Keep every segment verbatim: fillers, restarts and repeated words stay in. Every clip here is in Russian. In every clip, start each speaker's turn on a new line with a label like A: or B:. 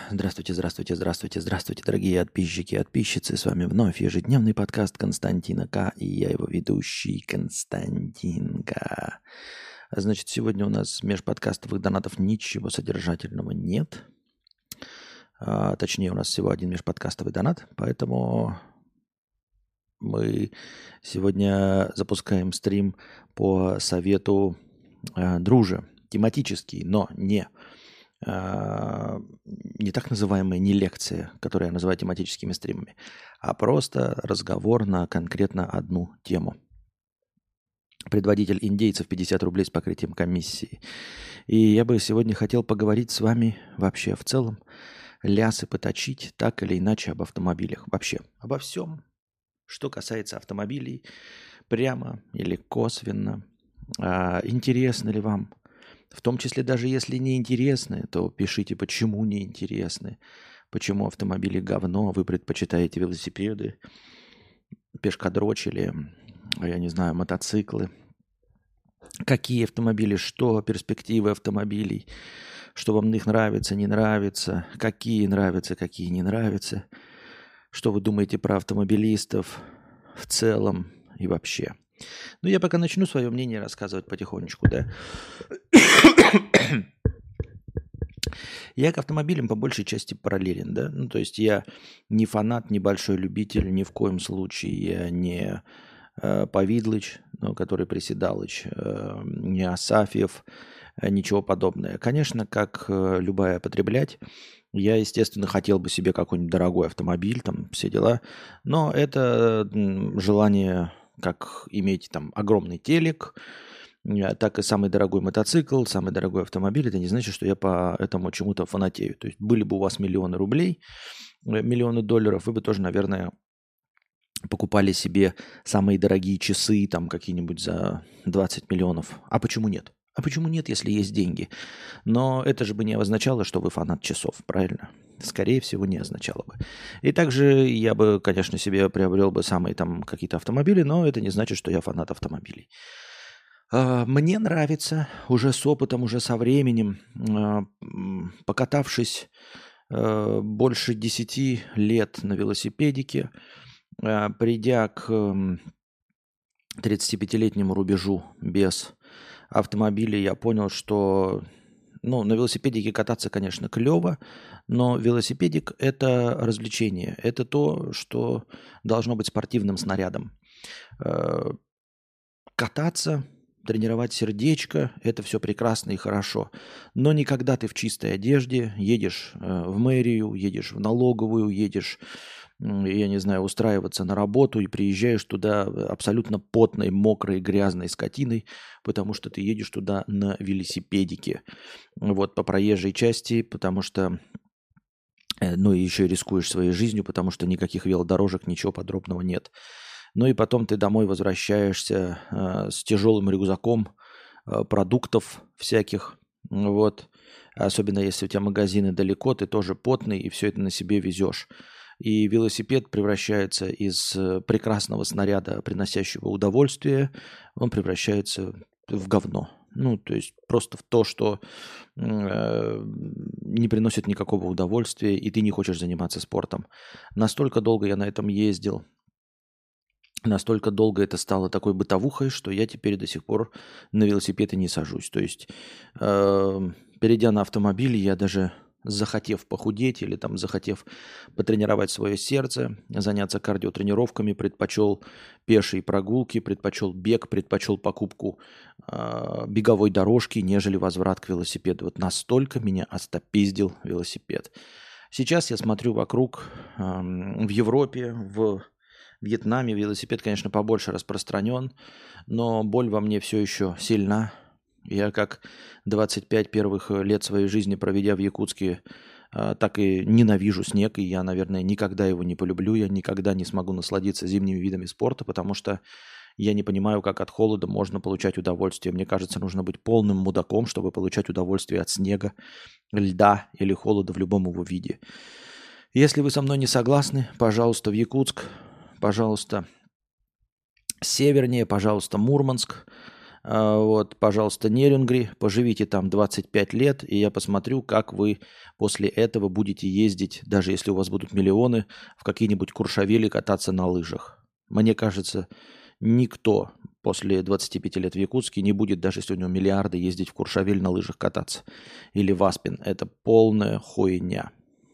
A: Здравствуйте, здравствуйте, здравствуйте, здравствуйте, дорогие подписчики и подписчицы. С вами вновь ежедневный подкаст Константина К. И я его ведущий Константин К. Значит, сегодня у нас межподкастовых донатов ничего содержательного нет. А, точнее, у нас всего один межподкастовый донат, поэтому мы сегодня запускаем стрим по совету э, дружи. Тематический, но не не так называемая не лекция, которую я называю тематическими стримами, а просто разговор на конкретно одну тему. Предводитель индейцев пятьдесят рублей с покрытием комиссии. И я бы сегодня хотел поговорить с вами вообще в целом, лясы поточить так или иначе об автомобилях. Вообще обо всем, что касается автомобилей, прямо или косвенно. А, интересно ли вам? В том числе, даже если не интересны, то пишите, почему не интересны, почему автомобили говно, вы предпочитаете велосипеды, пешкодрочили, я не знаю, мотоциклы. Какие автомобили, что, перспективы автомобилей, что вам их нравится, не нравится, какие нравятся, какие не нравятся, что вы думаете про автомобилистов в целом и вообще. Ну, я пока начну свое мнение рассказывать потихонечку, да. Я к автомобилям по большей части параллелен, да. Ну, то есть я не фанат, не большой любитель, ни в коем случае. Я не э, Повидлыч, ну, который Приседалыч, э, не Асафьев, э, ничего подобного. Конечно, как э, любая потреблять, я, естественно, хотел бы себе какой-нибудь дорогой автомобиль, там все дела. Но это м, желание, как иметь там огромный телек, так и самый дорогой мотоцикл, самый дорогой автомобиль, это не значит, что я по этому чему-то фанатею. То есть были бы у вас миллионы рублей, миллионы долларов, вы бы тоже, наверное, покупали себе самые дорогие часы, там какие-нибудь за двадцать миллионов. А почему нет? А почему нет, если есть деньги? Но это же бы не означало, что вы фанат часов, правильно? Скорее всего, не означало бы. И также я бы, конечно, себе приобрел бы самые там какие-то автомобили, но это не значит, что я фанат автомобилей. Мне нравится уже с опытом, уже со временем, покатавшись больше десяти лет на велосипедике, придя к тридцатипятилетнему рубежу без автомобиля, я понял, что ну, на велосипедике кататься, конечно, клево, но велосипедик – это развлечение, это то, что должно быть спортивным снарядом. Кататься, тренировать сердечко – это все прекрасно и хорошо. Но не когда ты в чистой одежде едешь в мэрию, едешь в налоговую, едешь, я не знаю, устраиваться на работу и приезжаешь туда абсолютно потной, мокрой, грязной скотиной, потому что ты едешь туда на велосипедике. Вот по проезжей части, потому что, ну и еще рискуешь своей жизнью, потому что никаких велодорожек, ничего подробного нет. Ну и потом ты домой возвращаешься э, с тяжелым рюкзаком э, продуктов всяких. Вот. Особенно если у тебя магазины далеко, ты тоже потный и все это на себе везешь. И велосипед превращается из прекрасного снаряда, приносящего удовольствие, он превращается в говно. Ну, то есть просто в то, что э, не приносит никакого удовольствия, и ты не хочешь заниматься спортом. Настолько долго я на этом ездил, настолько долго это стало такой бытовухой, что я теперь до сих пор на велосипед и не сажусь. То есть, э, перейдя на автомобиль, я даже захотев похудеть или там захотев потренировать свое сердце, заняться кардиотренировками, предпочел пешие прогулки, предпочел бег, предпочел покупку э, беговой дорожки, нежели возврат к велосипеду. Вот настолько меня остопиздил велосипед. Сейчас я смотрю вокруг, э, в Европе, в Вьетнаме велосипед, конечно, побольше распространен, но боль во мне все еще сильна. Я как двадцать пять первых лет своей жизни, проведя в Якутске, так и ненавижу снег, и я, наверное, никогда его не полюблю, я никогда не смогу насладиться зимними видами спорта, потому что я не понимаю, как от холода можно получать удовольствие. Мне кажется, нужно быть полным мудаком, чтобы получать удовольствие от снега, льда или холода в любом его виде. Если вы со мной не согласны, пожалуйста, в Якутск, пожалуйста, севернее, пожалуйста, Мурманск. А, вот, пожалуйста, Нерюнгри, поживите там двадцать пять лет, и я посмотрю, как вы после этого будете ездить, даже если у вас будут миллионы, в какие-нибудь Куршавели кататься на лыжах. Мне кажется, никто после двадцати пяти лет в Якутске не будет, даже если у него миллиарды, ездить в Куршавель на лыжах кататься. Или в Аспен. Это полная хуйня.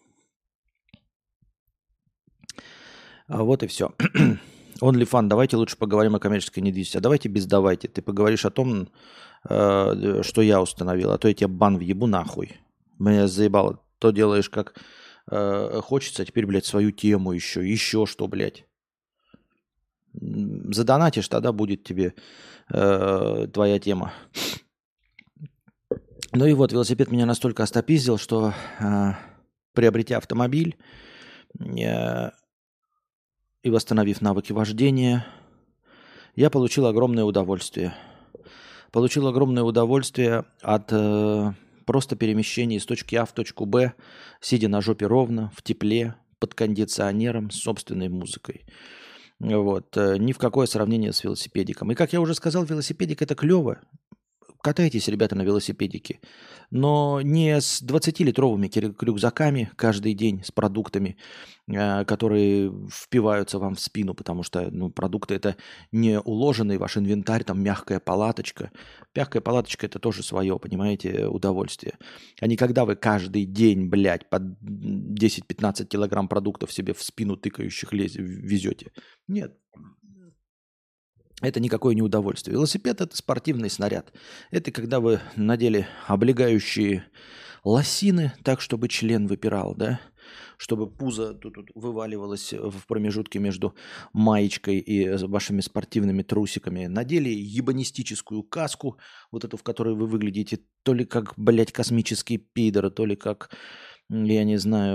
A: А вот и все. OnlyFans, давайте лучше поговорим о коммерческой недвижимости. А давайте без давайте. Ты поговоришь о том, э, что я установил, а то я тебе бан въебу нахуй. Меня заебало. То делаешь как э, хочется, а теперь, блядь, свою тему еще. Еще что, блядь. Задонатишь, тогда будет тебе э, твоя тема. Ну и вот, велосипед меня настолько остопиздил, что э, приобретя автомобиль э, и восстановив навыки вождения, я получил огромное удовольствие. Получил огромное удовольствие от э, просто перемещения из точки А в точку Б, сидя на жопе ровно, в тепле, под кондиционером, с собственной музыкой. Вот. Ни в какое сравнение с велосипедиком. И, как я уже сказал, велосипедик – это клево. Катайтесь, ребята, на велосипедике. Но не с двадцатилитровыми рюкзаками каждый день, с продуктами, э, которые впиваются вам в спину, потому что ну, продукты – это не уложенный ваш инвентарь, там мягкая палаточка. Мягкая палаточка – это тоже свое, понимаете, удовольствие. А не когда вы каждый день, блядь, по десять-пятнадцать килограмм продуктов себе в спину тыкающих лез- везете. Нет. Это никакое не удовольствие. Велосипед – это спортивный снаряд. Это когда вы надели облегающие лосины так, чтобы член выпирал, да? Чтобы пузо тут, тут вываливалось в промежутке между маечкой и вашими спортивными трусиками. Надели ебанистическую каску, вот эту, в которой вы выглядите то ли как, блядь, космический пидор, то ли как... Я не знаю,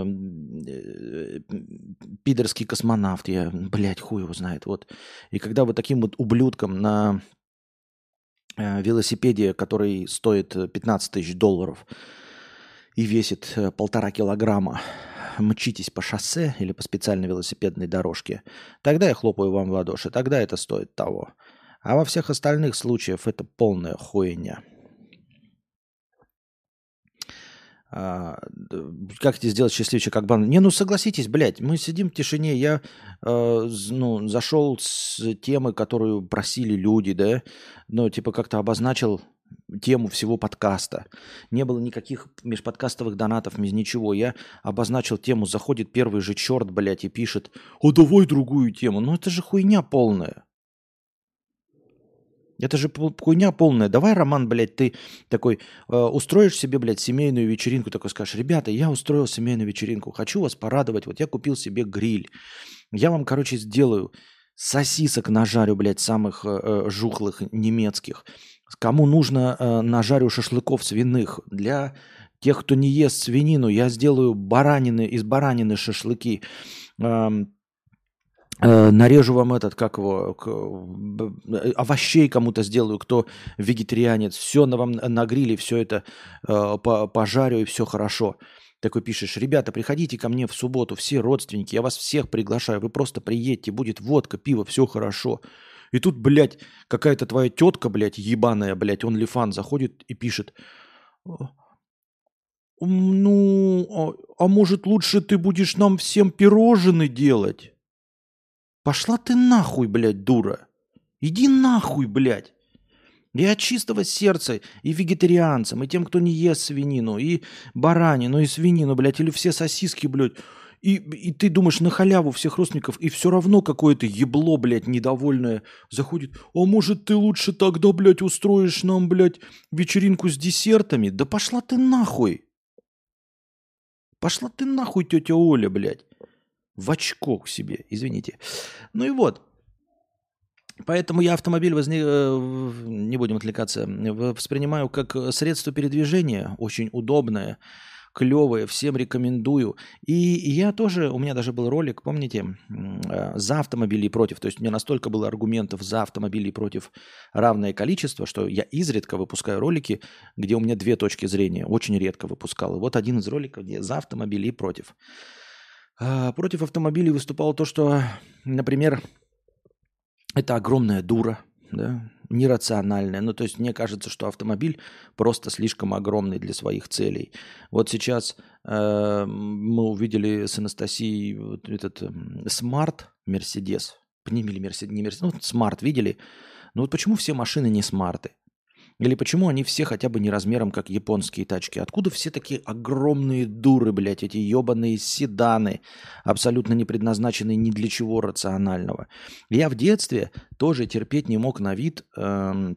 A: пидорский космонавт, я, блядь, хуй его знает. Вот. И когда вы таким вот ублюдком на э, велосипеде, который стоит пятнадцать тысяч долларов и весит э, полтора килограмма, мчитесь по шоссе или по специальной велосипедной дорожке, тогда я хлопаю вам в ладоши, тогда это стоит того. А во всех остальных случаях это полная хуйня. А, как тебе сделать счастливчик, как банан? Не, ну согласитесь, блядь, мы сидим в тишине, я э, ну, зашел с темы, которую просили люди, да, ну, типа как-то обозначил тему всего подкаста. Не было никаких межподкастовых донатов, без ничего. Я обозначил тему, заходит первый же черт, блядь, и пишет, а давай другую тему. Ну это же хуйня полная. Это же хуйня полная. Давай, Роман, блядь, ты такой э, устроишь себе, блядь, семейную вечеринку, такой скажешь, ребята, я устроил семейную вечеринку, хочу вас порадовать, вот я купил себе гриль. Я вам, короче, сделаю сосисок нажарю, блядь, самых э, жухлых немецких. Кому нужно, э, нажарю шашлыков свиных. Для тех, кто не ест свинину, я сделаю баранины, из баранины шашлыки. Эм, нарежу вам этот, как его, овощей кому-то сделаю, кто вегетарианец. Все на вам на гриле, все это э, пожарю, и все хорошо. Такой пишешь, ребята, приходите ко мне в субботу, все родственники, я вас всех приглашаю, вы просто приедьте, будет водка, пиво, все хорошо. И тут, блядь, какая-то твоя тетка, блядь, ебаная, блядь, OnlyFans заходит и пишет, ну, а, а может лучше ты будешь нам всем пирожные делать? Пошла ты нахуй, блядь, дура. Иди нахуй, блядь. Я от чистого сердца и вегетарианцам, и тем, кто не ест свинину, и баранину, и свинину, блядь, или все сосиски, блядь. И, и ты думаешь на халяву всех родственников, и все равно какое-то ебло, блядь, недовольное заходит. А может ты лучше тогда, блядь, устроишь нам, блядь, вечеринку с десертами? Да пошла ты нахуй. Пошла ты нахуй, тетя Оля, блядь. В очко к себе, извините. Ну и вот. Поэтому я автомобиль, возне... не будем отвлекаться, воспринимаю как средство передвижения, очень удобное, клевое, всем рекомендую. И я тоже, у меня даже был ролик, помните, за автомобили и против. То есть у меня настолько было аргументов за автомобили и против равное количество, что я изредка выпускаю ролики, где у меня две точки зрения, очень редко выпускал. И вот один из роликов, где за автомобили и против. Против автомобилей выступало то, что, например, это огромная дура, да? нерациональное. Ну, то есть мне кажется, что автомобиль просто слишком огромный для своих целей. Вот сейчас э, мы увидели с Анастасией вот этот смарт Мерседес. Не Мерседес, не Мерседес, ну, смарт видели. Но вот почему все машины не смарты? Или почему они все хотя бы не размером, как японские тачки? Откуда все такие огромные дуры, блядь, эти ебаные седаны, абсолютно не предназначенные ни для чего рационального? Я в детстве тоже терпеть не мог на вид эм,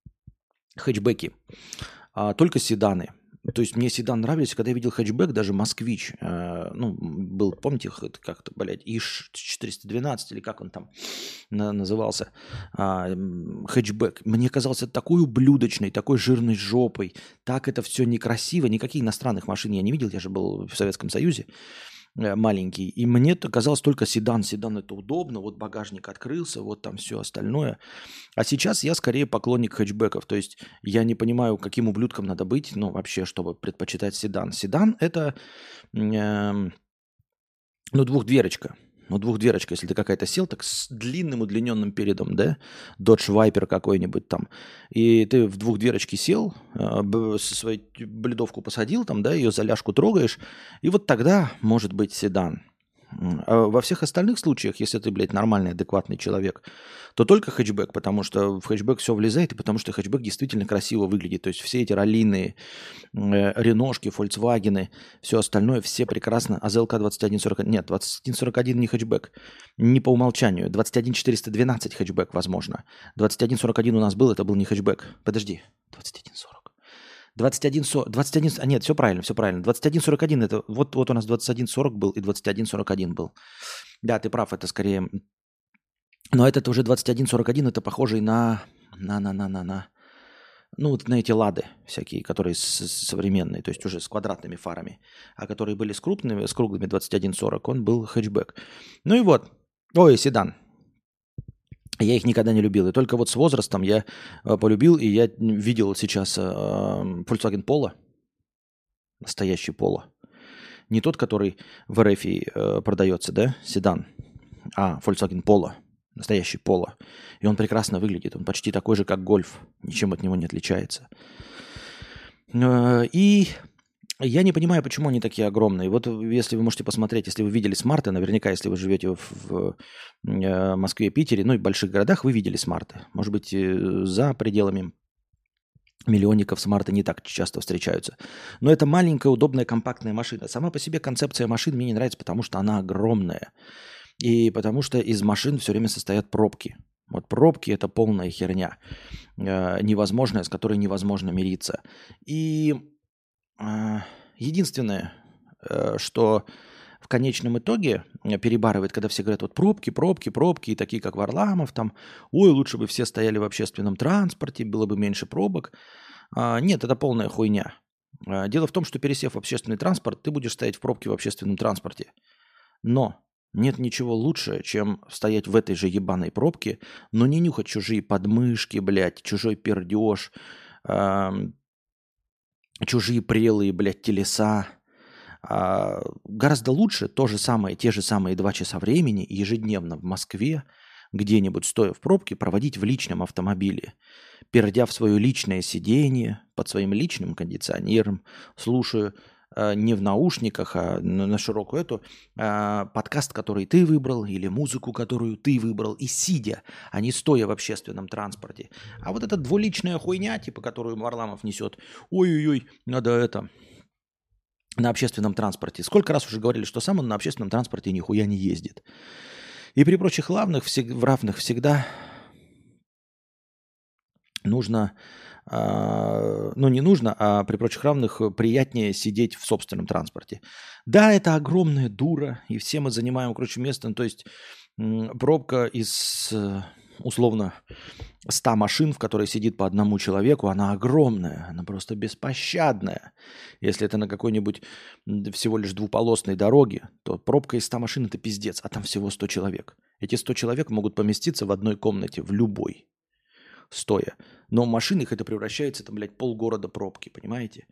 A: хэтчбеки, а только седаны. То есть мне седан нравился, когда я видел хэтчбэк, даже «Москвич», э, ну, был, помните, х- как-то, блядь, ИШ четыреста двенадцать или как он там на- назывался, а, м, хэтчбэк. Мне казался такой ублюдочной, такой жирной жопой, так это все некрасиво, никаких иностранных машин я не видел, я же был в Советском Союзе, э, маленький. И мне это казалось только седан. Седан это удобно, вот багажник открылся, вот там все остальное. А сейчас я скорее поклонник хэтчбеков. То есть я не понимаю, каким ублюдком надо быть, ну, вообще, чтобы предпочитать седан. Седан это, эм, ну, двухдверочка. Ну, двухдверочка, если ты какая-то сел, так с длинным удлиненным передом, да, Dodge Viper какой-нибудь там, и ты в двухдверочке сел, э, б- со своей бледовку посадил там, да, ее за ляжку трогаешь, и вот тогда может быть седан. М, А во всех остальных случаях, если ты, блядь, нормальный, адекватный человек, то только хэтчбэк, потому что в хэтчбэк все влезает, и потому что хэтчбэк действительно красиво выглядит. То есть все эти раллиные э, Реношки, Фольксвагены, все остальное, все прекрасно. А ЗЛК двадцать один сорок один, нет, двадцать один сорок один не хэтчбэк, не по умолчанию. двадцать один четыреста двенадцать хэтчбэк, возможно. двадцать один сорок один у нас был, это был не хэтчбэк. Подожди, двадцать один сорок. двадцать один сорок, двадцать один, а нет, все правильно, все правильно. двадцать один сорок один это, вот, вот у нас двадцать один сорок был и двадцать один сорок один был. Да, ты прав, это скорее, но этот уже двадцать один сорок один, это похожий на, на, на, на, на, на, ну, вот на эти лады всякие, которые с- с- современные, то есть уже с квадратными фарами, а которые были с крупными, с круглыми двадцать один сорок, он был хэтчбэк. Ну и вот, ой, седан. Я их никогда не любил. И только вот с возрастом я э, полюбил, и я видел сейчас э, Volkswagen Polo, настоящий Polo. Не тот, который в эр эф э, продается, да, седан, а Volkswagen Polo, настоящий Polo. И он прекрасно выглядит, он почти такой же, как Гольф, ничем от него не отличается. Э, И я не понимаю, почему они такие огромные. Вот если вы можете посмотреть, если вы видели смарты, наверняка, если вы живете в, в, э, Москве, Питере, ну и больших городах, вы видели смарты. Может быть, э, за пределами миллионников смарты не так часто встречаются. Но это маленькая, удобная, компактная машина. Сама по себе концепция машин мне не нравится, потому что она огромная. И потому что из машин все время состоят пробки. Вот пробки – это полная херня, э, невозможная, с которой невозможно мириться. И а, единственное, э, что в конечном итоге э, перебарывает, когда все говорят, вот пробки, пробки, пробки, и такие, как Варламов, там, ой, лучше бы все стояли в общественном транспорте, было бы меньше пробок. А, Нет, это полная хуйня. А, Дело в том, что пересев в общественный транспорт, ты будешь стоять в пробке в общественном транспорте. Но нет ничего лучше, чем стоять в этой же ебаной пробке, но не нюхать чужие подмышки, блядь, чужой пердеж, чужие прелые, блядь, телеса. А, гораздо лучше то же самое, те же самые два часа времени ежедневно в Москве, где-нибудь стоя в пробке, проводить в личном автомобиле, пердя в свое личное сиденье под своим личным кондиционером, слушая э, не в наушниках, а на, на широкую эту, а, подкаст, который ты выбрал, или музыку, которую ты выбрал, и сидя, а не стоя в общественном транспорте. А вот эта двуличная хуйня, типа, которую Варламов несет, ой-ой-ой, надо это, на общественном транспорте. Сколько раз уже говорили, что сам он на общественном транспорте нихуя не ездит. И при прочих равных, всег- в равных всегда нужно, а, ну не нужно, а при прочих равных приятнее сидеть в собственном транспорте. Да, это огромная дура, и все мы занимаем, короче, место. Ну, то есть м, пробка из э, условно ста машин, в которой сидит по одному человеку, она огромная, она просто беспощадная. Если это на какой-нибудь м, всего лишь двуполосной дороге, то пробка из ста машин – это пиздец, а там всего сто человек. Эти сто человек могут поместиться в одной комнате, в любой, стоя. Но в машинах это превращается, там, блядь, полгорода пробки, понимаете?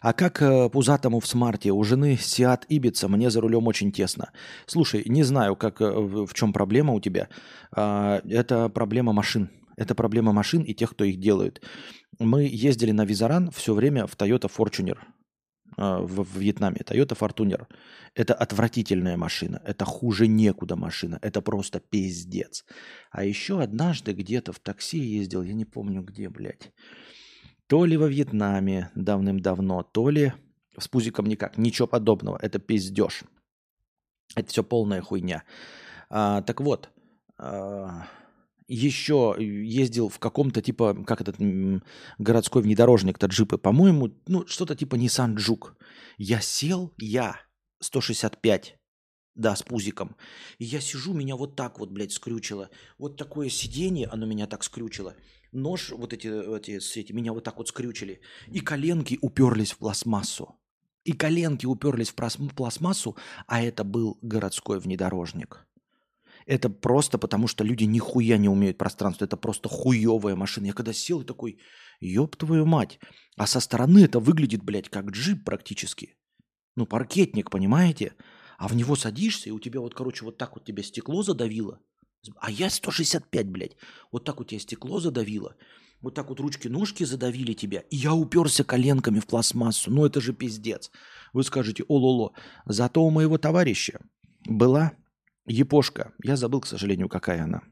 A: А как э, пузатому в смарте? У жены Сиат Ибица, мне за рулем очень тесно. Слушай, не знаю, как, э, в, в чем проблема у тебя. А, это проблема машин. Это проблема машин и тех, кто их делает. Мы ездили на Визаран все время в Toyota Fortuner а, в, в Вьетнаме. Toyota Fortuner. Это отвратительная машина. Это хуже некуда машина. Это просто пиздец. А еще однажды где-то в такси ездил, я не помню где, блядь. То ли во Вьетнаме давным-давно, то ли с пузиком никак. Ничего подобного. Это пиздеж. Это все полная хуйня. А, так вот, а, еще ездил в каком-то типа, как этот м, городской внедорожник-то джипы, по-моему, ну что-то типа Nissan Juke. Я сел, я сто шестьдесят пять, да, с пузиком. И я сижу, меня вот так вот, блядь, скрючило. Вот такое сиденье, оно меня так скрючило. Нож, вот эти, эти, с эти, меня вот так вот скрючили. И коленки уперлись в пластмассу. И коленки уперлись в прос- пластмассу, а это был городской внедорожник. Это просто потому, что люди нихуя не умеют пространство. Это просто хуевая машина. Я когда сел и такой, ёб твою мать. А со стороны это выглядит, блядь, как джип практически. Ну, паркетник, понимаете? А в него садишься, и у тебя вот, короче, вот так вот тебе стекло задавило. А я сто шестьдесят пять, блядь. Вот так вот тебе стекло задавило. Вот так вот ручки-ножки задавили тебя. И я уперся коленками в пластмассу. Ну, это же пиздец. Вы скажете, о-ло-ло. Зато у моего товарища была япошка. Я забыл, к сожалению, какая она.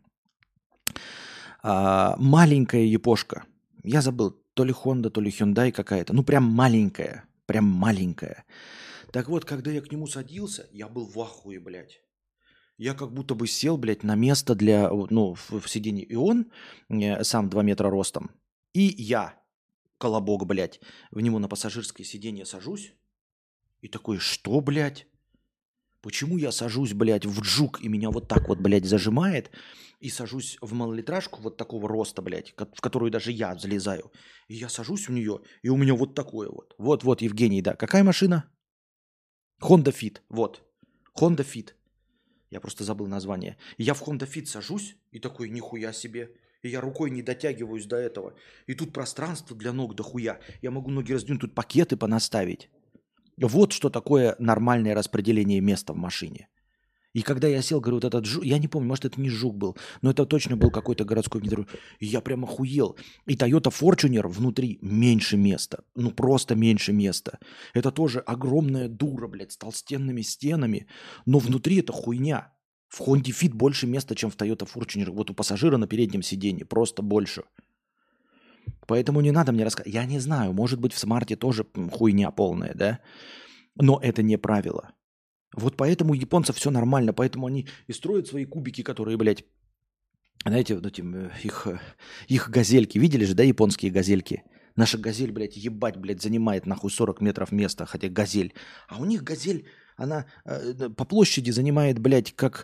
A: А, маленькая япошка. Я забыл, то ли Honda, то ли Hyundai какая-то. Ну, прям маленькая. Прям маленькая. Так вот, когда я к нему садился, я был в ахуе, блядь. Я как будто бы сел, блядь, на место для, ну, в, в сиденье. И он э, сам два метра ростом. И я, колобок, блядь, в него на пассажирское сиденье сажусь. И такой, что, блядь? Почему я сажусь, блядь, в джук, и меня вот так вот, блядь, зажимает, и сажусь в малолитражку вот такого роста, блядь, ко- в которую даже я залезаю. И я сажусь в нее, и у меня вот такое вот. Вот-вот, Евгений, да. Какая машина? Honda Fit, вот. Honda Fit. Я просто забыл название. И я в Honda Fit сажусь, и такой, нихуя себе. И я рукой не дотягиваюсь до этого. И тут пространство для ног дохуя. Я могу ноги раздвинуть, тут пакеты понаставить. Вот что такое нормальное распределение места в машине. И когда я сел, говорю, вот этот жук, я не помню, может, это не жук был, но это точно был какой-то городской внедорожник. И я прям охуел. И Toyota Fortuner внутри меньше места. Ну, просто меньше места. Это тоже огромная дура, блядь, с толстенными стенами. Но внутри это хуйня. В Honda Fit больше места, чем в Toyota Fortuner. Вот у пассажира на переднем сиденье. Просто больше. Поэтому не надо мне рассказывать. Я не знаю, может быть, в смарте тоже м, хуйня полная, да? Но это не правило. Вот поэтому у японцев все нормально, поэтому они и строят свои кубики, которые, блядь, знаете, вот эти, э, их, э, их газельки, видели же, да, японские газельки? Наша газель, блядь, ебать, блядь, занимает нахуй сорок метров места, хотя газель. А у них газель, она э, э, по площади занимает, блядь, как,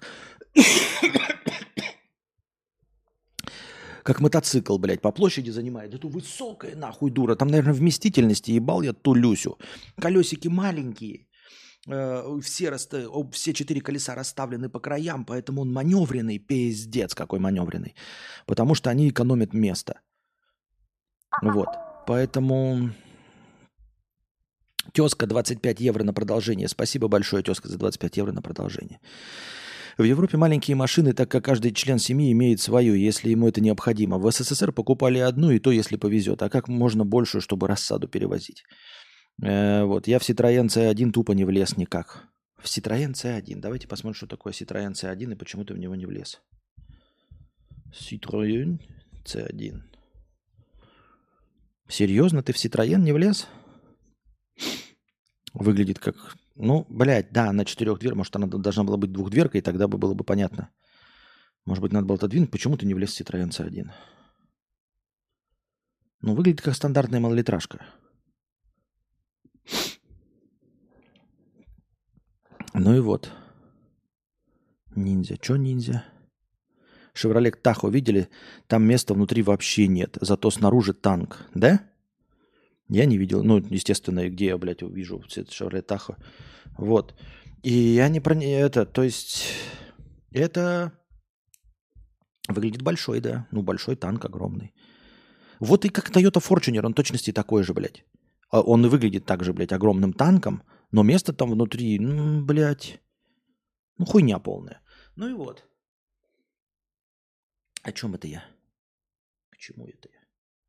A: как мотоцикл, блядь, по площади занимает. Это высокая нахуй дура. Там, наверное, вместительности ебал я ту Люсю. Колесики маленькие. Э, все, расста- об- все четыре колеса расставлены по краям, поэтому он маневренный, пиздец какой маневренный. Потому что они экономят место. Вот. Поэтому тезка двадцать пять евро на продолжение. Спасибо большое, тезка, за двадцать пять евро на продолжение. В Европе маленькие машины, так как каждый член семьи имеет свою, если ему это необходимо. В СССР покупали одну, и то, если повезет. А как можно большую, чтобы рассаду перевозить? Э, вот. Я в Citroёn си один тупо не влез никак. В Citroёn си один. Давайте посмотрим, что такое Citroёn си один и почему ты в него не влез. Citroёn си один. Серьезно, ты в Citroёn не влез? Выглядит как... Ну, блядь, да, на четырех дверь. Может, она должна была быть двухдверкой, и тогда бы было бы понятно. Может быть, надо было отодвинуть. Почему ты не влез в Citroёn си один? Ну, выглядит как стандартная малолитражка. Ну и вот. Ниндзя. Чё ниндзя? Шевроле Тахо видели? Там места внутри вообще нет. Зато снаружи танк. Да? Я не видел. Ну, естественно, где я, блядь, увижу Шевроле Тахо. Вот. И я не про не- это. То есть это выглядит большой, да. Ну, большой танк огромный. Вот и как Toyota Fortuner, он точности такой же, блядь. А он и выглядит так же, блядь, огромным танком, но место там внутри, ну, блядь, ну, хуйня полная. Ну и вот. О чем это я? К чему это я?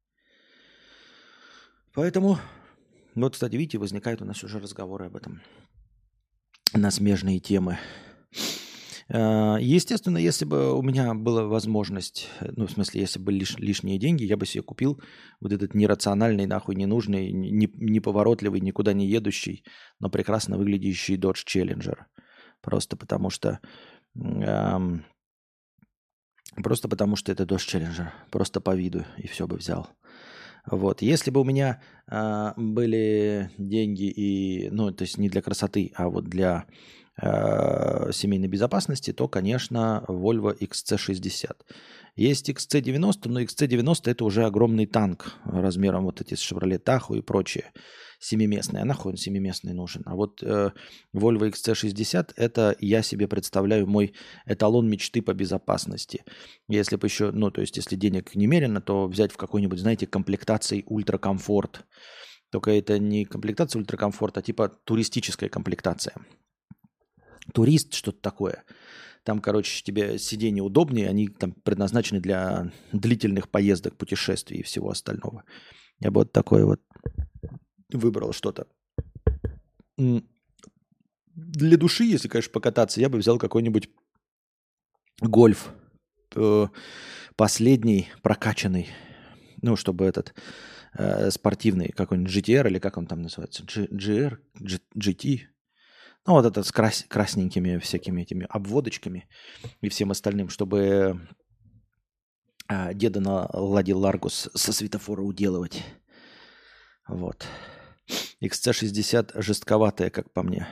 A: Поэтому, вот, кстати, видите, возникают у нас уже разговоры об этом на смежные темы. Э, Естественно, если бы у меня была возможность, э, ну, в смысле, если бы лиш- лишние деньги, я бы себе купил вот этот нерациональный, нахуй ненужный, не- неповоротливый, никуда не едущий, но прекрасно выглядящий Dodge Challenger. Просто потому что... эм, Просто потому что это Dodge Challenger. Просто по виду, и все бы взял. Вот. Если бы у меня а, были деньги и, ну, то есть не для красоты, а вот для а, семейной безопасности, то, конечно, Volvo икс си шестьдесят. Есть икс си девяносто, но икс си девяносто это уже огромный танк размером вот эти с Chevrolet Tahoe и прочее. Семиместный. А нахуй он семиместный нужен? А вот э, Volvo икс си шестьдесят это я себе представляю мой эталон мечты по безопасности. Если бы еще, ну, то есть, если денег немерено, то взять в какой-нибудь, знаете, комплектации ультракомфорт. Только это не комплектация ультракомфорт, а типа туристическая комплектация. Турист, что-то такое. Там, короче, тебе сиденья удобнее, они там предназначены для длительных поездок, путешествий и всего остального. Я бы вот такое вот выбрал что-то. М, Для души, если, конечно, покататься, я бы взял какой-нибудь гольф. э, Последний, прокачанный. Ну, чтобы этот э, спортивный, какой-нибудь джи ти ар или как он там называется? G- джи ар, G- джи ти. Ну, вот этот с крас- красненькими всякими этими обводочками и всем остальным, чтобы э, деда на Ладе Ларгус со светофора уделывать. Вот. икс си шестьдесят жестковатая, как по мне.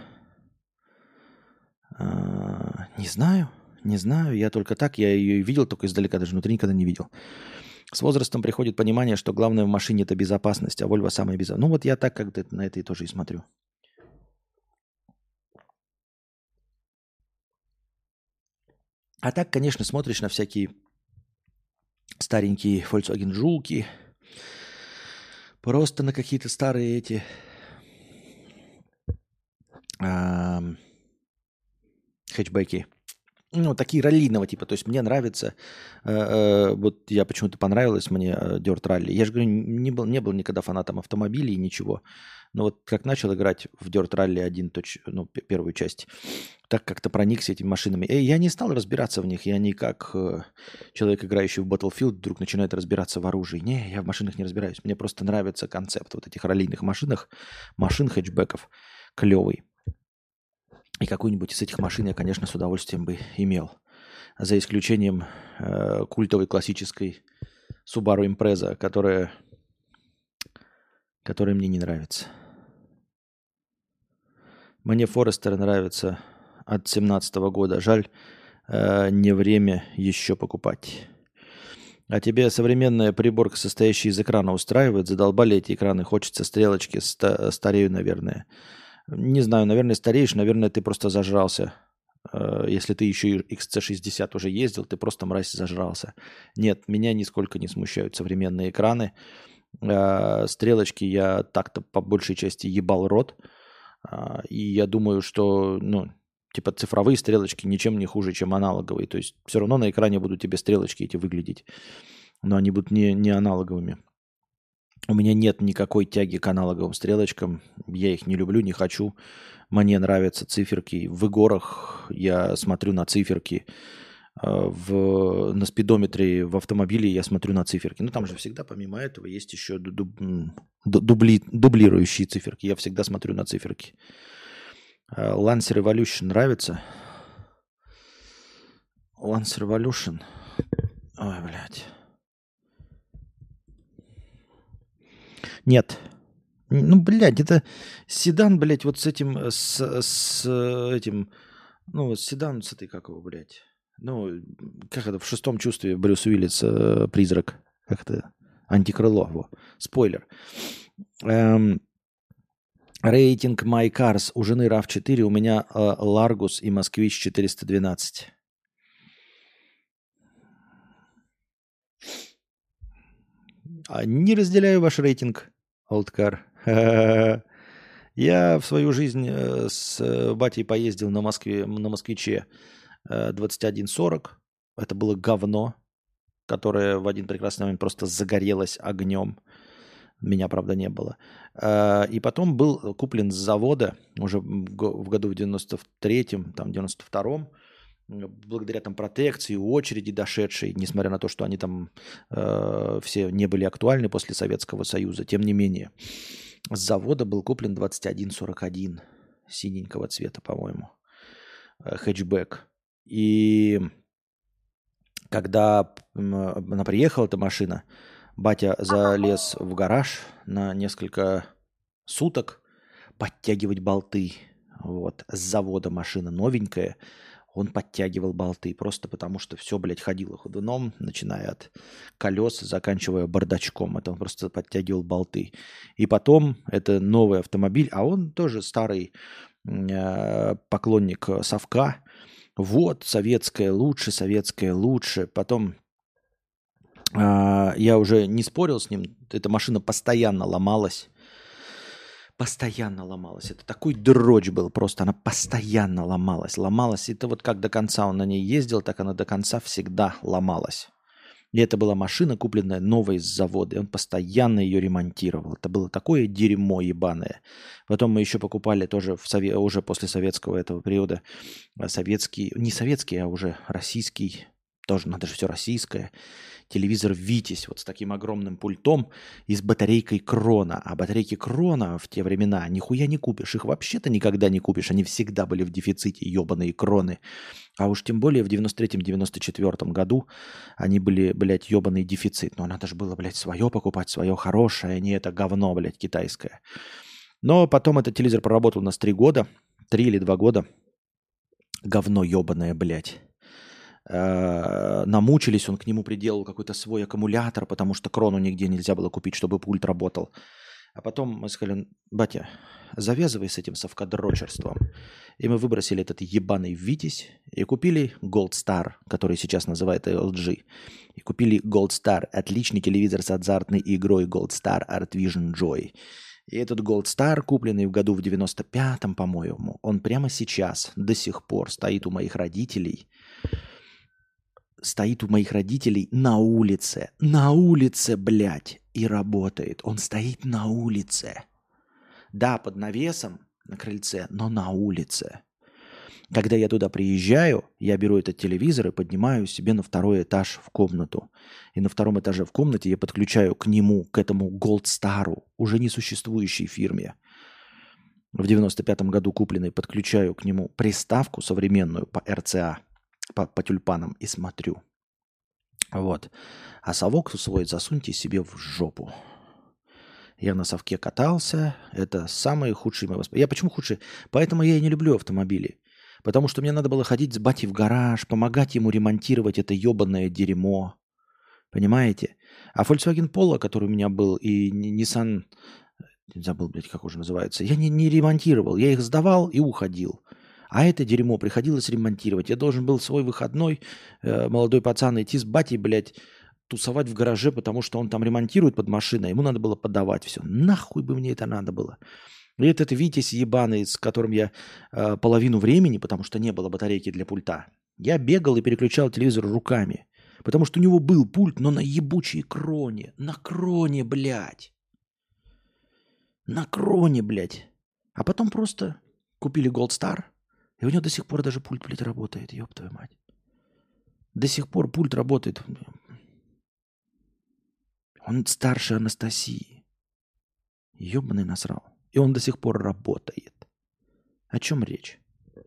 A: А, не знаю, не знаю. Я только так, я ее видел только издалека, даже внутри никогда не видел. С возрастом приходит понимание, что главное в машине – это безопасность, а Volvo самая безопасная. Ну вот я так как-то на это и тоже и смотрю. А так, конечно, смотришь на всякие старенькие Volkswagen Жуки, просто на какие-то старые эти ам, хэтчбеки. Ну, такие раллиного типа. То есть мне нравится, э, э, вот я почему-то понравилось мне э, Dirt Rally. Я же говорю, не был, не был никогда фанатом автомобилей и ничего. Но вот как начал играть в Dirt Rally один, точ- ну, п- первую часть, так как-то проникся этими машинами. И я не стал разбираться в них. Я не как э, человек, играющий в Battlefield, вдруг начинает разбираться в оружии. Не, я в машинах не разбираюсь. Мне просто нравится концепт вот этих раллийных машинах, машин хэтчбеков. Клевый. И какую-нибудь из этих машин я, конечно, с удовольствием бы имел. За исключением э, культовой классической Subaru Impreza, которая, которая мне не нравится. Мне Форестер нравится от семнадцатого года. Жаль, э, не время еще покупать. А тебе современная приборка, состоящая из экрана, устраивает? Задолбали эти экраны, хочется стрелочки, ста- старею, наверное. Не знаю, наверное, стареешь, наверное, ты просто зажрался. Э, Если ты еще и икс си шестьдесят уже ездил, ты просто, мразь, зажрался. Нет, меня нисколько не смущают современные экраны. Э, Стрелочки я так-то по большей части ебал рот. А, И я думаю, что, ну, типа цифровые стрелочки ничем не хуже, чем аналоговые. То есть все равно на экране будут тебе стрелочки эти выглядеть, но они будут не, не аналоговыми. У меня нет никакой тяги к аналоговым стрелочкам. Я их не люблю, не хочу. Мне нравятся циферки. В игорах я смотрю на циферки. А, В, на спидометре в автомобиле я смотрю на циферки. Ну, там же всегда, помимо этого, есть еще ду- дуб- м, ду- дубли, дублирующие циферки. Я всегда смотрю на циферки. А, Lancer Evolution нравится? Lancer Evolution? Ой, блядь. Нет. Ну, блядь, это седан, блядь, вот с этим, э, с, с э, этим, ну, вот седан с этой, как его, блядь. Ну, как это, в шестом чувстве Брюс Уиллис, э, призрак. Как это? Антикрыло, во. Спойлер. Эм, рейтинг My Cars у жены рав четыре, у меня э, Largus и Москвич четыреста двенадцать. А не разделяю ваш рейтинг, Олдкар. Я в свою жизнь э, с э, батей поездил на Москве, на Москвиче э, двадцать один сорок. Это было говно, которое в один прекрасный момент просто загорелось огнем. Меня, правда, не было. Э, И потом был куплен с завода уже в го- в году в девяносто третьем, там, девяносто втором, м, благодаря там протекции, очереди дошедшей, несмотря на то, что они там э, все не были актуальны после Советского Союза, тем не менее. С завода был куплен двадцать один сорок один синенького цвета, по-моему, э, хэтчбэк. И когда м, она приехала, эта машина, батя залез в гараж на несколько суток подтягивать болты. Вот. С завода машина новенькая, он подтягивал болты, просто потому что все, блядь, ходило ходуном, начиная от колес, заканчивая бардачком. Это он просто подтягивал болты. И потом это новый автомобиль, а он тоже старый м, э, поклонник э, совка. Вот, советская лучше, советская лучше. Потом а, я уже не спорил с ним, эта машина постоянно ломалась. Постоянно ломалась. Это такой дрочь был просто. Она постоянно ломалась. Ломалась. Это вот как до конца он на ней ездил, так она до конца всегда ломалась. И это была машина, купленная новой с завода. И он постоянно ее ремонтировал. Это было такое дерьмо ебаное. Потом мы еще покупали тоже в сове... уже после советского этого периода э, советский, не советский, а уже российский, тоже надо же все российское, телевизор «Витязь» вот с таким огромным пультом и с батарейкой «Крона». А батарейки «Крона» в те времена нихуя не купишь. Их вообще-то никогда не купишь. Они всегда были в дефиците, ебаные «Кроны». А уж тем более в девяносто третьем девяносто четвёртом году они были, блядь, ебаный дефицит. Но надо же было, блядь, свое покупать, свое хорошее, а не это говно, блядь, китайское. Но потом этот телевизор проработал у нас три года, три или два года. Говно ебаное, блядь. Э, намучились, он к нему приделал какой-то свой аккумулятор, потому что крону нигде нельзя было купить, чтобы пульт работал. А потом мы сказали, батя, завязывай с этим совкадрочерством. И мы выбросили этот ебаный «Витязь» и купили Gold Star, который сейчас называют эл джи. И купили Gold Star, отличный телевизор с азартной игрой Gold Star Art Vision Joy. И этот Gold Star, купленный в году в девяносто пятом, по-моему, он прямо сейчас до сих пор стоит у моих родителей. Стоит у моих родителей на улице. На улице, блядь, и работает. Он стоит на улице. Да, под навесом на крыльце, но на улице. Когда я туда приезжаю, я беру этот телевизор и поднимаю себе на второй этаж в комнату. И на втором этаже в комнате я подключаю к нему, к этому Gold Star, уже несуществующей фирме, в девяносто пятом году купленной, подключаю к нему приставку современную по эр цэ а, по, по тюльпанам, и смотрю. Вот. А совок свой засуньте себе в жопу. Я на совке катался. Это самые худшие мои воспоминания. Я почему худшие? Поэтому я и не люблю автомобили. Потому что мне надо было ходить с батей в гараж, помогать ему ремонтировать это ебаное дерьмо. Понимаете? А Volkswagen Polo, который у меня был, и Nissan, забыл, блядь, как уже называется, я не, не ремонтировал. Я их сдавал и уходил. А это дерьмо приходилось ремонтировать. Я должен был свой выходной, э, молодой пацан, идти с батей, блядь, тусовать в гараже, потому что он там ремонтирует под машиной. Ему надо было подавать все. Нахуй бы мне это надо было. И этот Витязь ебаный, с которым я э, половину времени, потому что не было батарейки для пульта, я бегал и переключал телевизор руками. Потому что у него был пульт, но на ебучей кроне. На кроне, блядь. На кроне, блядь. А потом просто купили Gold Star, и у него до сих пор даже пульт, блядь, работает, ёб твою мать. До сих пор пульт работает. Он старше Анастасии. Ёбаный насрал. И он до сих пор работает. О чем речь?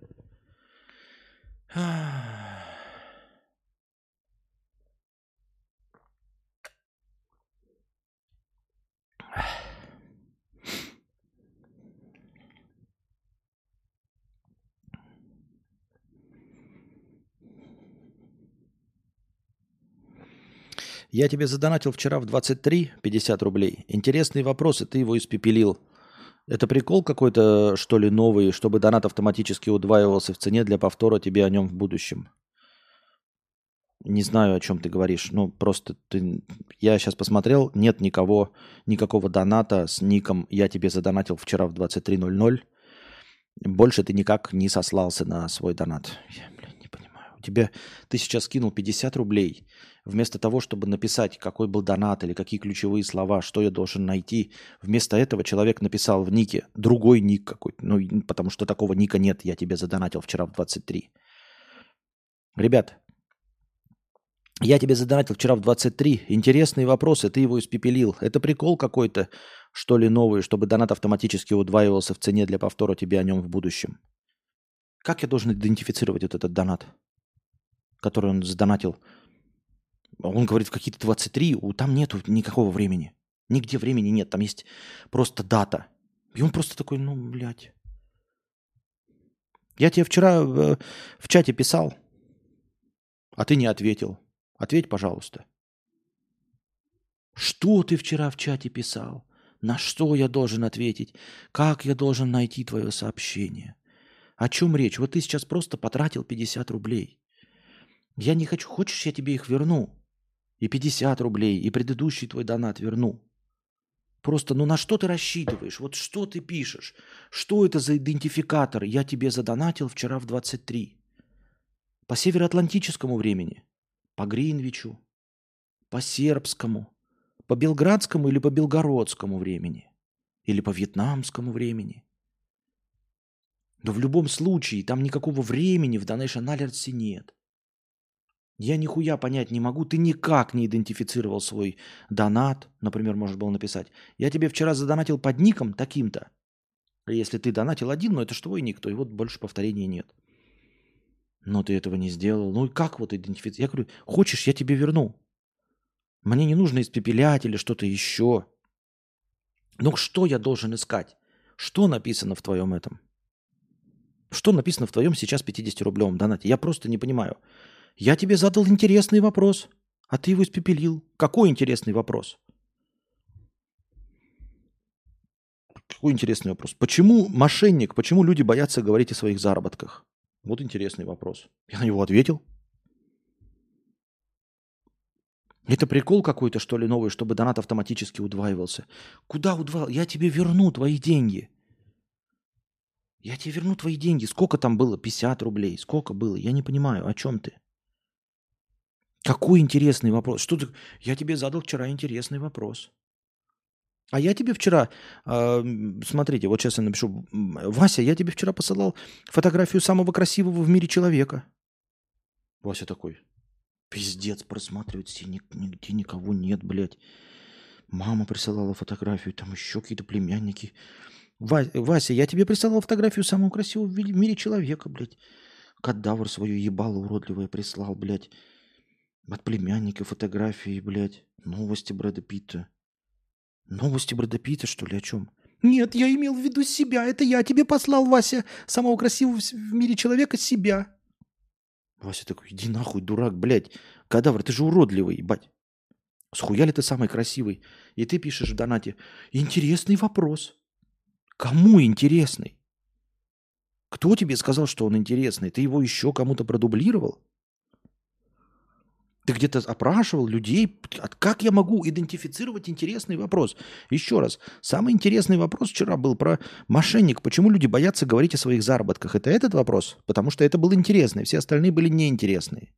A: Я тебе задонатил вчера в двадцать три пятьдесят рублей. Интересные вопросы, ты его испепелил. Это прикол какой-то, что ли, новый, чтобы донат автоматически удваивался в цене для повтора тебе о нем в будущем? Не знаю, о чем ты говоришь. Ну, просто ты... я сейчас посмотрел, нет никого, никакого доната с ником «Я тебе задонатил вчера в двадцать три ноль ноль». Больше ты никак не сослался на свой донат. Я, блин, не понимаю. У тебя... Ты сейчас скинул пятьдесят рублей. Вместо того, чтобы написать, какой был донат или какие ключевые слова, что я должен найти, вместо этого человек написал в нике другой ник какой-то. Ну, и- потому что такого ника нет. Я тебе задонатил вчера в двадцать три. Ребят, я тебе задонатил вчера в двадцать три. Интересные вопросы, ты его испепелил. Это прикол какой-то, что ли, новый, чтобы донат автоматически удваивался в цене для повтора тебе о нем в будущем. Как я должен идентифицировать вот этот донат, который он задонатил? Он говорит, в какие-то двадцать три, у- там нету никакого времени. Нигде времени нет, там есть просто дата. И он просто такой, ну, блядь. Я тебе вчера э, в чате писал, а ты не ответил. Ответь, пожалуйста. Что ты вчера в чате писал? На что я должен ответить? Как я должен найти твое сообщение? О чем речь? Вот ты сейчас просто потратил пятьдесят рублей. Я не хочу. Хочешь, я тебе их верну? И пятьдесят рублей, и предыдущий твой донат верну. Просто, ну на что ты рассчитываешь? Вот что ты пишешь? Что это за идентификатор? Я тебе задонатил вчера в двадцать три. По североатлантическому времени? По Гринвичу? По сербскому? По белградскому или по белгородскому времени? Или по вьетнамскому времени? Но в любом случае, там никакого времени в Donation Alerts нет. Я нихуя понять не могу. Ты никак не идентифицировал свой донат. Например, можно было написать. Я тебе вчера задонатил под ником таким-то. Если ты донатил один, но это ж твой ник, то его больше повторений нет. Но ты этого не сделал. Ну и как вот идентифицировать? Я говорю, хочешь, я тебе верну. Мне не нужно испепелять или что-то еще. Ну что я должен искать? Что написано в твоем этом? Что написано в твоем сейчас пятидесятирублевом донате? Я просто не понимаю. Я тебе задал интересный вопрос, а ты его испепелил. Какой интересный вопрос? Какой интересный вопрос? Почему мошенник, почему люди боятся говорить о своих заработках? Вот интересный вопрос. Я на него ответил. Это прикол какой-то, что ли, новый, чтобы донат автоматически удваивался? Куда удваивал? Я тебе верну твои деньги. Я тебе верну твои деньги. Сколько там было? пятьдесят рублей. Сколько было? Я не понимаю, о чем ты? Какой интересный вопрос? Что ты... Я тебе задал вчера интересный вопрос. А я тебе вчера, а, м, смотрите, вот сейчас я напишу, м, Вася, я тебе вчера посылал фотографию самого красивого в мире человека. Вася такой, пиздец, просматривает все, ни- нигде никого нет, блядь. Мама присылала фотографию, там еще какие-то племянники. Ва- Вася, я тебе присылал фотографию самого красивого в ви- в мире человека, блядь. Кадавр свою ебало уродливое прислал, блядь. От племянника фотографии, блядь. Новости Брэда Питта. Новости Брэда Питта, что ли, о чем? Нет, я имел в виду себя. Это я тебе послал, Вася, самого красивого в с- в мире человека, себя. Вася такой, иди нахуй, дурак, блядь. Кадавр, ты же уродливый, ебать. Схуя ли ты самый красивый? И ты пишешь в донате, интересный вопрос. Кому интересный? Кто тебе сказал, что он интересный? Ты его еще кому-то продублировал? Ты где-то опрашивал людей? От- Как я могу идентифицировать интересный вопрос? Еще раз, самый интересный вопрос вчера был про мошенник. Почему люди боятся говорить о своих заработках? Это этот вопрос? Потому что это был интересный, все остальные были неинтересные.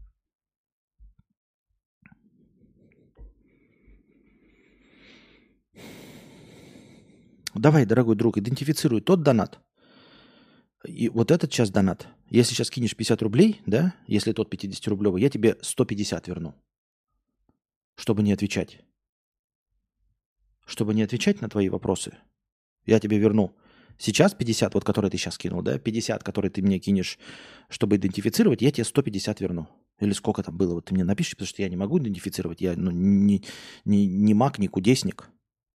A: Давай, дорогой друг, идентифицируй тот донат. И вот этот сейчас донат. Если сейчас кинешь пятьдесят рублей, да, если тот пятидесятирублевый, я тебе сто пятьдесят верну, чтобы не отвечать. Чтобы не отвечать на твои вопросы, я тебе верну. Сейчас пятьдесят, вот который ты сейчас кинул, да, пятьдесят, который ты мне кинешь, чтобы идентифицировать, я тебе сто пятьдесят верну. Или сколько там было, вот ты мне напишешь, потому что я не могу идентифицировать, я ну, не, не, не маг, не кудесник.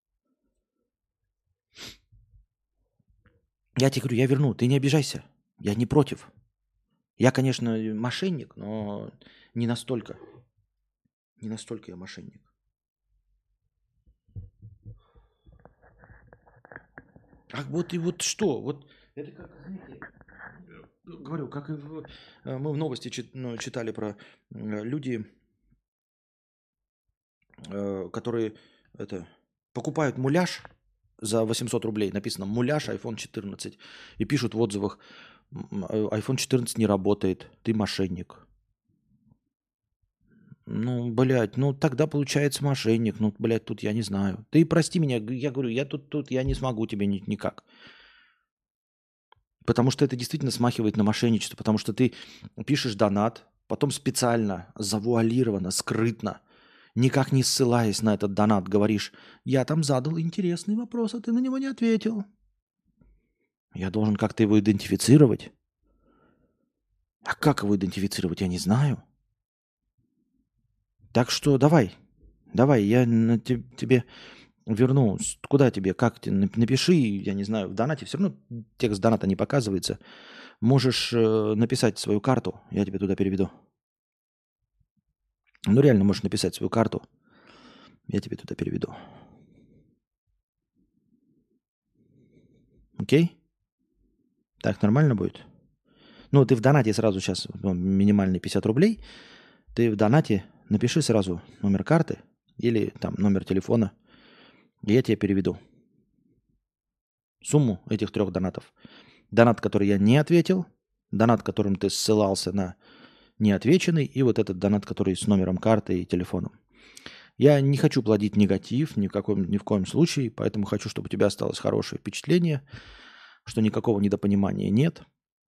A: Я тебе говорю, я верну, ты не обижайся, я не против. Я, конечно, мошенник, но не настолько. Не настолько я мошенник. А вот и вот что? Вот это как, знаете, говорю, как и в, э, мы в новости чит- ну, читали про э, люди, э, которые это, покупают муляж за восемьсот рублей. Написано муляж айфон четырнадцать. И пишут в отзывах, «М, э, айфон четырнадцать не работает, ты мошенник. Ну, блядь, ну тогда получается мошенник. Ну, блядь, тут я не знаю. Ты прости меня, г- я говорю, я тут, тут я не смогу тебе ни- никак. Потому что это действительно смахивает на мошенничество. Потому что ты пишешь донат, потом специально, завуалированно, скрытно, никак не ссылаясь на этот донат, говоришь, я там задал интересный вопрос, а ты на него не ответил. Я должен как-то его идентифицировать. А как его идентифицировать, я не знаю. Так что давай, давай, я на те- тебе верну. С- Куда тебе, как тебе? Нап- Напиши, я не знаю, в донате. Все равно текст доната не показывается. Можешь э, написать свою карту, я тебе туда переведу. Ну реально можешь написать свою карту, я тебе туда переведу. Окей? Так нормально будет? Ну, ты в донате сразу сейчас, ну, минимальный пятьдесят рублей, ты в донате напиши сразу номер карты или там номер телефона, и я тебе переведу сумму этих трех донатов. Донат, который я не ответил, донат, которым ты ссылался на неотвеченный, и вот этот донат, который с номером карты и телефоном. Я не хочу плодить негатив ни в, каком, ни в коем случае, поэтому хочу, чтобы у тебя осталось хорошее впечатление, что никакого недопонимания нет,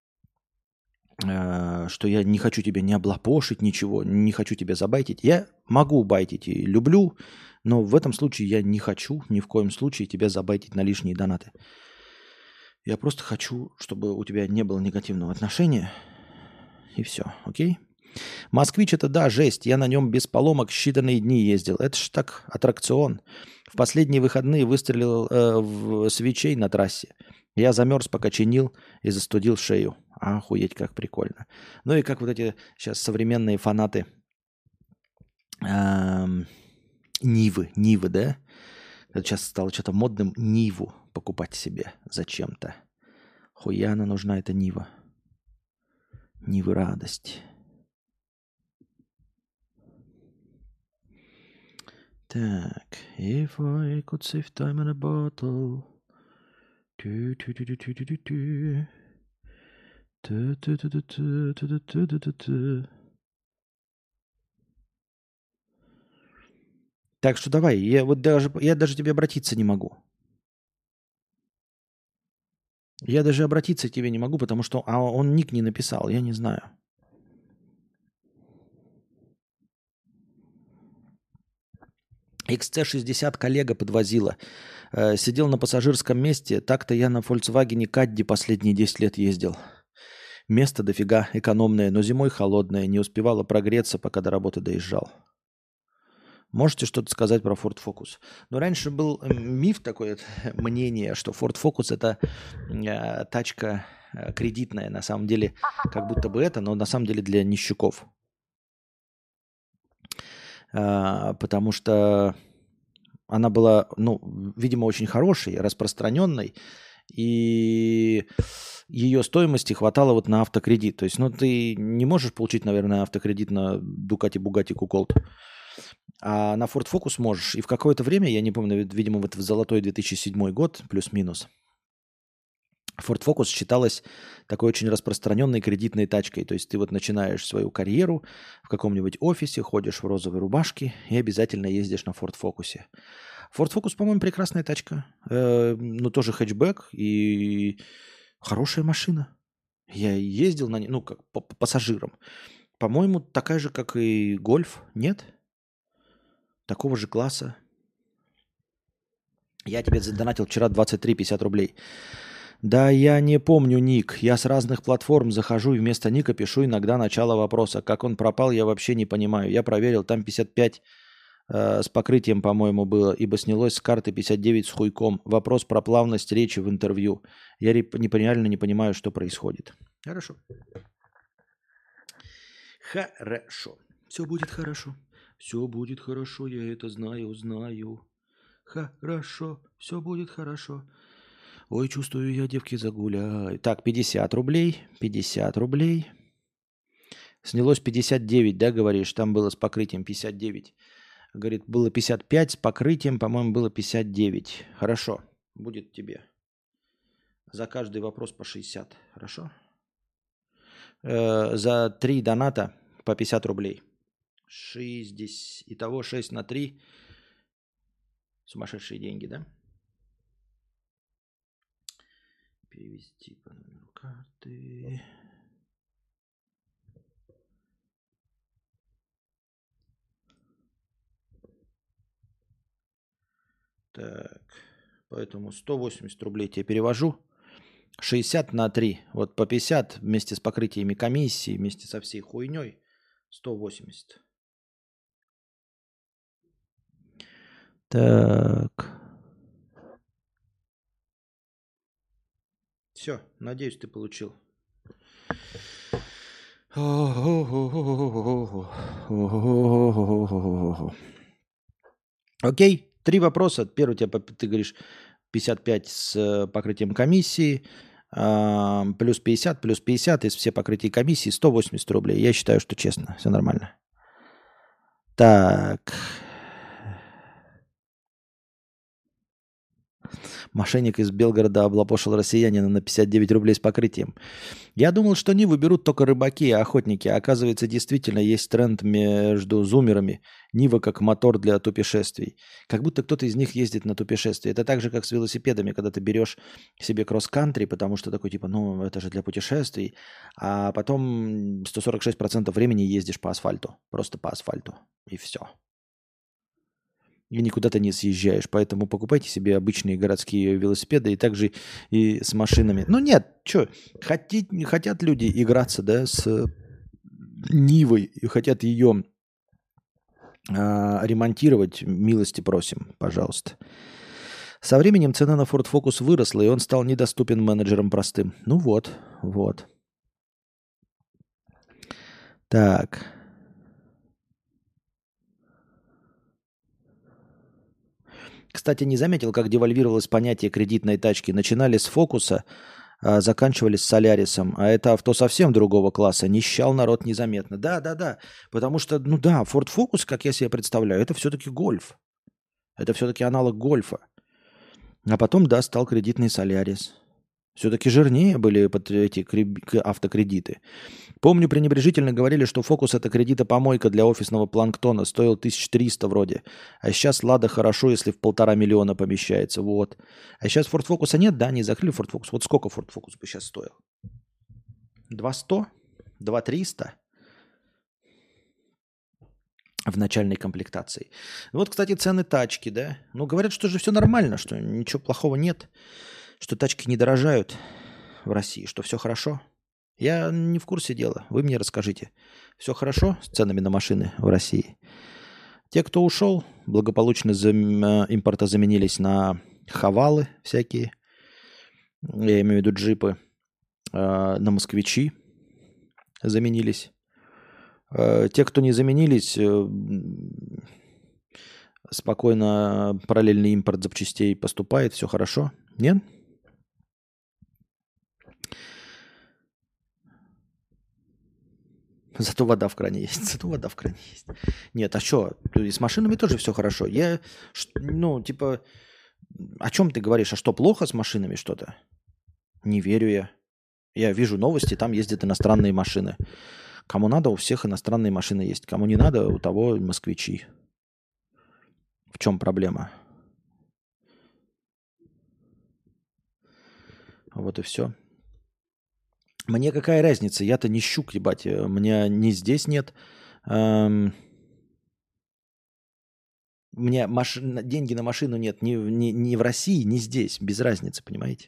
A: э, что я не хочу тебя не облапошить ничего, не хочу тебя забайтить. Я могу байтить и люблю, но в этом случае я не хочу ни в коем случае тебя забайтить на лишние донаты. Я просто хочу, чтобы у тебя не было негативного отношения, и все, окей? Москвич это да, жесть. Я на нем без поломок считанные дни ездил. Это ж так аттракцион. В последние выходные выстрелил э, в свечей на трассе. Я замерз, пока чинил и застудил шею. Охуеть, как прикольно. Ну и как вот эти сейчас современные фанаты эм, Нивы, Нивы, да? Это сейчас стало что-то модным Ниву покупать себе зачем-то. Хуя она нужна, эта Нива. Нивы радость. Так, if I could save time in a bottle. Ту- ту- ту- ту- ту- ту- ту- ту. Ту- ту- ту- ту- ту- ту- ту- ту- ту- ту. Так что давай, я вот даже, я даже тебе обратиться не могу. Я даже обратиться к тебе не могу, потому что а он ник не написал, я не знаю. икс си шестьдесят коллега подвозила. Э, сидел на пассажирском месте. Так-то я на Volkswagen Caddy последние десять лет ездил. Место дофига экономное, но зимой холодное. Не успевало прогреться, пока до работы доезжал. Можете что-то сказать про Ford Focus? Ну, раньше был э, миф такое, мнение, что Ford Focus это э, тачка э, кредитная. На самом деле, как будто бы это, но на самом деле для нищуков. А, потому что она была, ну, видимо, очень хорошей, распространенной, и ее стоимости хватало вот на автокредит. То есть, ну, ты не можешь получить, наверное, автокредит на Ducati Bugatti Куколт, а на Ford Focus можешь. И в какое-то время, я не помню, видимо, вот в золотой две тысячи седьмой год, плюс-минус, Ford Focus считалась такой очень распространенной кредитной тачкой. То есть ты вот начинаешь свою карьеру в каком-нибудь офисе, ходишь в розовой рубашке и обязательно ездишь на Ford Focus. Ford Focus, по-моему, прекрасная тачка. Э, ну, тоже хэтчбэк и хорошая машина. Я ездил на ней, ну, как по по пассажирам. По-моему, такая же, как и Гольф. Нет? Такого же класса. Я тебе задонатил вчера двадцать три пятьдесят рублей. Да я не помню ник. Я с разных платформ захожу и вместо ника пишу иногда начало вопроса. Как он пропал, я вообще не понимаю. Я проверил, там пятьдесят пять э, с покрытием, по-моему, было, ибо снялось с карты пятьдесят девять с хуйком. Вопрос про плавность речи в интервью. Я реп- не, реально не понимаю, что происходит. Хорошо. Хорошо. Все будет хорошо. Все будет хорошо, я это знаю, знаю. Хорошо, все будет хорошо. Ой, чувствую я, девки, загуляю. Так, пятьдесят рублей. пятьдесят рублей. Снялось пятьдесят девять, да, говоришь? Там было с покрытием пятьдесят девять. Говорит, было пятьдесят пять, с покрытием, по-моему, было пятьдесят девять. Хорошо, будет тебе. За каждый вопрос по шестьдесят. Хорошо? Э, за три доната по пятьдесят рублей. шестьдесят. Итого шесть на три. Сумасшедшие деньги, да? Перевести по номеру карты. Так, поэтому сто восемьдесят рублей тебе перевожу. шестьдесят на три. Вот по пятьдесят вместе с покрытиями комиссии, вместе со всей хуйней. сто восемьдесят. Так. Все, надеюсь, ты получил. Окей, три вопроса. Первый тебе, ты говоришь, пятьдесят пять с покрытием комиссии, плюс пятьдесят, плюс пятьдесят из все покрытия комиссии, сто восемьдесят рублей. Я считаю, что честно, все нормально. Так. Мошенник из Белгорода облапошил россиянина на пятьдесят девять рублей с покрытием. Я думал, что Ниву берут только рыбаки и охотники. А оказывается, действительно есть тренд между зумерами. Нива как мотор для тупешествий. Как будто кто-то из них ездит на тупешествие. Это так же, как с велосипедами, когда ты берешь себе кросс-кантри, потому что такой типа, ну, это же для путешествий. А потом сто сорок шесть процентов времени ездишь по асфальту. Просто по асфальту. И все. И никуда ты не съезжаешь. Поэтому покупайте себе обычные городские велосипеды и также и с машинами. Ну нет, что, хотят, хотят люди играться, да, с Нивой и хотят ее а, ремонтировать, милости просим, пожалуйста. Со временем цена на Ford Focus выросла, и он стал недоступен менеджерам простым. Ну вот, вот. Так. Кстати, не заметил, как девальвировалось понятие кредитной тачки. Начинали с Фокуса, а заканчивали с Солярисом. А это авто совсем другого класса. Нищал народ незаметно. Да, да, да. Потому что, ну да, Ford Focus, как я себе представляю, это все-таки гольф. Это все-таки аналог гольфа. А потом, да, стал кредитный Солярис. Все-таки жирнее были эти автокредиты. Помню, пренебрежительно говорили, что Фокус – это кредитопомойка для офисного планктона. Стоил тысяча триста вроде. А сейчас Лада хорошо, если в полтора миллиона помещается. Вот. А сейчас Ford Focus нет, да, не закрыли Ford Focus. Вот сколько Ford Focus бы сейчас стоил? два сто? два триста? В начальной комплектации. Вот, кстати, цены тачки, да? Ну, говорят, что же все нормально, что ничего плохого нет. Что тачки не дорожают в России, что все хорошо. Я не в курсе дела. Вы мне расскажите. Все хорошо с ценами на машины в России? Те, кто ушел, благополучно зам... импортозаменились на хавалы всякие. Я имею в виду джипы. На москвичи заменились. Те, кто не заменились, спокойно параллельный импорт запчастей поступает. Все хорошо. Нет? Зато вода в кране есть. Зато вода в кране есть. Нет, а что? И с машинами тоже все хорошо. Я, ну, типа, о чем ты говоришь? А что, плохо с машинами что-то? Не верю я. Я вижу новости, там ездят иностранные машины. Кому надо, у всех иностранные машины есть. Кому не надо, у того москвичи. В чем проблема? Вот и все. Мне какая разница? Я-то не щук, ебать. У меня ни здесь нет. Эм... У меня маш... деньги на машину нет ни, ни, ни в России, ни здесь. Без разницы, понимаете?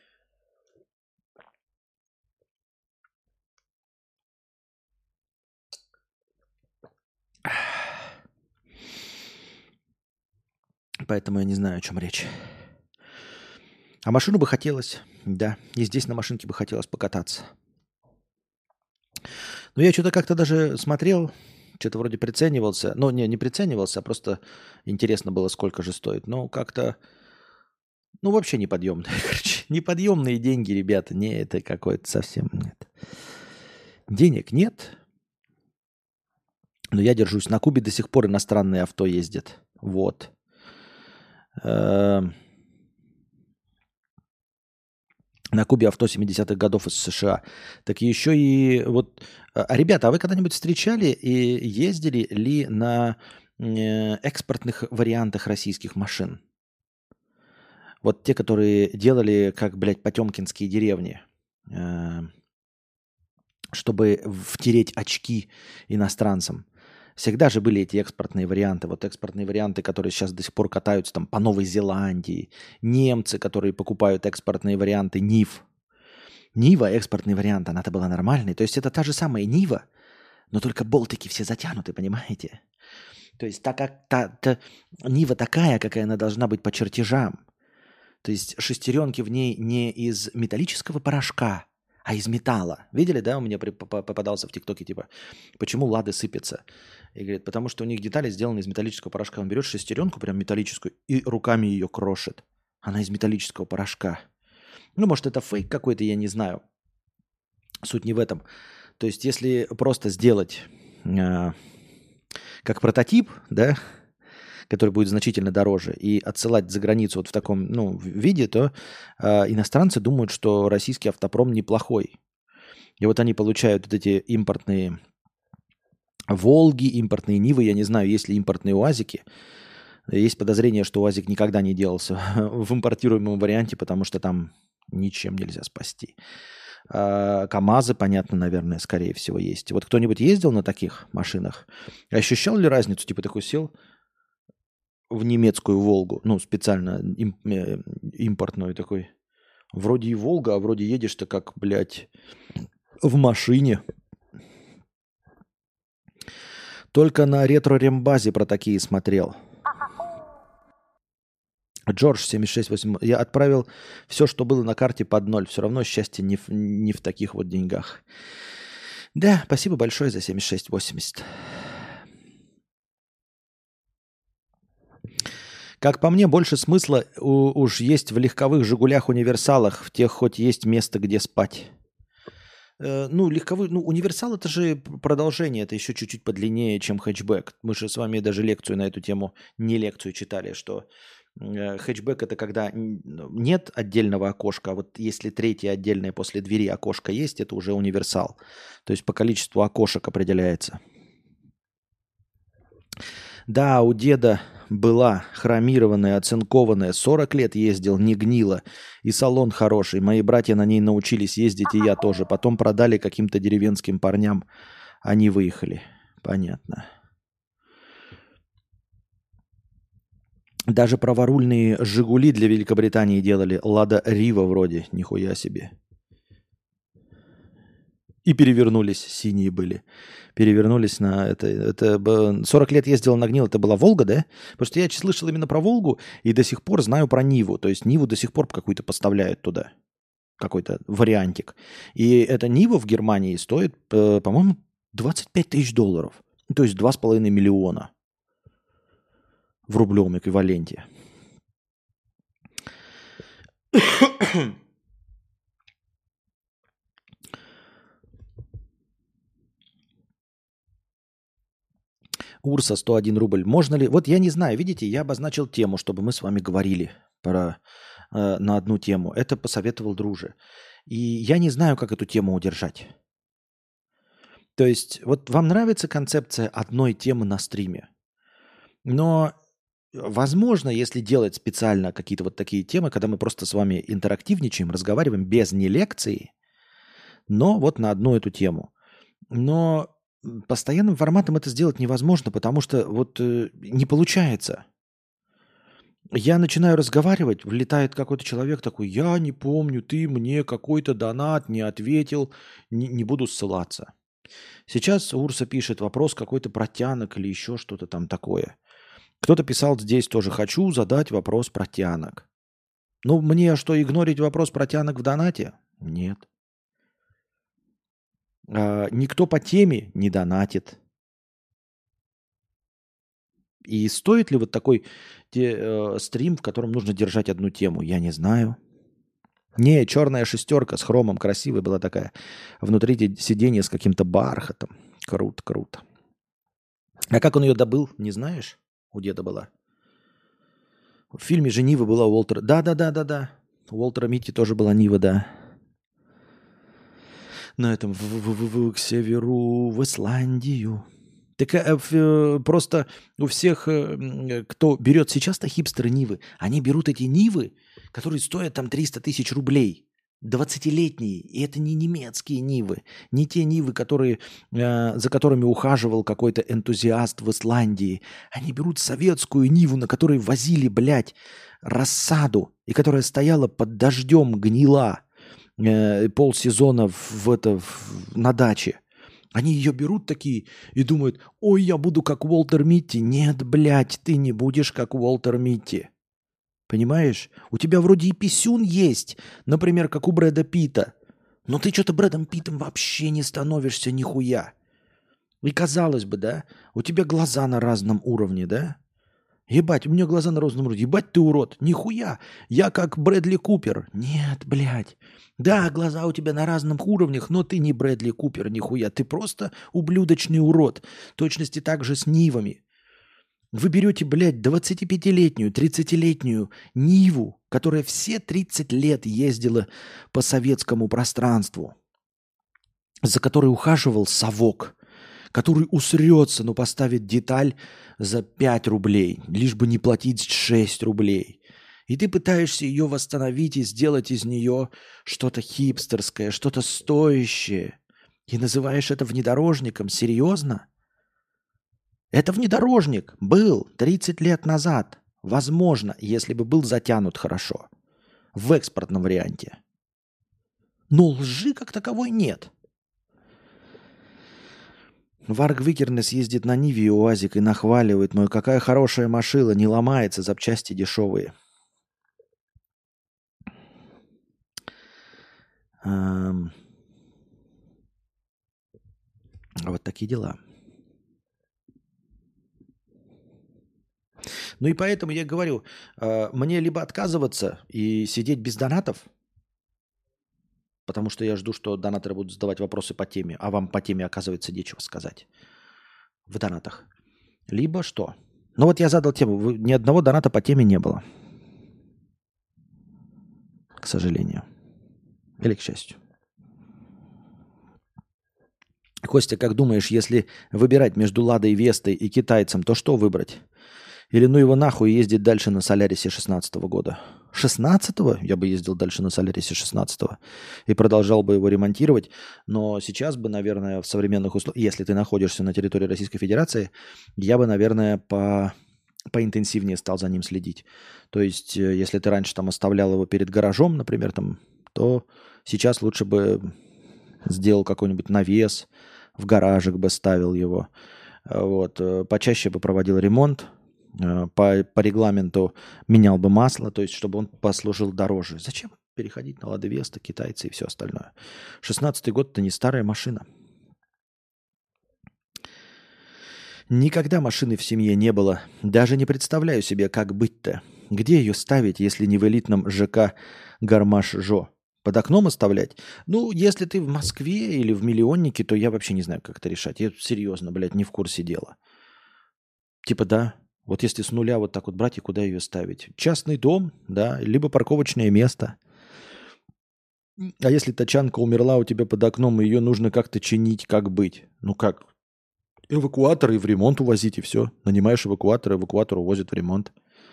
A: Поэтому я не знаю, о чем речь. А машину бы хотелось, да. И здесь на машинке бы хотелось покататься. Но я что-то как-то даже смотрел, что-то вроде приценивался. Ну, не, не приценивался, а просто интересно было, сколько же стоит. Но как-то Ну, вообще неподъемные, короче. Неподъемные деньги, ребята. Не, это какое-то совсем нет. Денег нет, но я держусь. На Кубе до сих пор иностранные авто ездят. Вот. Эм, На Кубе авто семидесятых годов из США. Так еще и вот... А, а, ребята, а вы когда-нибудь встречали и ездили ли на э, экспортных вариантах российских машин? Вот те, которые делали, как, блядь, потемкинские деревни, э, чтобы втереть очки иностранцам. Всегда же были эти экспортные варианты. Вот экспортные варианты, которые сейчас до сих пор катаются там по Новой Зеландии. Немцы, которые покупают экспортные варианты Нив. Нива, экспортный вариант, она-то была нормальной. То есть это та же самая Нива, но только болтики все затянуты, понимаете? То есть так как та, та, Нива такая, какая она должна быть по чертежам. То есть шестеренки в ней не из металлического порошка, а из металла. Видели, да, у меня при- по- попадался в ТикТоке, типа, почему лады сыпятся? И говорит, потому что у них детали сделаны из металлического порошка. Он берет шестеренку, прям металлическую, и руками ее крошит. Она из металлического порошка. Ну, может, это фейк какой-то, я не знаю. Суть не в этом. То есть, если просто сделать э, как прототип, да, который будет значительно дороже, и отсылать за границу вот в таком ну, в- виде, то э, иностранцы думают, что российский автопром неплохой. И вот они получают вот эти импортные Волги, импортные Нивы, я не знаю, есть ли импортные УАЗики. Есть подозрение, что УАЗик никогда не делался в импортируемом варианте, потому что там ничем нельзя спасти. А, КАМАЗы, понятно, наверное, скорее всего, есть. Вот кто-нибудь ездил на таких машинах? Ощущал ли разницу? Типа такой сел в немецкую Волгу, ну, специально им- э, импортную такой. Вроде и Волга, а вроде едешь-то как, блядь, в машине. Только на ретро-рембазе про такие смотрел. Джордж семьдесят шесть восемь. Я отправил все, что было на карте под ноль. Все равно счастье не в, не в таких вот деньгах. Да, спасибо большое за семьдесят шесть восемьдесят. Как по мне, больше смысла у- уж есть в легковых «Жигулях» универсалах. В тех хоть есть место, где спать. Э, ну, легковой, ну, универсал это же п- продолжение, это еще чуть-чуть подлиннее, чем хэтчбэк. Мы же с вами даже лекцию на эту тему, не лекцию читали, что э, хэтчбэк это когда н- ну, нет отдельного окошка, а вот если третье отдельное после двери окошко есть, это уже универсал. То есть по количеству окошек определяется. Да, у деда была хромированная, оцинкованная, сорок лет ездил, не гнила. И салон хороший. Мои братья на ней научились ездить, и я тоже. Потом продали каким-то деревенским парням. Они выехали. Понятно. Даже праворульные «Жигули» для Великобритании делали. «Лада Рива» вроде. Нихуя себе. И перевернулись. Синие были. Перевернулись на это. Это б- сорок лет ездил на гнил. Это была «Волга», да? Потому что я слышал именно про «Волгу» и до сих пор знаю про «Ниву». То есть «Ниву» до сих пор какую-то поставляют туда. Какой-то вариантик. И эта «Нива» в Германии стоит, э, по-моему, двадцать пять тысяч долларов. Ну, то есть два с половиной миллиона в рублевом эквиваленте. Урса сто один рубль. Можно ли... Вот я не знаю, видите, я обозначил тему, чтобы мы с вами говорили про, э, на одну тему. Это посоветовал друже. И я не знаю, как эту тему удержать. То есть вот вам нравится концепция одной темы на стриме, но возможно, если делать специально какие-то вот такие темы, когда мы просто с вами интерактивничаем, разговариваем без не лекции, но вот на одну эту тему. Но м, постоянным форматом это сделать невозможно, потому что вот э, не получается. Я начинаю разговаривать, влетает какой-то человек такой, я не помню, ты мне какой-то донат не ответил, не, не буду ссылаться. Сейчас Урса пишет вопрос какой-то протянок или еще что-то там такое. Кто-то писал здесь тоже, хочу задать вопрос протянок. Ну, мне что, игнорить вопрос протянок в донате? Нет. А, никто по теме не донатит. И стоит ли вот такой те, э, стрим, в котором нужно держать одну тему? Я не знаю. Не, черная шестерка с хромом красивая была такая. Внутри сиденье с каким-то бархатом. Круто, круто. А как он ее добыл, не знаешь? У деда была. В фильме же Нива была у Уолтера. Да-да-да-да-да. У Уолтера Митти тоже была Нива, да. На этом в, в, в, в, к северу, в Исландию. Так э, э, просто у всех, э, кто берет сейчас-то хипстеры Нивы, они берут эти Нивы, которые стоят там триста тысяч рублей. двадцатилетние. И это не немецкие Нивы. Не те Нивы, которые, э, за которыми ухаживал какой-то энтузиаст в Исландии. Они берут советскую Ниву, на которой возили, блядь, рассаду. И которая стояла под дождем, гнила э, полсезона в, в это, в, на даче. Они ее берут такие и думают, ой, я буду как Уолтер Митти. Нет, блядь, ты не будешь как Уолтер Митти. Понимаешь? У тебя вроде и писюн есть, например, как у Брэда Питта. Но ты что-то Брэдом Питтом вообще не становишься нихуя. И казалось бы, да, у тебя глаза на разном уровне, да? Ебать, у меня глаза на разном уровне. Ебать, ты урод. Нихуя. Я как Брэдли Купер. Нет, блядь. Да, глаза у тебя на разных уровнях, но ты не Брэдли Купер, нихуя. Ты просто ублюдочный урод. В точности так же с Нивами. Вы берете, блядь, двадцатипятилетнюю, тридцатилетнюю Ниву, которая все тридцать лет ездила по советскому пространству, за которой ухаживал совок, который усрется, но поставит деталь за пять рублей, лишь бы не платить шесть рублей. И ты пытаешься ее восстановить и сделать из нее что-то хипстерское, что-то стоящее. И называешь это внедорожником? Серьезно? Это внедорожник был тридцать лет назад. Возможно, если бы был затянут хорошо. В экспортном варианте. Но лжи как таковой нет. Варг Викернес ездит на Ниве и УАЗик и нахваливает. Мою, какая хорошая машина, не ломается, запчасти дешевые. Эм... Вот такие дела. Ну и поэтому я говорю, э, мне либо отказываться и сидеть без донатов, потому что я жду, что донаторы будут задавать вопросы по теме, а вам по теме, оказывается, нечего сказать в донатах. Либо что? Ну вот я задал тему, вы, ни одного доната по теме не было. К сожалению. Или к счастью. Костя, как думаешь, если выбирать между Ладой Вестой и китайцем, то что выбрать? Или ну его нахуй ездить дальше на Солярисе шестнадцатого года? шестнадцатого? Я бы ездил дальше на Солярисе шестнадцатого и продолжал бы его ремонтировать. Но сейчас бы, наверное, в современных условиях, если ты находишься на территории Российской Федерации, я бы, наверное, по... поинтенсивнее стал за ним следить. То есть, если ты раньше там оставлял его перед гаражом, например, там, то сейчас лучше бы сделал какой-нибудь навес, в гаражик бы ставил его. Вот. Почаще бы проводил ремонт. По, по регламенту менял бы масло, то есть чтобы он послужил дороже. Зачем переходить на Лада Веста, китайцы и все остальное? шестнадцатый год – это не старая машина. Никогда машины в семье не было. Даже не представляю себе, как быть-то. Где ее ставить, если не в элитном ЖК Гармаш-Жо? Под окном оставлять? Ну, если ты в Москве или в миллионнике, то я вообще не знаю, как это решать. Я серьезно, блядь, не в курсе дела. Типа, да. Вот если с нуля вот так вот брать и куда ее ставить? Частный дом, да, либо парковочное место. А если тачанка умерла у тебя под окном, и ее нужно как-то чинить, как быть? Ну как? Эвакуатор и в ремонт увозить, и все. Нанимаешь эвакуатор, эвакуатор увозит в ремонт.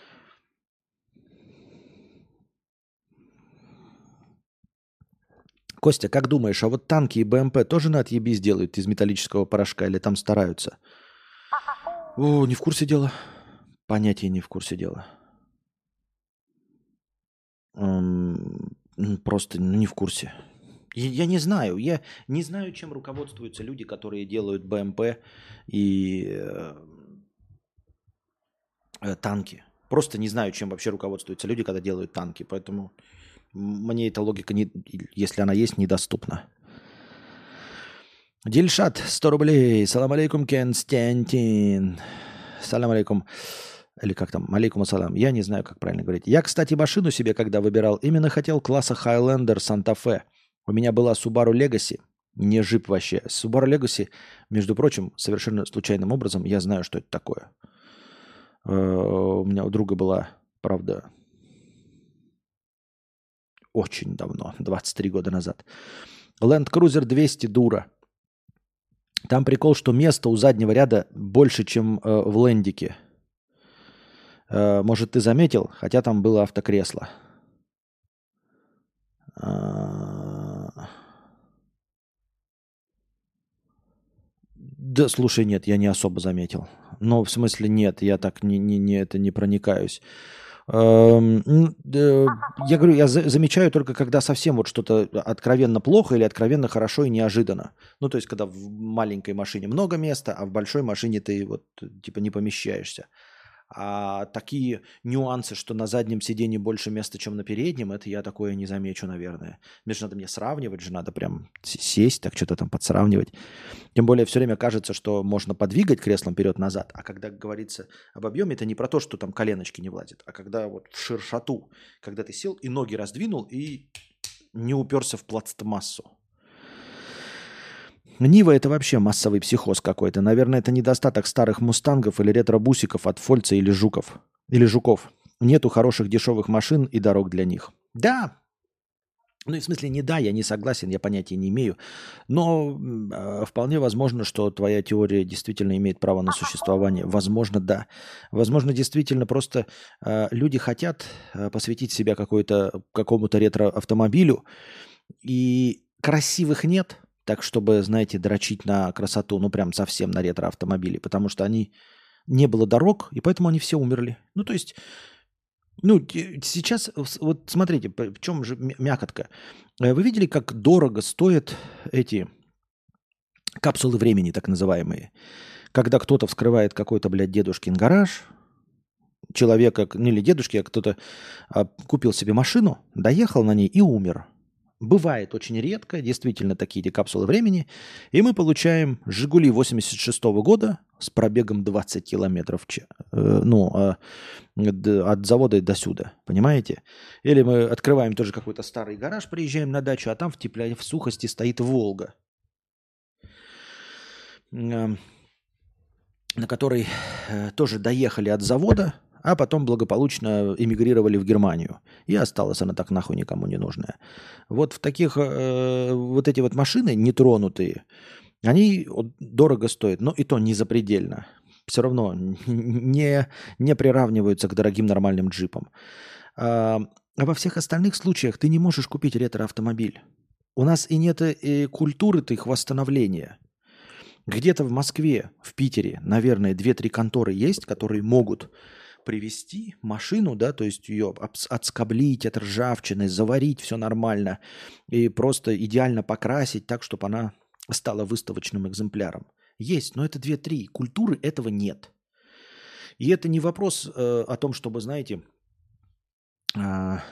A: Костя, как думаешь, а вот танки и БМП тоже на отъебись делают из металлического порошка или там стараются? О, не в курсе дела. Понятия не в курсе дела. Эм, просто ну, не в курсе. Я, я не знаю. Я не знаю, чем руководствуются люди, которые делают БМП и э, э, танки. Просто не знаю, чем вообще руководствуются люди, когда делают танки. Поэтому мне эта логика, не, если она есть, недоступна. Дильшат, сто рублей. Салам алейкум, Константин. Салам алейкум. Или как там? Алейкум ассалам. Я не знаю, как правильно говорить. Я, кстати, машину себе, когда выбирал, именно хотел класса Highlander Santa Fe. У меня была Subaru Legacy. Не джип вообще. Subaru Legacy, между прочим, совершенно случайным образом, я знаю, что это такое. Э, У меня у друга была, правда, очень давно, двадцать три года назад. Land Cruiser двести дура. Там прикол, что места у заднего ряда больше, чем э, в лендике. Э, может, ты заметил? Хотя там было автокресло. А, Да, слушай, нет, я не особо заметил. Но в смысле нет, я так не, не, не, это не проникаюсь. Эм, н- э, Я говорю, я за- замечаю только, когда совсем вот что-то откровенно плохо или откровенно хорошо и неожиданно. Ну, то есть, когда в маленькой машине много места, а в большой машине ты вот э, типа не помещаешься. А такие нюансы, что на заднем сиденье больше места, чем на переднем, это я такое не замечу, наверное. Мне же надо мне сравнивать же, надо прям с- сесть, так что-то там подсравнивать. Тем более все время кажется, что можно подвигать креслом вперед-назад, а когда говорится об объеме, это не про то, что там коленочки не влазят, а когда вот в ширшоту, когда ты сел и ноги раздвинул и не уперся в плацтмассу. Нива – это вообще массовый психоз какой-то. Наверное, это недостаток старых мустангов или ретро-бусиков от Фольца или Жуков. Или Жуков. Нету хороших дешевых машин и дорог для них. Да, ну, и в смысле, не да, я не согласен, я понятия не имею. Но м, э, вполне возможно, что твоя теория действительно имеет право на существование. Возможно, да. Возможно, действительно просто э, люди хотят э, посвятить себя какой-то, какому-то ретро-автомобилю, и красивых нет, так чтобы, знаете, дрочить на красоту, ну, прям совсем на ретро-автомобиле, потому что они не было дорог, и поэтому они все умерли. Ну, то есть ну, те- сейчас, э, с- вот смотрите, п- в чем же мя- мякотка. Э, Вы видели, как дорого стоят эти капсулы времени, так называемые? Когда кто-то вскрывает какой-то, блядь, дедушкин гараж, человека, ну или дедушки, а кто-то а, купил себе машину, доехал на ней и умер. Бывает очень редко, действительно, такие эти капсулы времени. И мы получаем «Жигули» восемьдесят шестого года с пробегом двадцать километров в час. Э, ну, а, д- от завода до сюда, понимаете? Или мы открываем тоже какой-то старый гараж, приезжаем на дачу, а там в тепле, в сухости стоит «Волга», м, на которой э, тоже доехали от завода, а потом благополучно эмигрировали в Германию. И осталась она так нахуй никому не нужная. Вот в таких, э, вот эти вот машины нетронутые, они вот дорого стоят, но и то не запредельно. Все равно не, не приравниваются к дорогим нормальным джипам. А, а во всех остальных случаях ты не можешь купить ретро-автомобиль. У нас и нет э, культуры-то их восстановления. Где-то в Москве, в Питере, наверное, две-три конторы есть, которые могут привезти машину, да, то есть ее обс- отскоблить от ржавчины, заварить все нормально и просто идеально покрасить так, чтобы она стала выставочным экземпляром. Есть, но это две-три. Культуры этого нет. И это не вопрос э, о том, чтобы, знаете, а,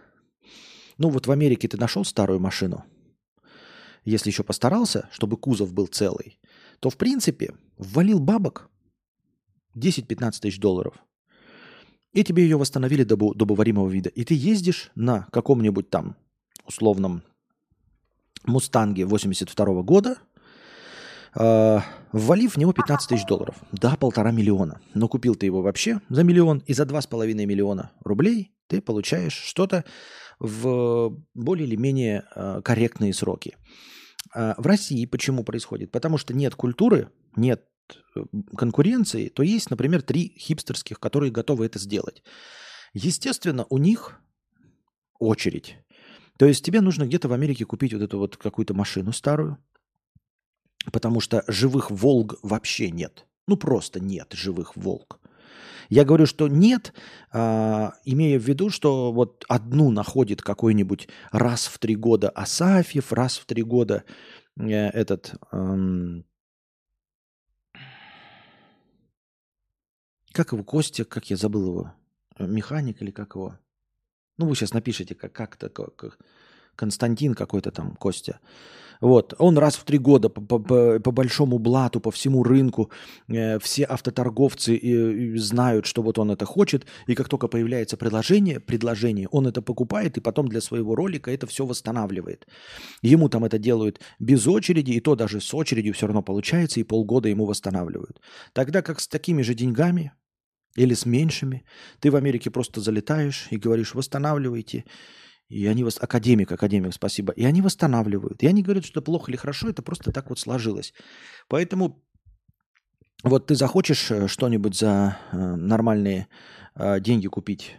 A: ну вот в Америке ты нашел старую машину, если еще постарался, чтобы кузов был целый, то в принципе ввалил бабок десять-пятнадцать тысяч долларов, и тебе ее восстановили до, бу- до бываримого вида. И ты ездишь на каком-нибудь там условном Мустанге восемьдесят второго года, э, ввалив в него пятнадцать тысяч долларов. Да, полтора миллиона. Но купил ты его вообще за миллион, и за два с половиной миллиона рублей ты получаешь что-то в более или менее э, корректные сроки. А в России почему происходит? Потому что нет культуры, нет э, конкуренции, то есть, например, три хипстерских, которые готовы это сделать. Естественно, у них очередь. То есть тебе нужно где-то в Америке купить вот эту вот какую-то машину старую, потому что живых «Волг» вообще нет. Ну просто нет живых «Волг». Я говорю, что нет, а, имея в виду, что вот одну находит какой-нибудь раз в три года Асафьев, раз в три года э, этот, эм, как его, Костя, как я забыл его, Э, механик или как его? Ну, вы сейчас напишите, как, как это, как, как- Константин какой-то там, Костя. Вот, он раз в три года по, по- по- по большому блату, по всему рынку, э, все автоторговцы э, э, знают, что вот он это хочет, и как только появляется предложение, предложение, он это покупает и потом для своего ролика это все восстанавливает. Ему там это делают без очереди, и то даже с очередью все равно получается, и полгода ему восстанавливают. Тогда как с такими же деньгами или с меньшими, ты в Америке просто залетаешь и говоришь, восстанавливайте. И они вас... Академик, академик, спасибо. И они восстанавливают. Я не говорю, что это плохо или хорошо, это просто так вот сложилось. Поэтому вот ты захочешь э, что-нибудь за э, нормальные э, деньги купить,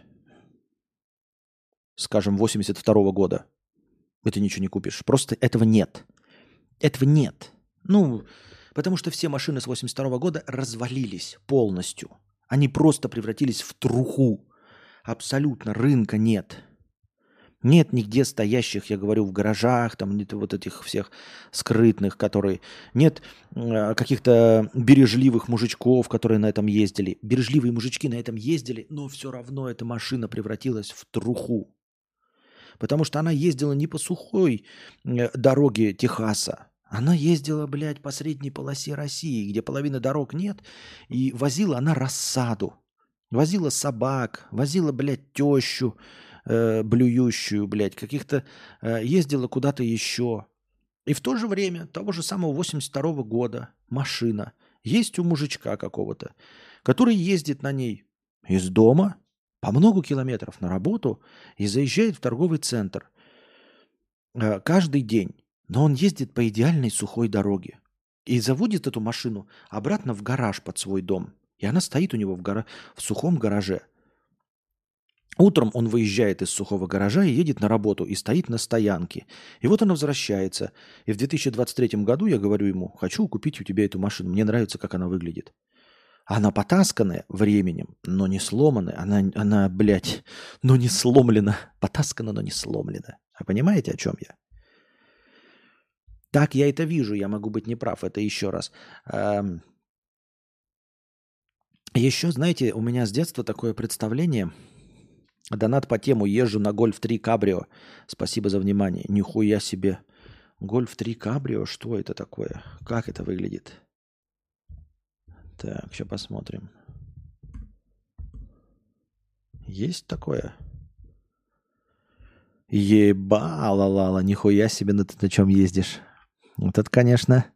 A: скажем, восемьдесят второго года, и ты ничего не купишь. Просто этого нет. Этого нет. Ну, потому что все машины с восемьдесят второго года развалились полностью. Они просто превратились в труху. Абсолютно рынка нет. Нет нигде стоящих, я говорю, в гаражах, там нет вот этих всех скрытных, которые... Нет э, каких-то бережливых мужичков, которые на этом ездили. Бережливые мужички на этом ездили, но все равно эта машина превратилась в труху. Потому что она ездила не по сухой э, дороге Техаса. Она ездила, блядь, по средней полосе России, где половины дорог нет, и возила она рассаду. Возила собак, возила, блядь, тещу, э, блюющую, блядь, каких-то, э, ездила куда-то еще. И в то же время, того же самого восемьдесят второго года, машина есть у мужичка какого-то, который ездит на ней из дома по много километров на работу и заезжает в торговый центр э, каждый день. Но он ездит по идеальной сухой дороге и заводит эту машину обратно в гараж под свой дом. И она стоит у него в, гора... в сухом гараже. Утром он выезжает из сухого гаража и едет на работу, и стоит на стоянке. И вот она возвращается. И в две тысячи двадцать третьем году я говорю ему, хочу купить у тебя эту машину, мне нравится, как она выглядит. Она потасканная временем, но не сломанная. Она, она блядь, но не сломлена. Потаскана, но не сломлена. Вы понимаете, о чем я? Так я это вижу, я могу быть неправ. Это еще раз. Эм, Еще, знаете, у меня с детства такое представление. Донат по тему «Езжу на Гольф три Кабрио». Спасибо за внимание. Нихуя себе. Гольф три Кабрио? Что это такое? Как это выглядит? Так, сейчас посмотрим. Есть такое? Ебала-лала, нихуя себе, на ты на чем ездишь. Вот это, конечно...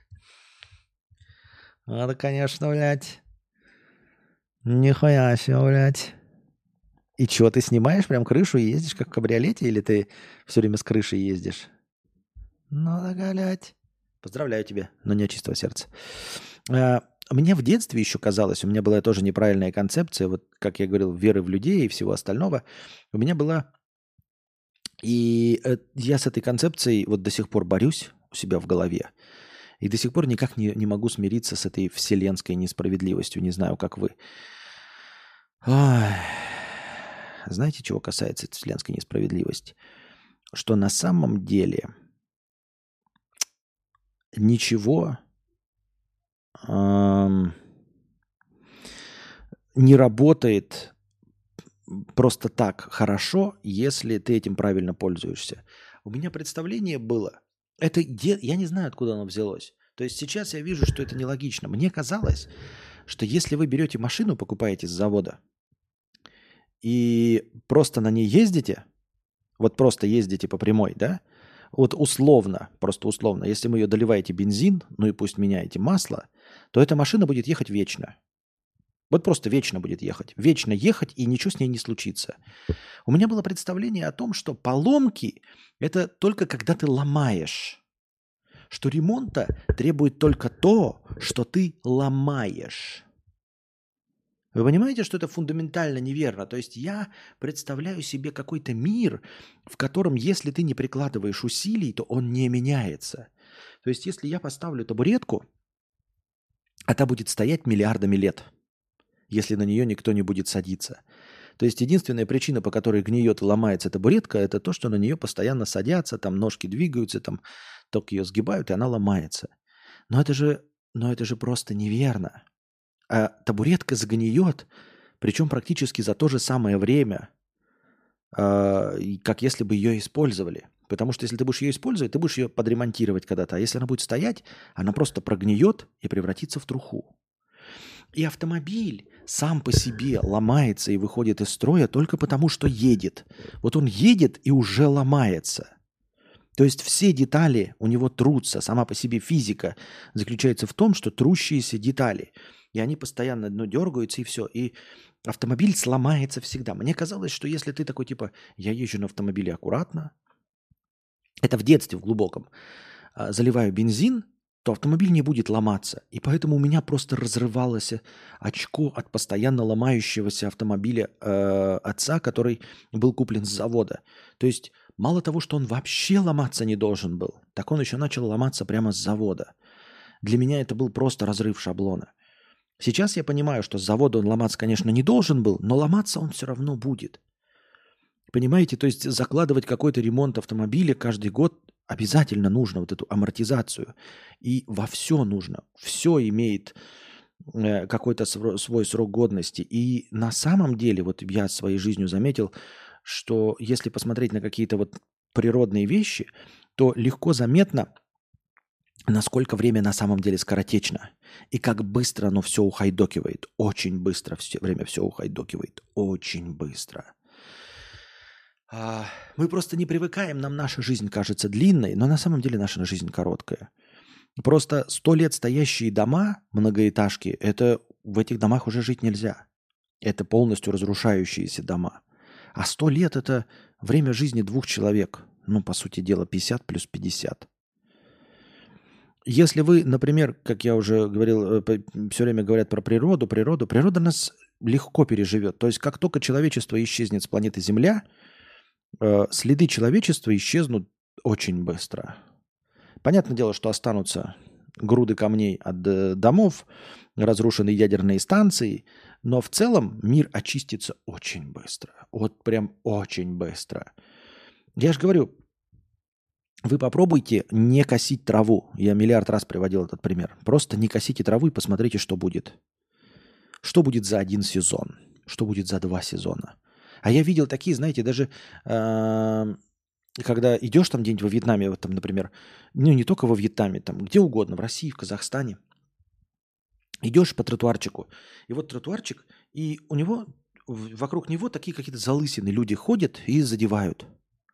A: Это, конечно, блядь. Нихуя себе, блядь. И что, ты снимаешь прям крышу и ездишь как в кабриолете, или ты все время с крышей ездишь? Ну да, блядь. Поздравляю тебя, но не от чистого сердца. А, Мне в детстве еще казалось, у меня была тоже неправильная концепция, вот как я говорил, веры в людей и всего остального. У меня была... И э, я с этой концепцией вот до сих пор борюсь у себя в голове. И до сих пор никак не, не могу смириться с этой вселенской несправедливостью. Не знаю, как вы. Ой. Знаете, чего касается этой вселенской несправедливости? Что на самом деле ничего эм, не работает просто так хорошо, если ты этим правильно пользуешься. У меня представление было, это де- я не знаю, откуда оно взялось. То есть сейчас я вижу, что это нелогично. Мне казалось, что если вы берете машину, покупаете с завода, и просто на ней ездите, вот просто ездите по прямой, да, вот условно, просто условно, если вы ее доливаете бензин, ну и пусть меняете масло, то эта машина будет ехать вечно. Вот просто вечно будет ехать. Вечно ехать, и ничего с ней не случится. У меня было представление о том, что поломки– это только когда ты ломаешь. Что ремонта требует только то, что ты ломаешь. Вы понимаете, что это фундаментально неверно? То есть я представляю себе какой-то мир, в котором, если ты не прикладываешь усилий, то он не меняется. То есть если я поставлю табуретку, она будет стоять миллиардами лет, если на нее никто не будет садиться. То есть единственная причина, по которой гниет и ломается табуретка, это то, что на нее постоянно садятся, там ножки двигаются, там только ее сгибают, и она ломается. Но это же, но это же просто неверно. А табуретка загниет, причем практически за то же самое время, э, и как если бы ее использовали. Потому что если ты будешь ее использовать, ты будешь ее подремонтировать когда-то. А если она будет стоять, она просто прогниет и превратится в труху. И автомобиль сам по себе ломается и выходит из строя только потому, что едет. Вот он едет и уже ломается. То есть все детали у него трутся. Сама по себе физика заключается в том, что трущиеся детали. И они постоянно ну, дергаются, и все. И автомобиль сломается всегда. Мне казалось, что если ты такой, типа, я езжу на автомобиле аккуратно, это в детстве, в глубоком, а, заливаю бензин, то автомобиль не будет ломаться. И поэтому у меня просто разрывалось очко от постоянно ломающегося автомобиля э, отца, который был куплен с завода. То есть мало того, что он вообще ломаться не должен был, так он еще начал ломаться прямо с завода. Для меня это был просто разрыв шаблона. Сейчас я понимаю, что с завода он ломаться, конечно, не должен был, но ломаться он все равно будет. Понимаете, то есть закладывать какой-то ремонт автомобиля каждый год обязательно нужно, вот эту амортизацию. И во все нужно. Все имеет э, какой-то сро- свой срок годности. И на самом деле, вот я своей жизнью заметил, что если посмотреть на какие-то вот природные вещи, то легко заметно, насколько время на самом деле скоротечно. И как быстро оно все ухайдокивает. Очень быстро все время все ухайдокивает. Очень быстро. А, Мы просто не привыкаем, нам наша жизнь кажется длинной, но на самом деле наша жизнь короткая. Просто сто лет стоящие дома, многоэтажки, это в этих домах уже жить нельзя. Это полностью разрушающиеся дома. А сто лет – это время жизни двух человек. Ну, по сути дела, пятьдесят плюс пятьдесят. Если вы, например, как я уже говорил, все время говорят про природу, природу, природа нас легко переживет. То есть как только человечество исчезнет с планеты Земля, э, следы человечества исчезнут очень быстро. Понятное дело, что останутся груды камней от э, домов, разрушенные ядерные станции, но в целом мир очистится очень быстро. Вот прям очень быстро. Я же говорю, вы попробуйте не косить траву. Я миллиард раз приводил этот пример. Просто не косите траву и посмотрите, что будет. Что будет за один сезон? Что будет за два сезона? А я видел такие, знаете, даже э, когда идешь там где-нибудь во Вьетнаме, вот там, например, ну не только во Вьетнаме, там где угодно, в России, в Казахстане, идешь по тротуарчику, и вот тротуарчик, и у него, в- вокруг него такие какие-то залысины, люди ходят и задевают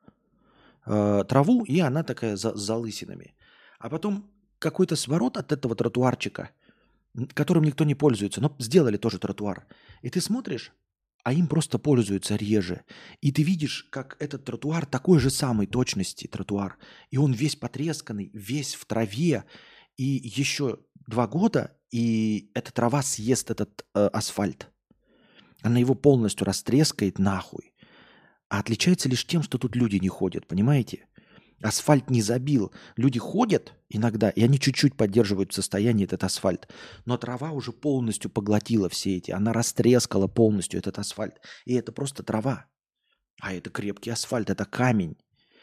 A: э, траву, и она такая за, с залысинами. А потом какой-то сворот от этого тротуарчика, н- которым никто не пользуется, но сделали тоже тротуар. И ты смотришь, а им просто пользуются реже. И ты видишь, как этот тротуар такой же самой точности тротуар. И он весь потресканный, весь в траве. И еще два года, и эта трава съест этот э, асфальт. Она его полностью растрескает нахуй. А отличается лишь тем, что тут люди не ходят, понимаете? Асфальт не забил. Люди ходят иногда, и они чуть-чуть поддерживают в состоянии этот асфальт. Но трава уже полностью поглотила все эти. Она растрескала полностью этот асфальт. И это просто трава. А это крепкий асфальт, это камень.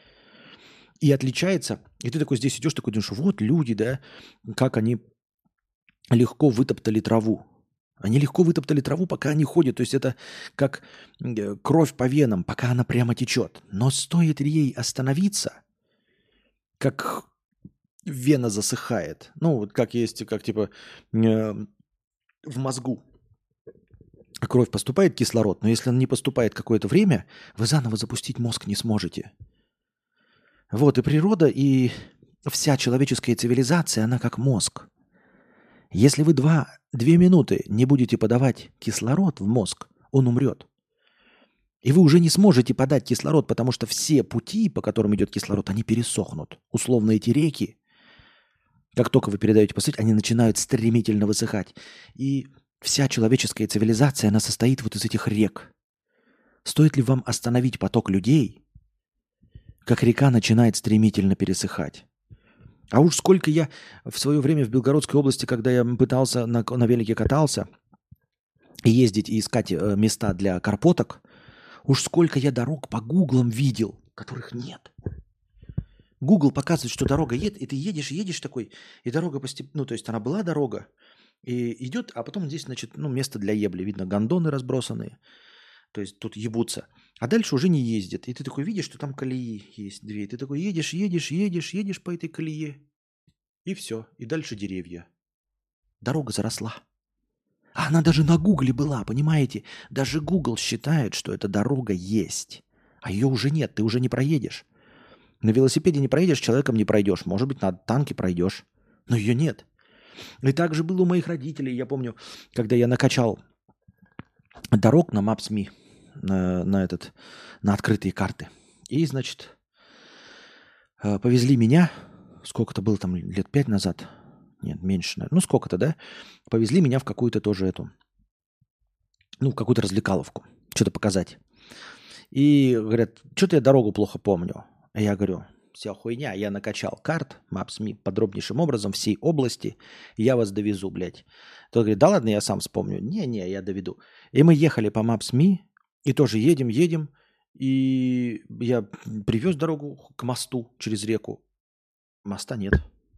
A: И отличается. И ты такой здесь идешь, такой думаешь, вот люди, да, как они легко вытоптали траву. Они легко вытоптали траву, пока они ходят. То есть это как э, кровь по венам, пока она прямо течет. Но стоит ей остановиться, как вена засыхает. Ну, вот как есть, как типа э, в мозгу кровь поступает кислород, но если он не поступает какое-то время, вы заново запустить мозг не сможете. Вот и природа, и вся человеческая цивилизация, она как мозг. Если вы два, две минуты не будете подавать кислород в мозг, он умрет. И вы уже не сможете подать кислород, потому что все пути, по которым идет кислород, они пересохнут. Условно эти реки, как только вы передаете посыль, они начинают стремительно высыхать. И вся человеческая цивилизация, она состоит вот из этих рек. Стоит ли вам остановить поток людей, как река начинает стремительно пересыхать? А уж сколько я в свое время в Белгородской области, когда я пытался на, на велике катался, и ездить и искать э, места для карпоток, уж сколько я дорог по гуглам видел, которых нет. Google показывает, что дорога едет, и ты едешь, едешь такой, и дорога постепенно, ну, то есть она была дорога, и идет, а потом здесь, значит, ну, место для ебли. Видно, гондоны разбросанные. то есть тут ебутся, а дальше уже не ездят. И ты такой видишь, что там колеи есть две. И ты такой едешь, едешь, едешь, едешь по этой колее. И все. И дальше деревья. Дорога заросла. А она даже на Гугле была, понимаете? Даже Google считает, что эта дорога есть. А ее уже нет, ты уже не проедешь. На велосипеде не проедешь, человеком не пройдешь. Может быть, на танке пройдешь. Но ее нет. И так же было у моих родителей. Я помню, когда я накачал дорог на Maps.me, на, на, этот, на открытые карты. И, значит, э, повезли меня, сколько-то было там, лет пять назад, нет, меньше, наверное, ну сколько-то, да, повезли меня в какую-то тоже эту, ну, какую-то развлекаловку, что-то показать. И говорят, что-то я дорогу плохо помню. А я говорю, вся хуйня, я накачал карт Maps.me подробнейшим образом всей области, я вас довезу, блядь. Тот говорит, да ладно, я сам вспомню. Не-не, я доведу. И мы ехали по Maps.me, и тоже едем, едем, и я привез дорогу к мосту через реку. Моста нет.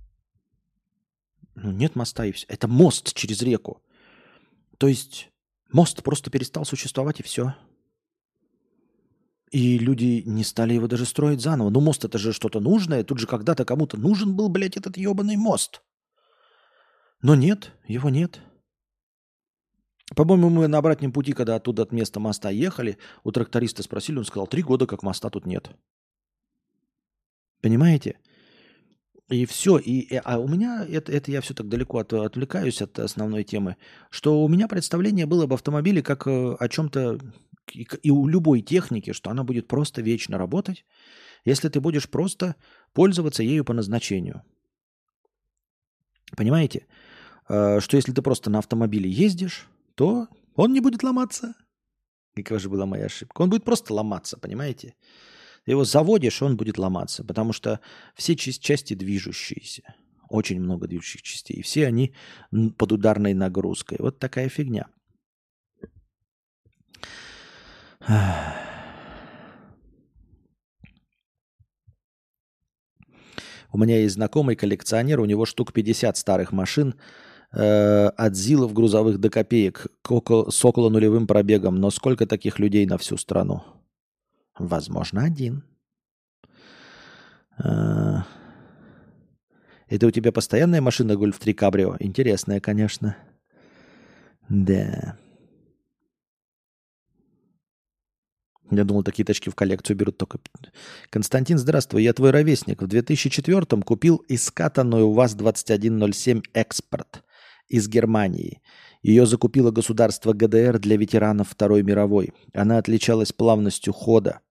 A: Ну, нет моста и все. Это мост через реку. То есть мост просто перестал существовать, и все. И люди не стали его даже строить заново. Ну, мост это же что-то нужное. Тут же когда-то кому-то нужен был, блядь, этот ебаный мост. Но нет, его нет. По-моему, мы на обратном пути, когда оттуда от места моста ехали, у тракториста спросили, он сказал, три года как моста тут нет. Понимаете? И все. И, а у меня, это, это я все так далеко от, отвлекаюсь от основной темы, что у меня представление было об автомобиле как э, о чем-то, и, и у любой техники, что она будет просто вечно работать, если ты будешь просто пользоваться ею по назначению. Понимаете? Э, что если ты просто на автомобиле ездишь, то он не будет ломаться. Какова же была моя ошибка? Он будет просто ломаться, понимаете? Ты его заводишь, он будет ломаться, потому что все части движущиеся. Очень много движущих частей. И все они под ударной нагрузкой. Вот такая фигня. У меня есть знакомый коллекционер, у него штук пятьдесят старых машин, э, от Зилов грузовых до копеек, к около, с около нулевым пробегом. Но сколько таких людей на всю страну? Возможно, один. Это у тебя постоянная машина Гольф три Кабрио? Интересная, конечно. Да. Я думал, такие тачки в коллекцию берут только... Константин, здравствуй, я твой ровесник. В две тысячи четвёртом купил искатанную ВАЗ двадцать один ноль семь «Экспорт» из Германии. Ее закупило государство ГДР для ветеранов Второй мировой. Она отличалась плавностью хода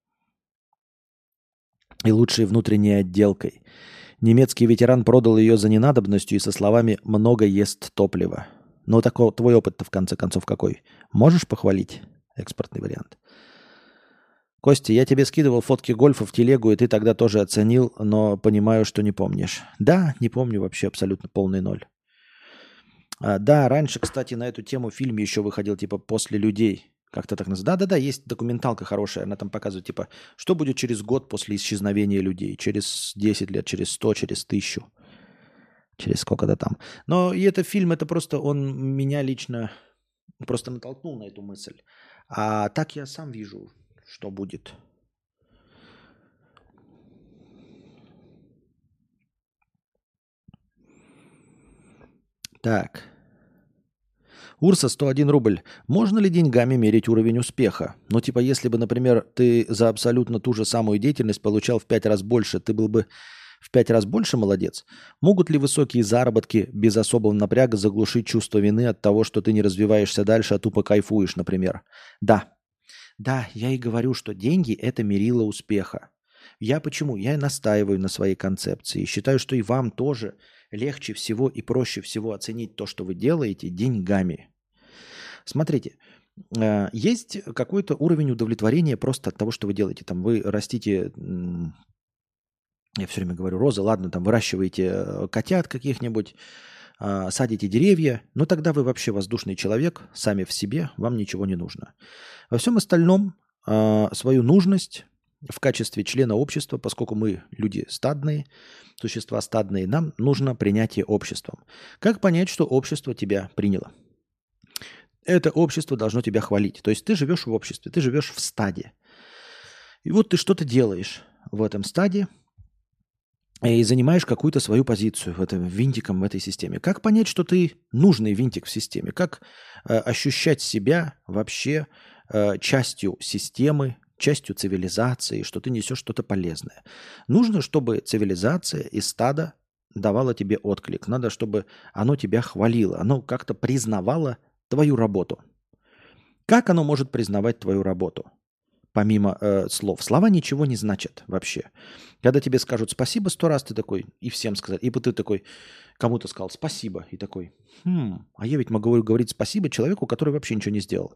A: и лучшей внутренней отделкой. Немецкий ветеран продал ее за ненадобностью и со словами «много ест топлива». Ну, такой твой опыт-то в конце концов какой? Можешь похвалить экспортный вариант? Костя, я тебе скидывал фотки гольфа в телегу, и ты тогда тоже оценил, но понимаю, что не помнишь. Да, не помню вообще, абсолютно полный ноль. А, да, раньше, кстати, на эту тему фильм еще выходил, типа «После людей». Как-то так называется. Да-да-да, есть документалка хорошая, она там показывает, типа, что будет через год после исчезновения людей, через десять лет, через сто, через тысячу, через сколько-то там. Но и этот фильм, это просто, он меня лично просто натолкнул на эту мысль. А так я сам вижу, что будет. Так. Урса, сто один рубль. Можно ли деньгами мерить уровень успеха? Ну, типа, если бы, например, ты за абсолютно ту же самую деятельность получал в пять раз больше, ты был бы в пять раз больше молодец? Могут ли высокие заработки без особого напряга заглушить чувство вины от того, что ты не развиваешься дальше, а тупо кайфуешь, например? Да. Да, я и говорю, что деньги – это мерило успеха. Я почему? Я настаиваю на своей концепции. Считаю, что и вам тоже легче всего и проще всего оценить то, что вы делаете, деньгами. Смотрите, есть какой-то уровень удовлетворения просто от того, что вы делаете. Там вы растите, я все время говорю, розы, ладно, там выращиваете котят каких-нибудь, садите деревья, но тогда вы вообще воздушный человек, сами в себе, вам ничего не нужно. Во всем остальном свою нужность в качестве члена общества, поскольку мы люди стадные, существа стадные, нам нужно принятие обществом. Как понять, что общество тебя приняло? Это общество должно тебя хвалить. То есть ты живешь в обществе, ты живешь в стаде. И вот ты что-то делаешь в этом стаде и занимаешь какую-то свою позицию в этом винтиком в этой системе. Как понять, что ты нужный винтик в системе? Как э, ощущать себя вообще э, частью системы, частью цивилизации, что ты несешь что-то полезное? Нужно, чтобы цивилизация и стадо давало тебе отклик. Надо, чтобы оно тебя хвалило, оно как-то признавало твою работу. Как оно может признавать твою работу? Помимо э, слов. Слова ничего не значат вообще. Когда тебе скажут спасибо сто раз, ты такой, и всем сказать, и ты такой, кому-то сказал спасибо, и такой, хм, а я ведь могу говорить спасибо человеку, который вообще ничего не сделал.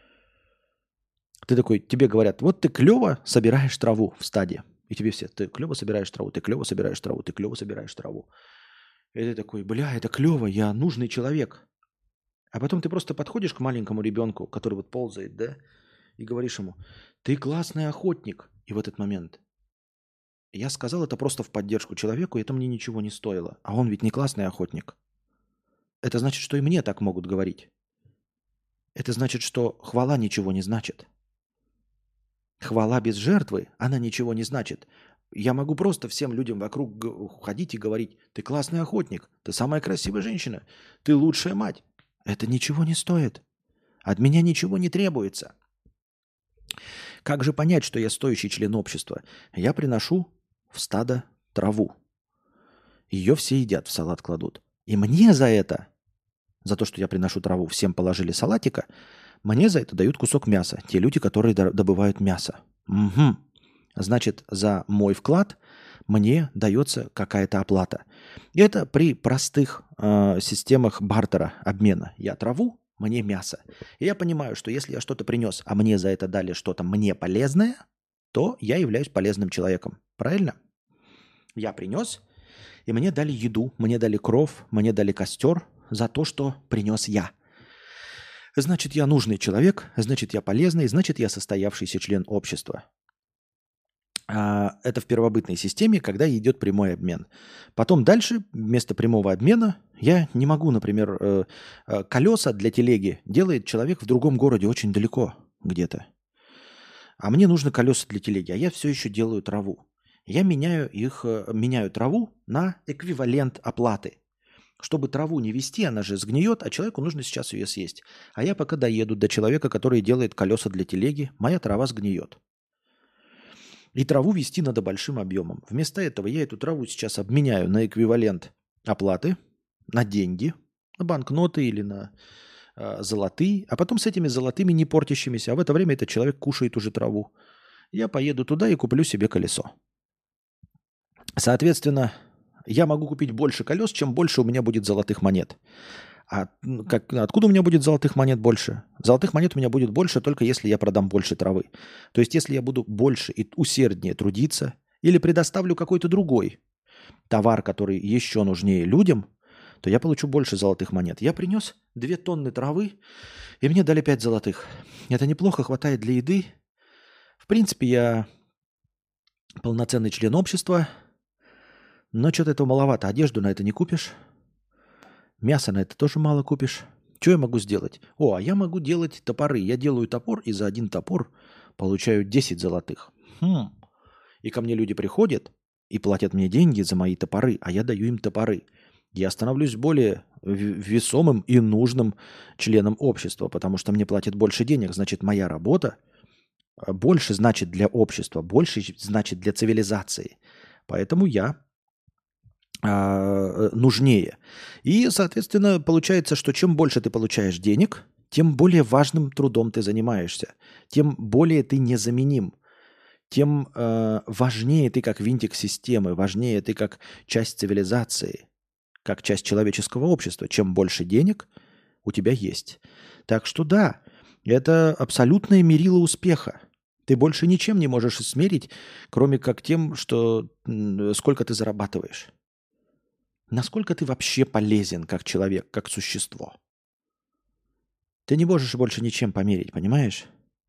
A: Ты такой, тебе говорят, вот ты клево собираешь траву в стаде. И тебе все, ты клево собираешь траву, ты клево собираешь траву, ты клево собираешь траву. И ты такой, бля, это клево, я нужный человек. А потом ты просто подходишь к маленькому ребенку, который вот ползает, да, и говоришь ему, ты классный охотник. И в этот момент я сказал это просто в поддержку человеку, и это мне ничего не стоило. А он ведь не классный охотник. Это значит, что и мне так могут говорить. Это значит, что хвала ничего не значит. Хвала без жертвы, она ничего не значит. Я могу просто всем людям вокруг г- ходить и говорить, ты классный охотник, ты самая красивая женщина, ты лучшая мать. Это ничего не стоит. От меня ничего не требуется. Как же понять, что я стоящий член общества? Я приношу в стадо траву. Ее все едят, в салат кладут. И мне за это, за то, что я приношу траву, всем положили салатика, мне за это дают кусок мяса. Те люди, которые до- добывают мясо. Угу. Значит, за мой вклад мне дается какая-то оплата. И это при простых э, системах бартера, обмена. Я траву, мне мясо. И я понимаю, что если я что-то принес, а мне за это дали что-то мне полезное, то я являюсь полезным человеком. Правильно? Я принес, и мне дали еду, мне дали кров, мне дали костер за то, что принес я. Значит, я нужный человек, значит, я полезный, значит, я состоявшийся член общества. А, Это в первобытной системе, когда идет прямой обмен. Потом дальше, вместо прямого обмена, я не могу, например, э, э, колеса для телеги делает человек в другом городе очень далеко где-то. А мне нужны колеса для телеги, а я все еще делаю траву. Я меняю их, э, меняю траву на эквивалент оплаты. Чтобы траву не вести, она же сгниет, а человеку нужно сейчас ее съесть. А я пока доеду до человека, который делает колеса для телеги, моя трава сгниет. И траву вести надо большим объемом. Вместо этого я эту траву сейчас обменяю на эквивалент оплаты, на деньги, на банкноты или на э, золотые, а потом с этими золотыми не портящимися, а в это время этот человек кушает уже траву. Я поеду туда и куплю себе колесо. Соответственно, я могу купить больше колес, чем больше у меня будет золотых монет. А м, как, откуда у меня будет золотых монет больше? Золотых монет у меня будет больше только если я продам больше травы. То есть если я буду больше и усерднее трудиться или предоставлю какой-то другой товар, который еще нужнее людям, то я получу больше золотых монет. Я принес две тонны травы, и мне дали пять золотых. Это неплохо, хватает для еды. В принципе, я полноценный член общества, но что-то этого маловато. Одежду на это не купишь. Мясо на это тоже мало купишь. Что я могу сделать? О, а я могу делать топоры. Я делаю топор, и за один топор получаю десять золотых. Хм. И ко мне люди приходят и платят мне деньги за мои топоры, а я даю им топоры. Я становлюсь более в- весомым и нужным членом общества, потому что мне платят больше денег. Значит, моя работа э, больше значит для общества, больше значит для цивилизации. Поэтому я а, нужнее. И, соответственно, получается, что чем больше ты получаешь денег, тем более важным трудом ты занимаешься, тем более ты незаменим, тем э, важнее ты как винтик системы, важнее ты как часть цивилизации, как часть человеческого общества. Чем больше денег у тебя есть. Так что да, это абсолютное мерило успеха. Ты больше ничем не можешь смерить, кроме как тем, что м, сколько ты зарабатываешь. Насколько ты вообще полезен как человек, как существо? Ты не можешь больше ничем померить, понимаешь?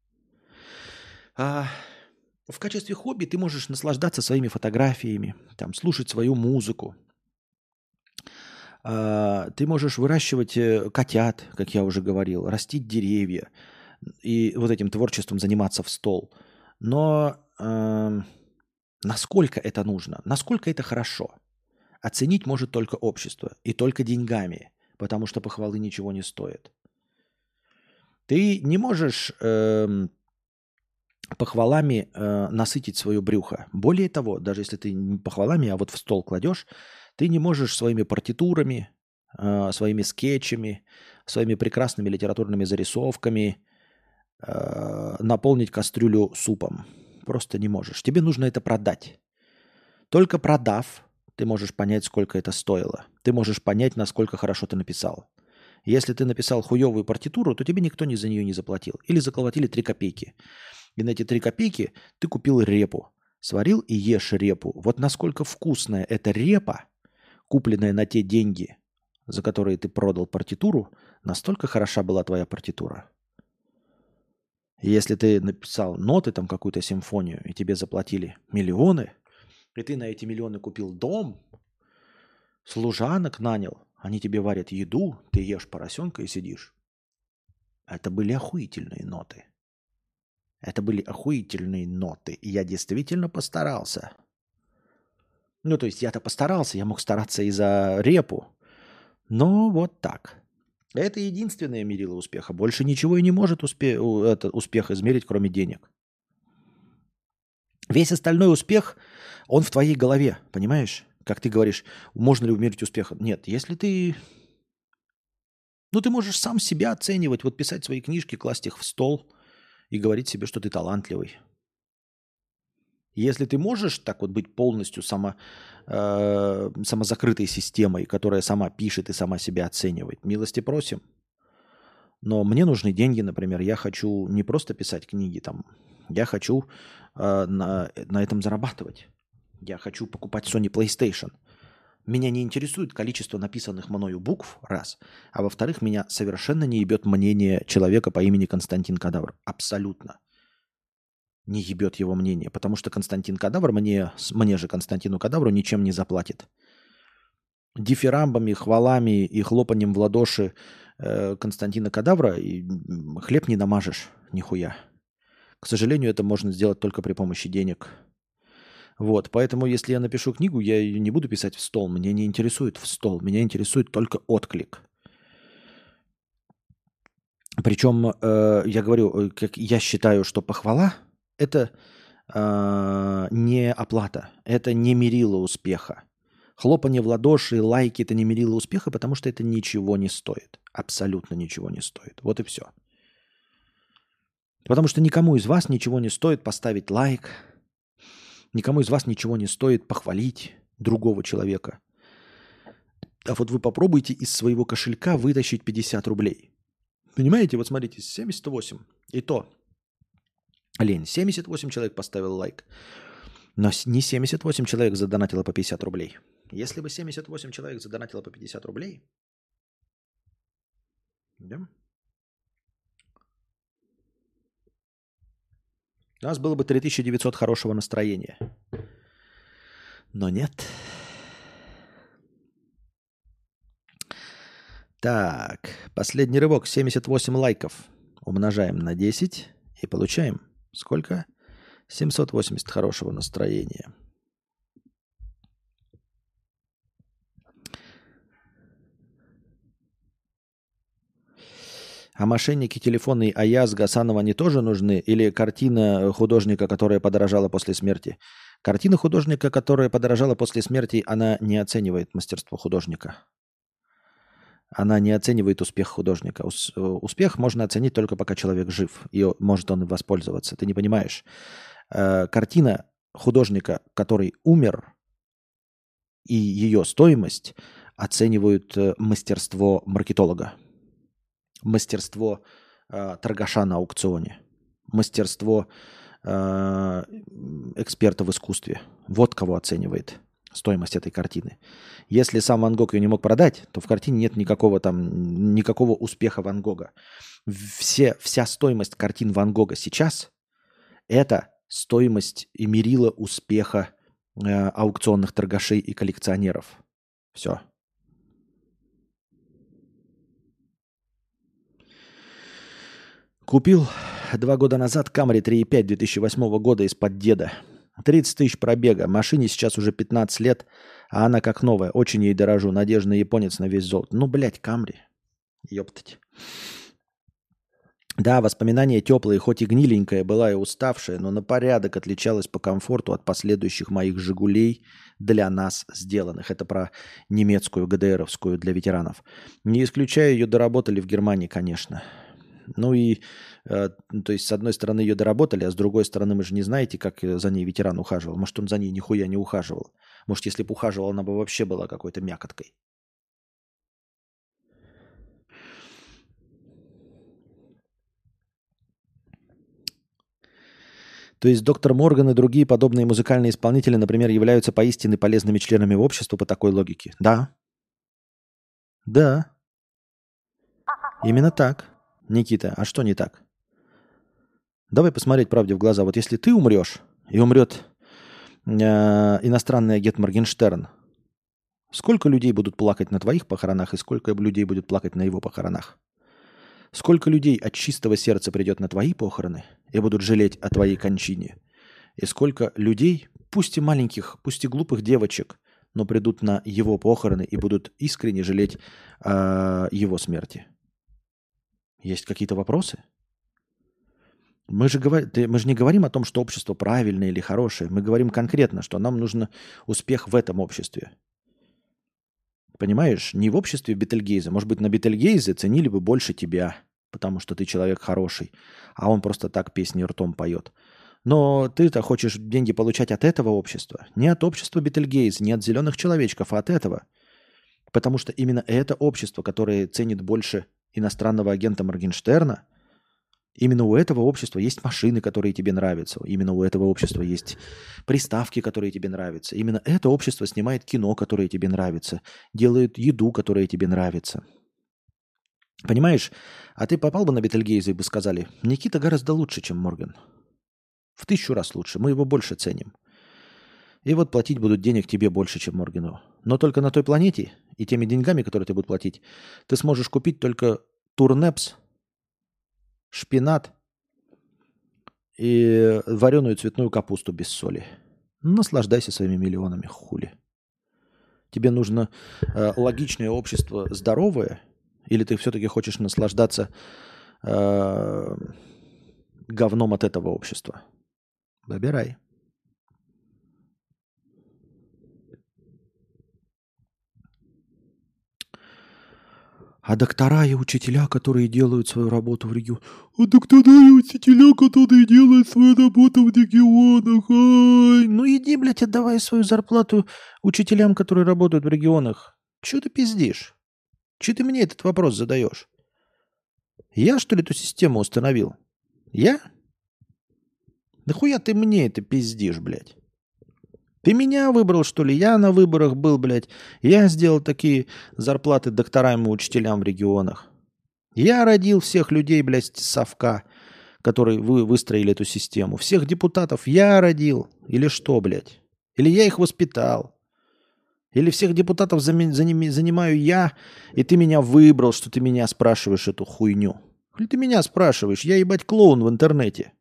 A: А в качестве хобби ты можешь наслаждаться своими фотографиями, там, слушать свою музыку, А, ты можешь выращивать э, котят, как я уже говорил, растить деревья и вот этим творчеством заниматься в стол. Но эм, насколько это нужно, насколько это хорошо, оценить может только общество и только деньгами, потому что похвалы ничего не стоят. Ты не можешь эм, похвалами э, насытить свое брюхо. Более того, даже если ты не похвалами, а вот в стол кладешь, ты не можешь своими партитурами, э, своими скетчами, своими прекрасными литературными зарисовками э, наполнить кастрюлю супом. Просто не можешь. Тебе нужно это продать. Только продав, ты можешь понять, сколько это стоило. Ты можешь понять, насколько хорошо ты написал. Если ты написал хуевую партитуру, то тебе никто ни за нее не заплатил. Или заплатили три копейки. И на эти три копейки ты купил репу. Сварил и ешь репу. Вот насколько вкусная эта репа, купленная на те деньги, за которые ты продал партитуру, настолько хороша была твоя партитура. И если ты написал ноты, там какую-то симфонию, и тебе заплатили миллионы, и ты на эти миллионы купил дом, служанок нанял, они тебе варят еду, ты ешь поросенка и сидишь. Это были охуительные ноты. Это были охуительные ноты. И я действительно постарался. Ну, то есть я-то постарался, я мог стараться и за репу. Но вот так. Это единственное мерило успеха. Больше ничего и не может успе- у- это, успех измерить, кроме денег. Весь остальной успех, он в твоей голове, понимаешь? Как ты говоришь, можно ли умерить успех? Нет, если ты... Ну, ты можешь сам себя оценивать, вот писать свои книжки, класть их в стол и говорить себе, что ты талантливый. Если ты можешь так вот быть полностью само, э, самозакрытой системой, которая сама пишет и сама себя оценивает, милости просим. Но мне нужны деньги, например. Я хочу не просто писать книги, там, я хочу э, на, на этом зарабатывать. Я хочу покупать Sony PlayStation. Меня не интересует количество написанных мною букв, раз. А во-вторых, меня совершенно не ебет мнение человека по имени Константин Кадавр. Абсолютно не ебет его мнение, потому что Константин Кадавр мне, мне же Константину Кадавру ничем не заплатит. Дифирамбами, хвалами и хлопанием в ладоши э, Константина Кадавра и хлеб не намажешь, нихуя. К сожалению, это можно сделать только при помощи денег. Вот, поэтому если я напишу книгу, я ее не буду писать в стол. Меня не интересует в стол, меня интересует только отклик. Причем э, я говорю, как я считаю, что похвала – это э, не оплата, это не мерило успеха. Хлопанье в ладоши, лайки – это не мерило успеха, потому что это ничего не стоит. Абсолютно ничего не стоит. Вот и все. Потому что никому из вас ничего не стоит поставить лайк, никому из вас ничего не стоит похвалить другого человека. А вот вы попробуйте из своего кошелька вытащить пятьдесят рублей. Понимаете, вот смотрите, семьдесят восемь. И то, лень, семьдесят восемь человек поставил лайк. Но не семьдесят восемь человек задонатило по пятьдесят рублей. Если бы семьдесят восемь человек задонатило по пятьдесят рублей, да, у нас было бы три тысячи девятьсот хорошего настроения. Но нет. Так, последний рывок, семьдесят восемь лайков. Умножаем на десять и получаем сколько? семьсот восемьдесят хорошего настроения. А мошенники телефонные Аяз Гасанова не тоже нужны? Или картина художника, которая подорожала после смерти? Картина художника, которая подорожала после смерти, она не оценивает мастерство художника. Она не оценивает успех художника. Ус- успех можно оценить только пока человек жив, и может он им воспользоваться. Ты не понимаешь. Э, Картина художника, который умер, и ее стоимость оценивают э, мастерство маркетолога, мастерство э, торгаша на аукционе, мастерство э, эксперта в искусстве. Вот кого оценивает стоимость этой картины. Если сам Ван Гог ее не мог продать, то в картине нет никакого там никакого успеха Ван Гога. Все, вся стоимость картин Ван Гога сейчас – это стоимость и мерила успеха э, аукционных торгашей и коллекционеров. Все. Купил два года назад Camry три и пять две тысячи восьмого года из-под деда. тридцать тысяч пробега. Машине сейчас уже пятнадцать лет, а она как новая. Очень ей дорожу. Надежный японец на весь золото. Ну, блядь, Camry. Ёптать. Да, воспоминания теплые, хоть и гниленькая была и уставшая, но на порядок отличалась по комфорту от последующих моих «Жигулей» для нас сделанных. Это про немецкую ГДРовскую для ветеранов. Не исключая, ее доработали в Германии, конечно. Ну и, э, то есть, с одной стороны, ее доработали, а с другой стороны, мы же не знаете, как за ней ветеран ухаживал. Может, он за ней нихуя не ухаживал. Может, если бы ухаживал, она бы вообще была какой-то мякоткой. То есть доктор Морган и другие подобные музыкальные исполнители, например, являются поистине полезными членами общества по такой логике. Да. Да. Именно так. Никита, а что не так? Давай посмотреть правде в глаза. Вот если ты умрешь, и умрет э, иностранный агент Моргенштерн, сколько людей будут плакать на твоих похоронах и сколько людей будет плакать на его похоронах? Сколько людей от чистого сердца придет на твои похороны и будут жалеть о твоей кончине? И сколько людей, пусть и маленьких, пусть и глупых девочек, но придут на его похороны и будут искренне жалеть о его смерти? Есть какие-то вопросы? Мы же, говор... мы же не говорим о том, что общество правильное или хорошее. Мы говорим конкретно, что нам нужен успех в этом обществе. Понимаешь, не в обществе Бетельгейза. Может быть, на Бетельгейзе ценили бы больше тебя, потому что ты человек хороший, а он просто так песни ртом поет. Но ты-то хочешь деньги получать от этого общества. Не от общества Бетельгейза, не от зеленых человечков, а от этого. Потому что именно это общество, которое ценит больше иностранного агента Моргенштерна, именно у этого общества есть машины, которые тебе нравятся. Именно у этого общества есть приставки, которые тебе нравятся. Именно это общество снимает кино, которое тебе нравится. Делает еду, которая тебе нравится. Понимаешь? А ты попал бы на Бетельгейзе и бы сказали, Никита гораздо лучше, чем Морган. В тысячу раз лучше. Мы его больше ценим. И вот платить будут денег тебе больше, чем Моргану. Но только на той планете и теми деньгами, которые ты будешь платить, ты сможешь купить только турнепс, шпинат и вареную цветную капусту без соли. Наслаждайся своими миллионами, хули. Тебе нужно э, логичное общество здоровое, или ты все-таки хочешь наслаждаться э, говном от этого общества? Выбирай. А доктора и учителя, которые делают свою работу в регионах. А доктора и учителя, которые делают свою работу в регионах. Ай. Ну иди, блядь, отдавай свою зарплату учителям, которые работают в регионах. Чего ты пиздишь? Чего ты мне этот вопрос задаешь? Я, что ли, эту систему установил? Я? Да хуя ты мне это пиздишь, блядь? Ты меня выбрал, что ли? Я на выборах был, блядь. Я сделал такие зарплаты докторам и учителям в регионах. Я родил всех людей, блядь, с совка, которые вы выстроили эту систему. Всех депутатов я родил. Или что, блядь? Или я их воспитал. Или всех депутатов за, за ними, занимаю я, и ты меня выбрал, что ты меня спрашиваешь эту хуйню. Или ты меня спрашиваешь? Я, ебать, клоун в интернете.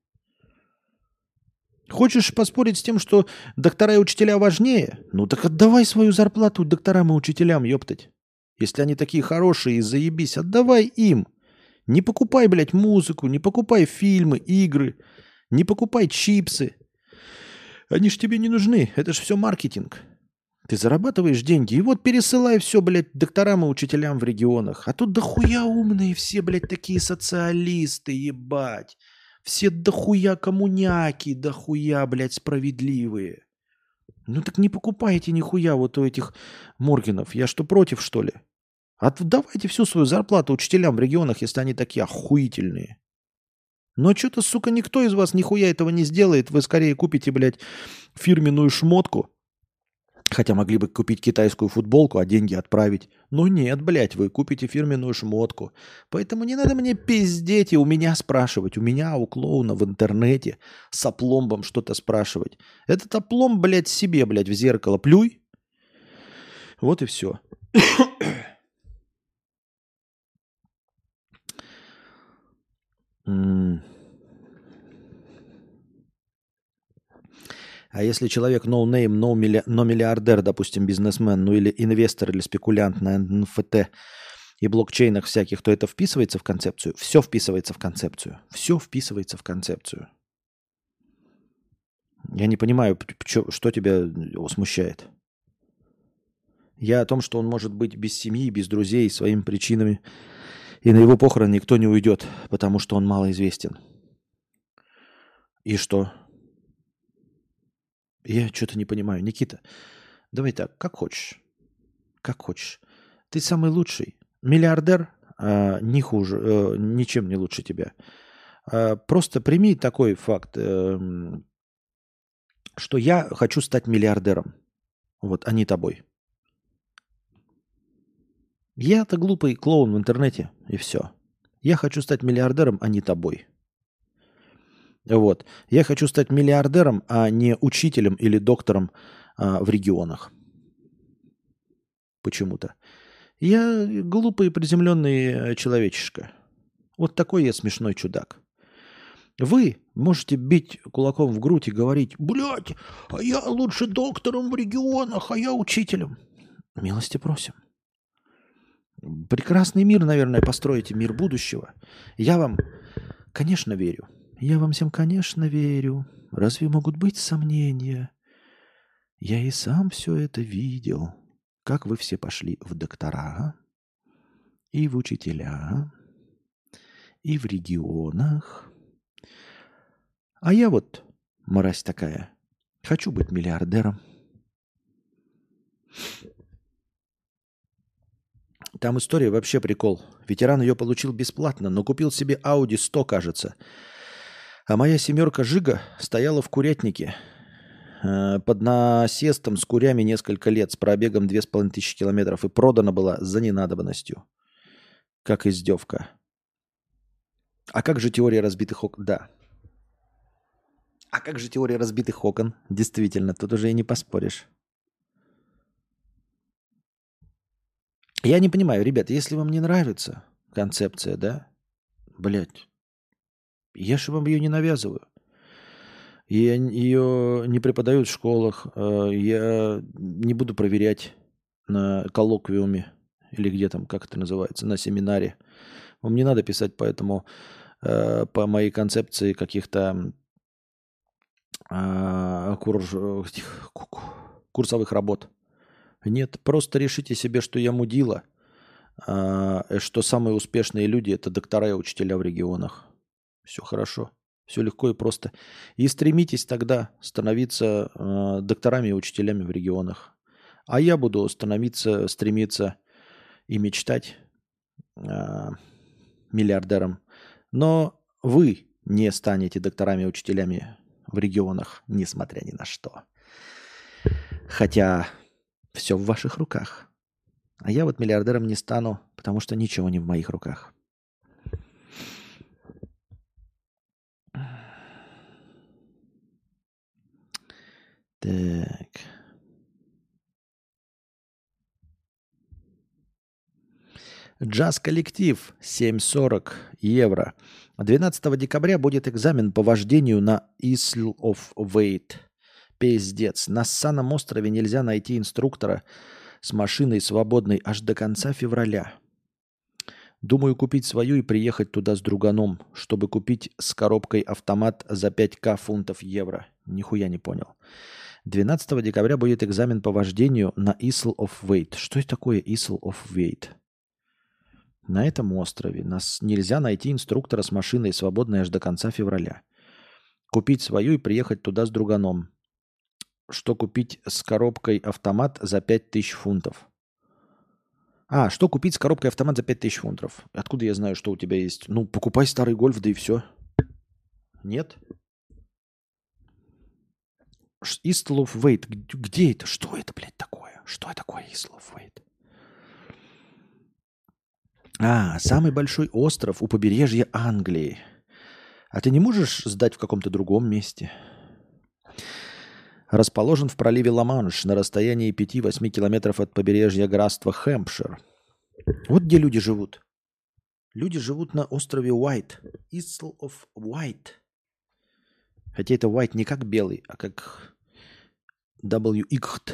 A: Хочешь поспорить с тем, что доктора и учителя важнее? Ну так отдавай свою зарплату докторам и учителям, ёптать. Если они такие хорошие и заебись, отдавай им. Не покупай, блядь, музыку, не покупай фильмы, игры, не покупай чипсы. Они ж тебе не нужны, это ж все маркетинг. Ты зарабатываешь деньги, и вот пересылай все, блядь, докторам и учителям в регионах. А тут дохуя умные все, блядь, такие социалисты, ебать. Все дохуя коммуняки, дохуя, блядь, справедливые. Ну так не покупайте нихуя вот у этих Моргинов. Я что, против, что ли? Отдавайте всю свою зарплату учителям в регионах, если они такие охуительные. Но что-то, сука, никто из вас нихуя этого не сделает. Вы скорее купите, блядь, фирменную шмотку. Хотя могли бы купить китайскую футболку, а деньги отправить. Но нет, блядь, вы купите фирменную шмотку. Поэтому не надо мне пиздеть и у меня спрашивать. У меня, у клоуна в интернете с опломбом что-то спрашивать. Этот опломб, блядь, себе, блядь, в зеркало плюй. Вот и все. А если человек no name, но, милли... но миллиардер, допустим, бизнесмен, ну или инвестор или спекулянт на эн эф ти и блокчейнах всяких, то это вписывается в концепцию? Все вписывается в концепцию. Все вписывается в концепцию. Я не понимаю, что тебя смущает. Я о том, что он может быть без семьи, без друзей, своими причинами. И на его похорон никто не уйдет, потому что он малоизвестен. И что? Я что-то не понимаю. Никита, давай так, как хочешь. Как хочешь. Ты самый лучший. Миллиардер а, не хуже, а, ничем не лучше тебя. А, просто прими такой факт, а, что я хочу стать миллиардером. Вот, а не тобой. Я-то глупый клоун в интернете, и все. Я хочу стать миллиардером, а не тобой. Вот. Я хочу стать миллиардером, а не учителем или доктором а, в регионах. Почему-то. Я глупый приземленный человечишка. Вот такой я смешной чудак. Вы можете бить кулаком в грудь и говорить: блядь, а я лучше доктором в регионах, а я учителем. Милости просим. Прекрасный мир, наверное, построите, мир будущего. Я вам, конечно, верю. Я вам всем, конечно, верю. Разве могут быть сомнения? Я и сам все это видел. Как вы все пошли в доктора, и в учителя, и в регионах. А я вот, мразь такая, хочу быть миллиардером. Там история вообще прикол. Ветеран ее получил бесплатно, но купил себе Audi сто, кажется. А моя семерка Жига стояла в курятнике э, под насестом с курями несколько лет, с пробегом две с половиной тысячи километров, и продана была за ненадобностью. Как издевка. А как же теория разбитых окон? Да. А как же теория разбитых окон? Действительно, тут уже и не поспоришь. Я не понимаю, ребят, если вам не нравится концепция, да, блядь, я же вам ее не навязываю. Я ее не преподают в школах, э, я не буду проверять на коллоквиуме или где там, как это называется, на семинаре. Вам не надо писать по этому, э, по моей концепции каких-то э, кур- этих курсовых работ. Нет, просто решите себе, что я мудила, а, что самые успешные люди – это доктора и учителя в регионах. Все хорошо, все легко и просто. И стремитесь тогда становиться э, докторами и учителями в регионах. А я буду становиться, стремиться и мечтать э, миллиардером. Но вы не станете докторами и учителями в регионах, несмотря ни на что. Хотя все в ваших руках. А я вот миллиардером не стану, потому что ничего не в моих руках. Так. Джаз-коллектив семь сорок евро. двенадцатого декабря будет экзамен по вождению на Isle of Wight. Пиздец. На ссаном острове нельзя найти инструктора с машиной свободной аж до конца февраля. Думаю купить свою и приехать туда с друганом, чтобы купить с коробкой автомат за пять тысяч фунтов евро. Нихуя не понял. двенадцатого декабря будет экзамен по вождению на Isle of Wight. Что это такое Isle of Wight? На этом острове нас нельзя найти инструктора с машиной, свободной аж до конца февраля. Купить свою и приехать туда с друганом. Что купить с коробкой автомат за пять тысяч фунтов? А, что купить с коробкой автомат за пять тысяч фунтов? Откуда я знаю, что у тебя есть? Ну, покупай старый гольф, да и все. Нет? Isle of Wight. Где это? Что это, блядь, такое? Что это такое Isle of Wight? А, самый большой остров у побережья Англии. А ты не можешь сдать в каком-то другом месте? Расположен в проливе Ла-Манш на расстоянии пяти-восьми километров от побережья графства Хэмпшир. Вот где люди живут. Люди живут на острове Уайт. Isle of Wight. Хотя это White не как белый, а как дабл ю икс ти.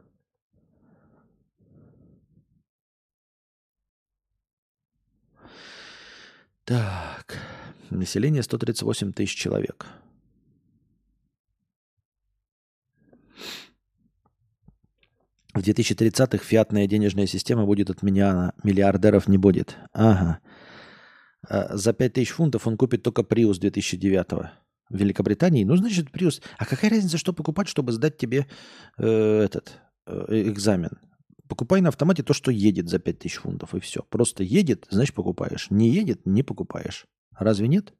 A: Так. Население сто тридцать восемь тысяч человек. В две тысячи тридцатых фиатная денежная система будет отменена, миллиардеров не будет. Ага. А за пять тысяч фунтов он купит только Prius две тысячи девятого. В Великобритании, ну, значит, Prius. А какая разница, что покупать, чтобы сдать тебе э, этот э, экзамен? Покупай на автомате то, что едет за пять тысяч фунтов, и все. Просто едет, значит, покупаешь. Не едет, не покупаешь. Разве нет?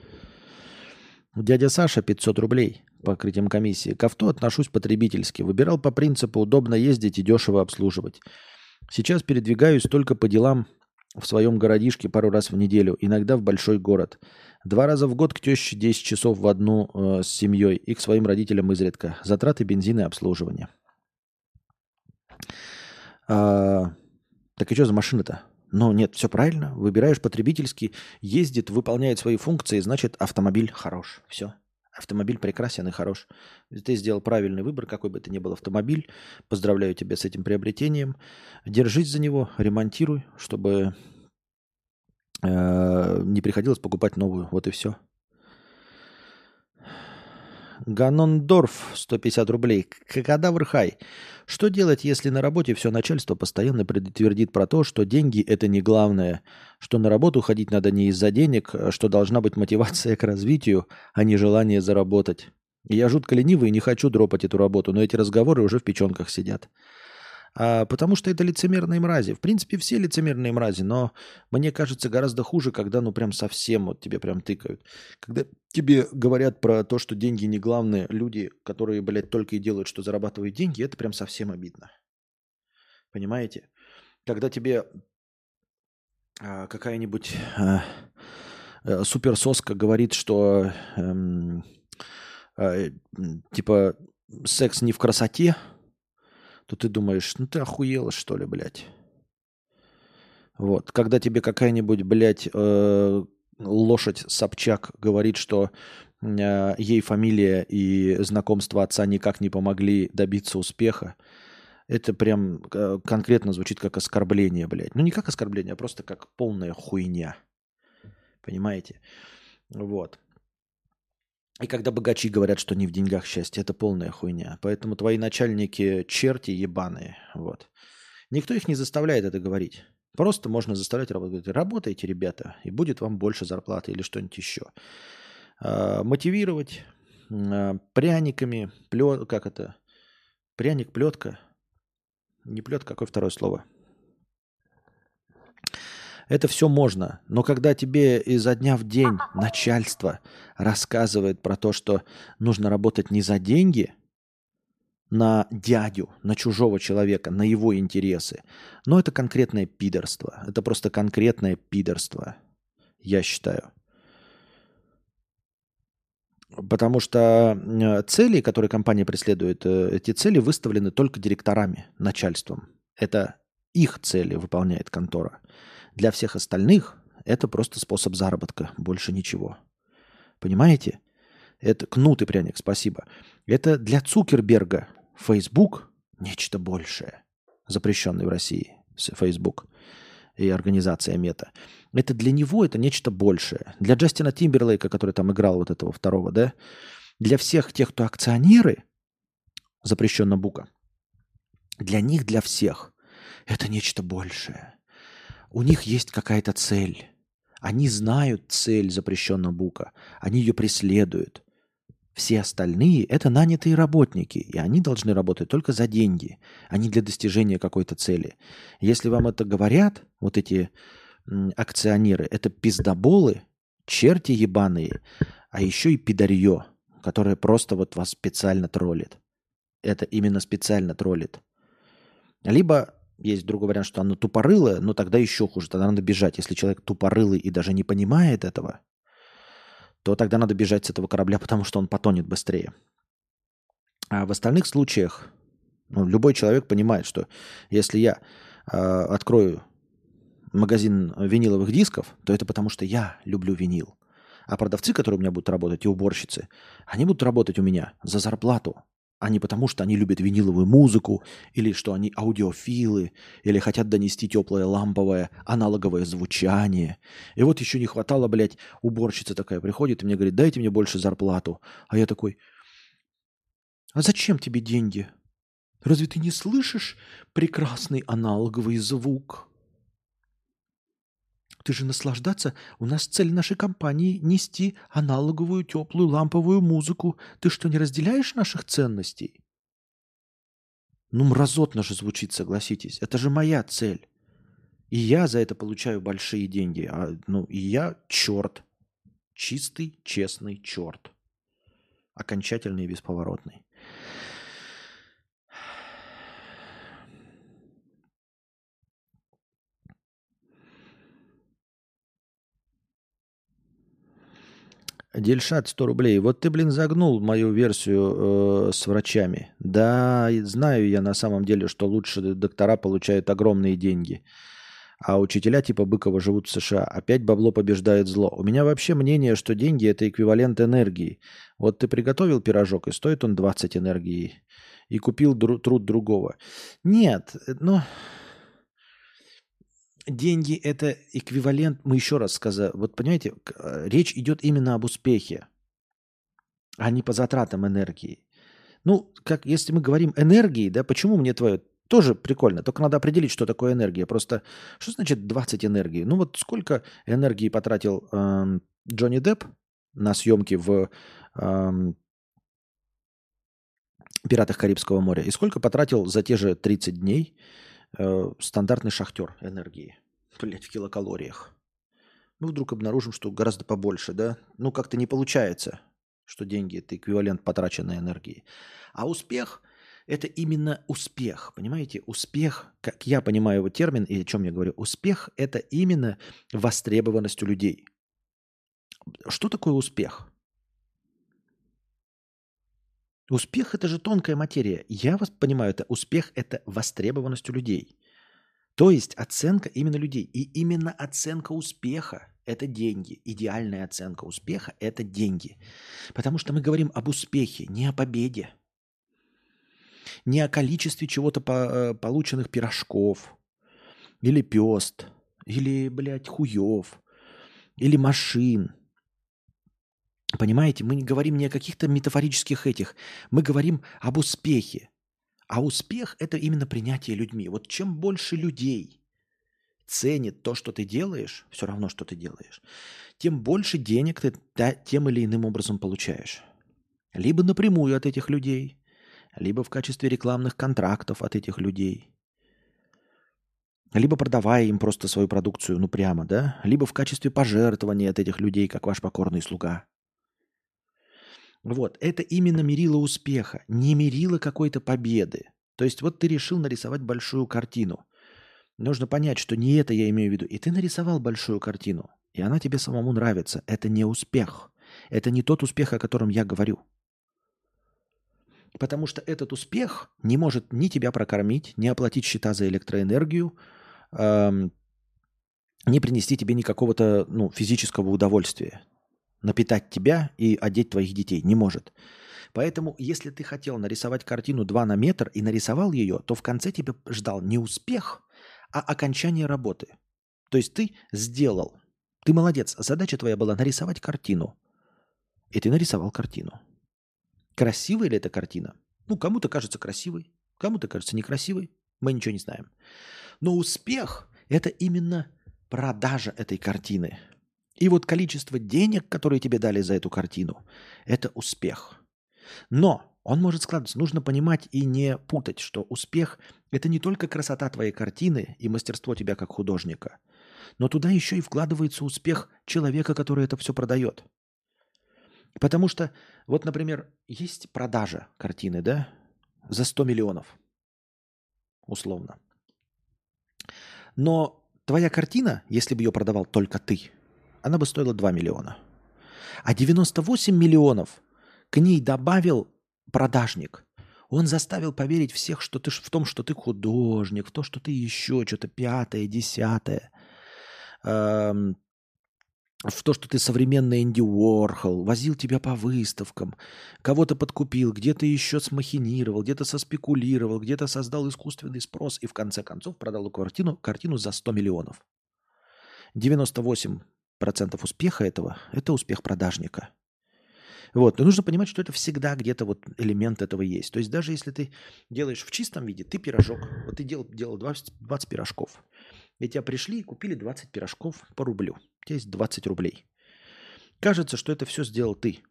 A: Дядя Саша, пятьсот рублей покрытием комиссии. К авто отношусь потребительски. Выбирал по принципу удобно ездить и дешево обслуживать. Сейчас передвигаюсь только по делам в своем городишке пару раз в неделю, иногда в большой город. Два раза в год к теще десять часов в одну э, с семьей и к своим родителям изредка. Затраты бензина и обслуживания. А, так и что за машина-то? Ну нет, все правильно. Выбираешь потребительский, ездит, выполняет свои функции, значит автомобиль хорош. Все. Автомобиль прекрасен и хорош. Ты сделал правильный выбор, какой бы ты ни был автомобиль. Поздравляю тебя с этим приобретением. Держись за него, ремонтируй, чтобы э, не приходилось покупать новую. Вот и все. Ганондорф, сто пятьдесят рублей. Кадавр хай. Что делать, если на работе все начальство постоянно предтвердит про то, что деньги – это не главное, что на работу ходить надо не из-за денег, что должна быть мотивация к развитию, а не желание заработать. Я жутко ленивый и не хочу дропать эту работу, но эти разговоры уже в печенках сидят. А, потому что это лицемерные мрази. В принципе, все лицемерные мрази, но мне кажется гораздо хуже, когда ну прям совсем вот тебе прям тыкают. Когда тебе говорят про то, что деньги не главные, люди, которые, блядь, только и делают, что зарабатывают деньги, это прям совсем обидно. Понимаете? Когда тебе а, какая-нибудь а, а, суперсоска говорит, что эм, а, типа секс не в красоте, то ты думаешь, ну ты охуела, что ли, блядь. Вот. Когда тебе какая-нибудь, блядь, э, лошадь Собчак говорит, что э, ей фамилия и знакомство отца никак не помогли добиться успеха, это прям э, конкретно звучит как оскорбление, блядь. Ну не как оскорбление, а просто как полная хуйня. Понимаете? Вот. И когда богачи говорят, что не в деньгах счастье, это полная хуйня. Поэтому твои начальники черти ебаные. Вот. Никто их не заставляет это говорить. Просто можно заставлять работать. Работайте, ребята, и будет вам больше зарплаты или что-нибудь еще. А, мотивировать а, пряниками, плет, как это? Пряник, плетка. Не плетка, какое второе слово? Это все можно, но когда тебе изо дня в день начальство рассказывает про то, что нужно работать не за деньги, на дядю, на чужого человека, на его интересы, но это конкретное пидорство. Это просто конкретное пидорство, я считаю. Потому что цели, которые компания преследует, эти цели выставлены только директорами, начальством. Это их цели выполняет контора. Для всех остальных это просто способ заработка, больше ничего. Понимаете? Это кнут и пряник, спасибо. Это для Цукерберга Facebook нечто большее, запрещенный в России Facebook и организация Мета. Это для него это нечто большее. Для Джастина Тимберлейка, который там играл вот этого второго, да, для всех тех, кто акционеры, запрещенно Бука, для них, для всех, это нечто большее. У них есть какая-то цель. Они знают цель запрещенного Бука. Они ее преследуют. Все остальные – это нанятые работники, и они должны работать только за деньги, а не для достижения какой-то цели. Если вам это говорят, вот эти м, акционеры, это пиздоболы, черти ебаные, а еще и пидорье, которое просто вот вас специально троллит. Это именно специально троллит. Либо есть другой вариант, что оно тупорылое, но тогда еще хуже, тогда надо бежать. Если человек тупорылый и даже не понимает этого, то тогда надо бежать с этого корабля, потому что он потонет быстрее. А в остальных случаях ну, любой человек понимает, что если я э, открою магазин виниловых дисков, то это потому что я люблю винил. А продавцы, которые у меня будут работать, и уборщицы, они будут работать у меня за зарплату. а не потому, что они любят виниловую музыку, или что они аудиофилы, или хотят донести теплое ламповое аналоговое звучание. И вот еще не хватало, блядь, уборщица такая приходит и мне говорит, дайте мне больше зарплату. А я такой, а зачем тебе деньги? Разве ты не слышишь прекрасный аналоговый звук? Ты же наслаждаться. У нас цель нашей компании нести аналоговую теплую ламповую музыку. Ты что, не разделяешь наших ценностей? Ну, мразотно же звучит, согласитесь. Это же моя цель. И я за это получаю большие деньги. А, ну, и я черт. Чистый, честный черт. Окончательный и бесповоротный. Дельшат, сто рублей. Вот ты, блин, загнул мою версию э, с врачами. Да, и знаю я на самом деле, что лучше доктора получают огромные деньги. А учителя типа Быкова живут в США. Опять бабло побеждает зло. У меня вообще мнение, что деньги – это эквивалент энергии. Вот ты приготовил пирожок, и стоит он двадцать энергии. И купил дру- труд другого. Нет, ну... Деньги – это эквивалент, мы еще раз сказали, вот понимаете, к- э, речь идет именно об успехе, а не по затратам энергии. Ну, как если мы говорим энергии, да, почему мне твое тоже прикольно, только надо определить, что такое энергия. Просто что значит двадцать энергии? Ну вот сколько энергии потратил эм, Джонни Депп на съемки в эм, «Пиратах Карибского моря» и сколько потратил за те же тридцать дней э, стандартный шахтер энергии, блять, в килокалориях. Мы вдруг обнаружим, что гораздо побольше, да? Ну, как-то не получается, что деньги – это эквивалент потраченной энергии. А успех – это именно успех, понимаете? Успех, как я понимаю его термин и о чем я говорю, успех – это именно востребованность у людей. Что такое успех? Успех – это же тонкая материя. Я вас понимаю, это успех – это востребованность у людей. То есть оценка именно людей. И именно оценка успеха – это деньги. Идеальная оценка успеха – это деньги. Потому что мы говорим об успехе, не о победе. Не о количестве чего-то по, э, полученных пирожков. Или пёст. Или, блядь, хуев. Или машин. Понимаете, мы не говорим не о каких-то метафорических этих. Мы говорим об успехе. А успех – это именно принятие людьми. Вот чем больше людей ценит то, что ты делаешь, все равно, что ты делаешь, тем больше денег ты та- тем или иным образом получаешь. Либо напрямую от этих людей, либо в качестве рекламных контрактов от этих людей, либо продавая им просто свою продукцию, ну прямо, да, либо в качестве пожертвования от этих людей, как ваш покорный слуга. Вот, это именно мерило успеха, не мерило какой-то победы. То есть вот ты решил нарисовать большую картину. Нужно понять, что не это я имею в виду. И ты нарисовал большую картину, и она тебе самому нравится. Это не успех. Это не тот успех, о котором я говорю. Потому что этот успех не может ни тебя прокормить, ни оплатить счета за электроэнергию, эм, не принести тебе никакого-то ну, физического удовольствия. Напитать тебя и одеть твоих детей не может. Поэтому, если ты хотел нарисовать картину два на метр и нарисовал ее, то в конце тебя ждал не успех, а окончание работы. То есть ты сделал. Ты молодец. Задача твоя была нарисовать картину. И ты нарисовал картину. Красивая ли эта картина? Ну, кому-то кажется красивой, кому-то кажется некрасивой. Мы ничего не знаем. Но успех – это именно продажа этой картины. И вот количество денег, которые тебе дали за эту картину – это успех. Но он может складываться. Нужно понимать и не путать, что успех – это не только красота твоей картины и мастерство тебя как художника, но туда еще и вкладывается успех человека, который это все продает. Потому что, вот, например, есть продажа картины, да, за сто миллионов, условно. Но твоя картина, если бы ее продавал только ты, она бы стоила два миллиона. А девяносто восемь миллионов к ней добавил продажник. Он заставил поверить всех, что ты, в том, что ты художник, в том, что ты еще что-то пятое, десятое. Эм, в то, что ты современный Энди Уорхол, возил тебя по выставкам, кого-то подкупил, где-то еще смахинировал, где-то соспекулировал, где-то создал искусственный спрос и в конце концов продал эту картину, картину за сто миллионов. девяносто восемь процентов успеха этого – это успех продажника. Вот. Но нужно понимать, что это всегда где-то вот элемент этого есть. То есть даже если ты делаешь в чистом виде, ты пирожок, вот ты делал, делал двадцать, двадцать пирожков, и тебя пришли и купили двадцать пирожков по рублю. У тебя есть двадцать рублей. Кажется, что это все сделал ты.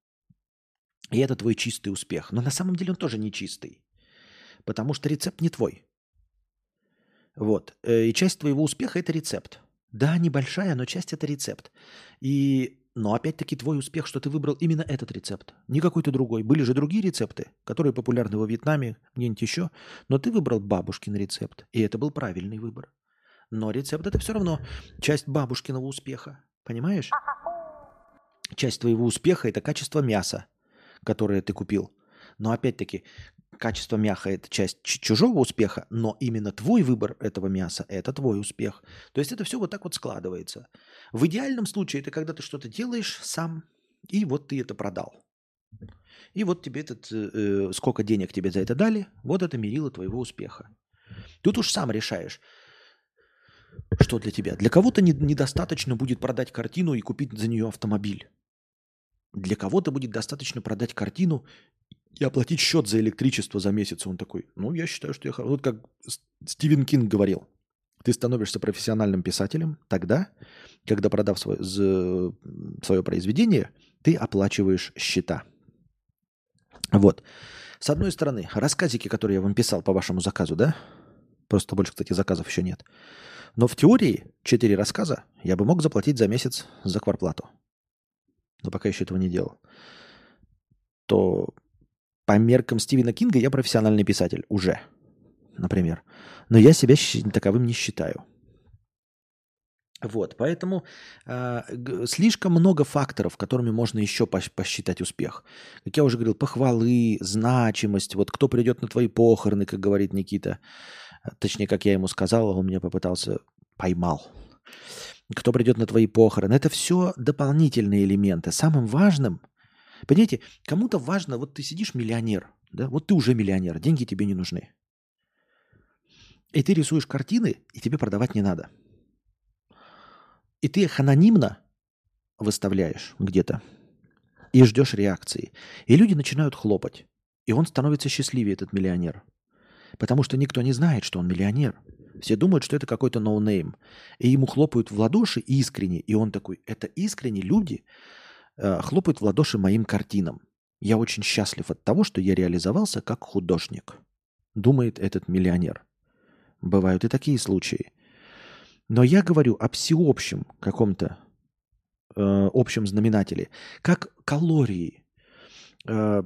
A: И это твой чистый успех. Но на самом деле он тоже не чистый. Потому что рецепт не твой. Вот. Э, И часть твоего успеха – это рецепт. Да, небольшая, но часть – это рецепт. И... Но опять-таки твой успех, что ты выбрал именно этот рецепт. Не какой-то другой. Были же другие рецепты, которые популярны во Вьетнаме, где-нибудь еще. Но ты выбрал бабушкин рецепт. И это был правильный выбор. Но рецепт – это все равно часть бабушкиного успеха. Понимаешь? Часть твоего успеха – это качество мяса, которое ты купил. Но опять-таки, качество мяса – это часть ч- чужого успеха, но именно твой выбор этого мяса – это твой успех. То есть это все вот так вот складывается. В идеальном случае это когда ты что-то делаешь сам, и вот ты это продал. И вот тебе этот, э, э, сколько денег тебе за это дали, вот это мерило твоего успеха. Тут уж сам решаешь, что для тебя. Для кого-то не- недостаточно будет продать картину и купить за нее автомобиль. Для кого-то будет достаточно продать картину и оплатить счет за электричество за месяц. Он такой, ну, я считаю, что я хорош. Вот как С- Стивен Кинг говорил, ты становишься профессиональным писателем тогда, когда, продав свое, свое произведение, ты оплачиваешь счета. Вот. С одной стороны, рассказики, которые я вам писал по вашему заказу, да? Просто больше, кстати, заказов еще нет. Но в теории четыре рассказа я бы мог заплатить за месяц за квартплату. Но пока еще этого не делал. То по меркам Стивена Кинга я профессиональный писатель уже, например. Но я себя щ- таковым не считаю. Вот, поэтому э, г- слишком много факторов, которыми можно еще пос- посчитать успех. Как я уже говорил, похвалы, значимость, вот кто придет на твои похороны, как говорит Никита, э, точнее, как я ему сказал, он меня попытался, поймал. Кто придет на твои похороны, это все дополнительные элементы. Самым важным, понимаете, кому-то важно, вот ты сидишь миллионер, да, вот ты уже миллионер, деньги тебе не нужны. И ты рисуешь картины, и тебе продавать не надо. И ты их анонимно выставляешь где-то и ждешь реакции. И люди начинают хлопать. И он становится счастливее, этот миллионер. Потому что никто не знает, что он миллионер. Все думают, что это какой-то ноунейм. И ему хлопают в ладоши искренне. И он такой, это искренне люди э, хлопают в ладоши моим картинам. Я очень счастлив от того, что я реализовался как художник. Думает этот миллионер. Бывают и такие случаи. Но я говорю о всеобщем каком-то э, общем знаменателе, как калории э,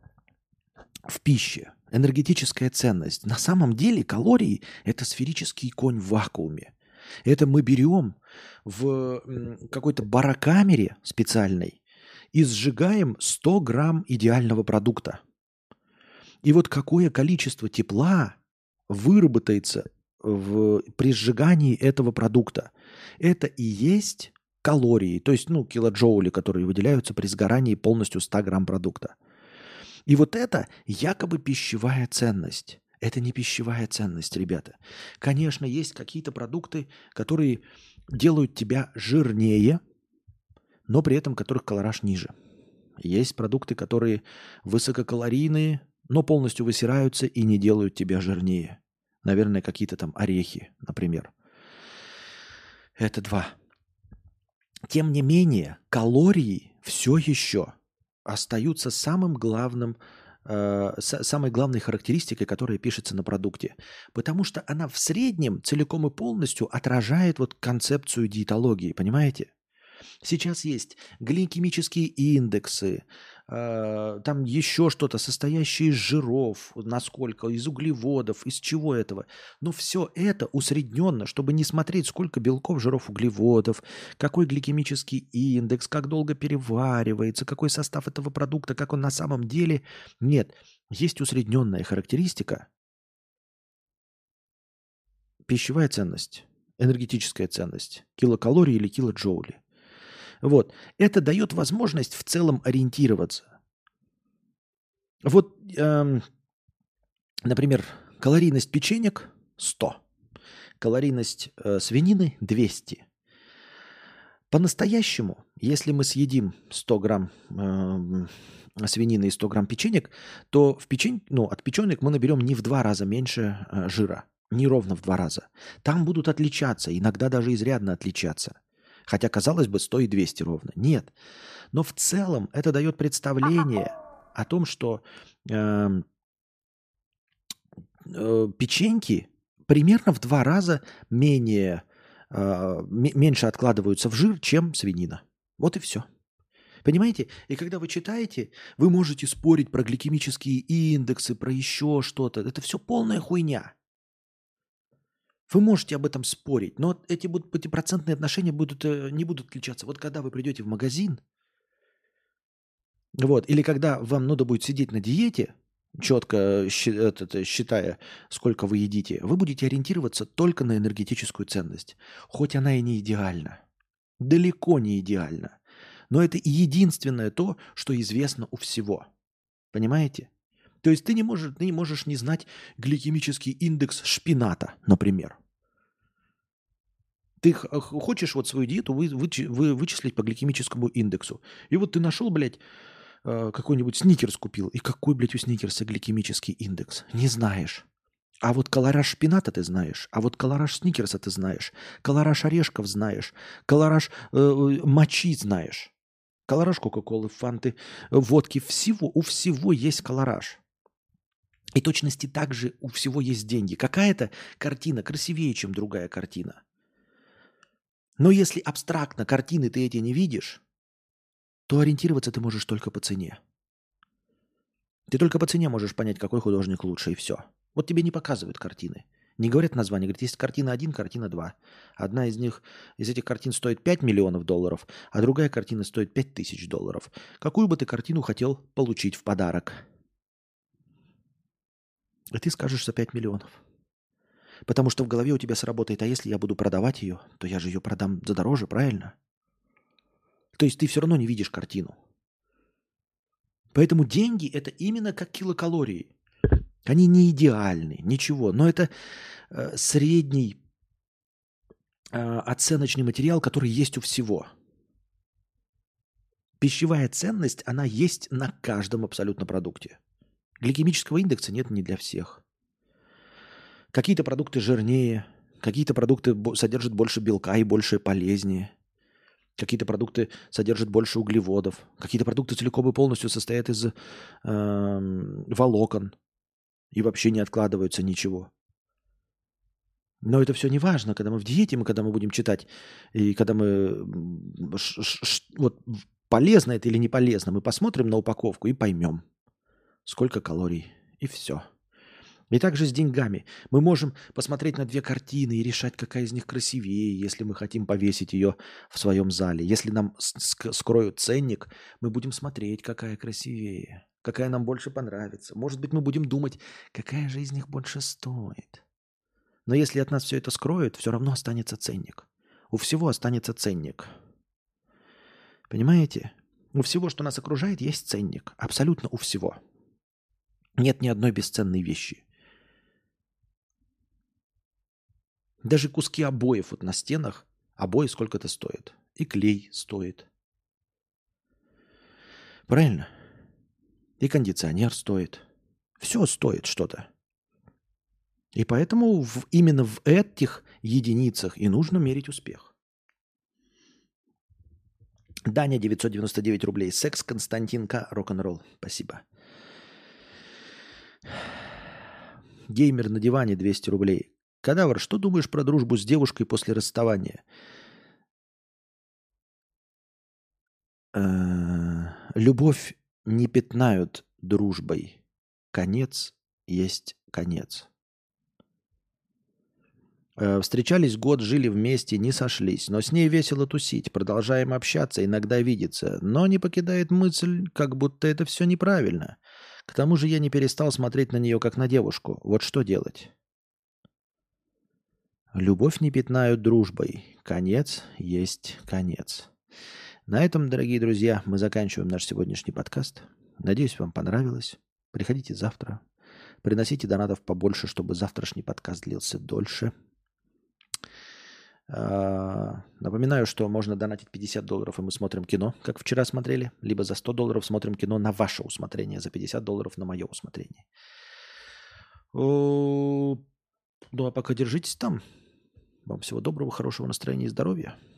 A: в пище, энергетическая ценность. На самом деле калории – это сферический конь в вакууме. Это мы берем в м, какой-то барокамере специальной и сжигаем сто грамм идеального продукта. И вот какое количество тепла выработается в, при сжигании этого продукта. Это и есть калории, то есть ну, килоджоули, которые выделяются при сгорании полностью ста грамм продукта. И вот это якобы пищевая ценность. Это не пищевая ценность, ребята. Конечно, есть какие-то продукты, которые делают тебя жирнее, но при этом которых колораж ниже. Есть продукты, которые высококалорийные, но полностью высираются и не делают тебя жирнее. Наверное, какие-то там орехи, например. Это два. Тем не менее, калории все еще остаются самым главным, э, с- самой главной характеристикой, которая пишется на продукте. Потому что она в среднем целиком и полностью отражает вот концепцию диетологии, понимаете? Сейчас есть гликемические индексы, э, там еще что-то, состоящее из жиров, насколько, из углеводов, из чего этого. Но все это усредненно, чтобы не смотреть, сколько белков, жиров, углеводов, какой гликемический индекс, как долго переваривается, какой состав этого продукта, как он на самом деле. Нет, есть усредненная характеристика, пищевая ценность, энергетическая ценность, килокалории или килоджоули. Вот. Это дает возможность в целом ориентироваться. Вот, эм, например, калорийность печенек сто, калорийность э, свинины двести. По-настоящему, если мы съедим сто грамм э, свинины и сто грамм печенек, то в печень, ну, от печенек мы наберем не в два раза меньше э, жира, не ровно в два раза. Там будут отличаться, иногда даже изрядно отличаться. Хотя, казалось бы, сто и двести ровно. Нет. Но в целом это дает представление о том, что э, э, печеньки примерно в два раза менее, э, м- меньше откладываются в жир, чем свинина. Вот и все. Понимаете? И когда вы читаете, вы можете спорить про гликемические индексы, про еще что-то. Это все полная хуйня. Вы можете об этом спорить, но эти, будут, эти процентные отношения будут, э, не будут отличаться. Вот когда вы придете в магазин, вот, или когда вам надо будет сидеть на диете, четко щи- этот, э, считая, сколько вы едите, вы будете ориентироваться только на энергетическую ценность. Хоть она и не идеальна. Далеко не идеальна. Но это и единственное то, что известно у всего. Понимаете? То есть ты не можешь, ты не можешь не знать гликемический индекс шпината, например. Ты х- х- хочешь вот свою диету вы, вычи- вы- вычислить по гликемическому индексу. И вот ты нашел, блядь, э, какой-нибудь сникерс купил. И какой, блядь, у сникерса гликемический индекс? Не знаешь. А вот колораж шпината ты знаешь, а вот колораж сникерса ты знаешь, колораж орешков знаешь, колораж э, э, мочи знаешь, колораж кока-колы, фанты, э, водки, всего, у всего есть колораж. И точности также у всего есть деньги. Какая-то картина красивее, чем другая картина. Но если абстрактно картины ты эти не видишь, то ориентироваться ты можешь только по цене. Ты только по цене можешь понять, какой художник лучше, и все. Вот тебе не показывают картины. Не говорят название. Говорят, есть картина один, картина два. Одна из них, из этих картин стоит пять миллионов долларов, а другая картина стоит пять тысяч долларов. Какую бы ты картину хотел получить в подарок? И ты скажешь за пять миллионов. Потому что в голове у тебя сработает, а если я буду продавать ее, то я же ее продам за дороже, правильно? То есть ты все равно не видишь картину. Поэтому деньги – это именно как килокалории. Они не идеальны, ничего, но это э, средний э, оценочный материал, который есть у всего. Пищевая ценность, она есть на каждом абсолютно продукте. Гликемического индекса нет не для всех. Какие-то продукты жирнее, какие-то продукты бо- содержат больше белка и больше полезнее. Какие-то продукты содержат больше углеводов. Какие-то продукты целиком и полностью состоят из эм, волокон и вообще не откладываются ничего. Но это все не важно, когда мы в диете, мы когда мы будем читать, и когда мы м, ш- ш- ш- вот в- полезно это или не полезно, мы посмотрим на упаковку и поймем, сколько калорий, и все. И также с деньгами. Мы можем посмотреть на две картины и решать, какая из них красивее, если мы хотим повесить ее в своем зале. Если нам с- ск- скроют ценник, мы будем смотреть, какая красивее, какая нам больше понравится. Может быть, мы будем думать, какая же из них больше стоит. Но если от нас все это скроют, все равно останется ценник. У всего останется ценник. Понимаете? У всего, что нас окружает, есть ценник. Абсолютно у всего. Нет ни одной бесценной вещи. Даже куски обоев вот на стенах, обои сколько-то стоят. И клей стоит. Правильно? И кондиционер стоит. Все стоит что-то. И поэтому в, именно в этих единицах и нужно мерить успех. Даня, девятьсот девяносто девять рублей. Секс Константин К. Рок-н-ролл. Спасибо. Геймер на диване, двести рублей. Кадавр, что думаешь про дружбу с девушкой после расставания? Э, Любовь не пятнают дружбой. Конец есть конец. Э, Встречались год, жили вместе, не сошлись. Но с ней весело тусить. Продолжаем общаться, иногда видеться. Но не покидает мысль, как будто это все неправильно. К тому же я не перестал смотреть на нее, как на девушку. Вот что делать? Любовь не пятнают дружбой. Конец есть конец. На этом, дорогие друзья, мы заканчиваем наш сегодняшний подкаст. Надеюсь, вам понравилось. Приходите завтра. Приносите донатов побольше, чтобы завтрашний подкаст длился дольше. Напоминаю, что можно донатить пятьдесят долларов, и мы смотрим кино, как вчера смотрели, либо за сто долларов смотрим кино на ваше усмотрение, за пятьдесят долларов на мое усмотрение. Ну, а пока держитесь там. Вам всего доброго, хорошего настроения и здоровья.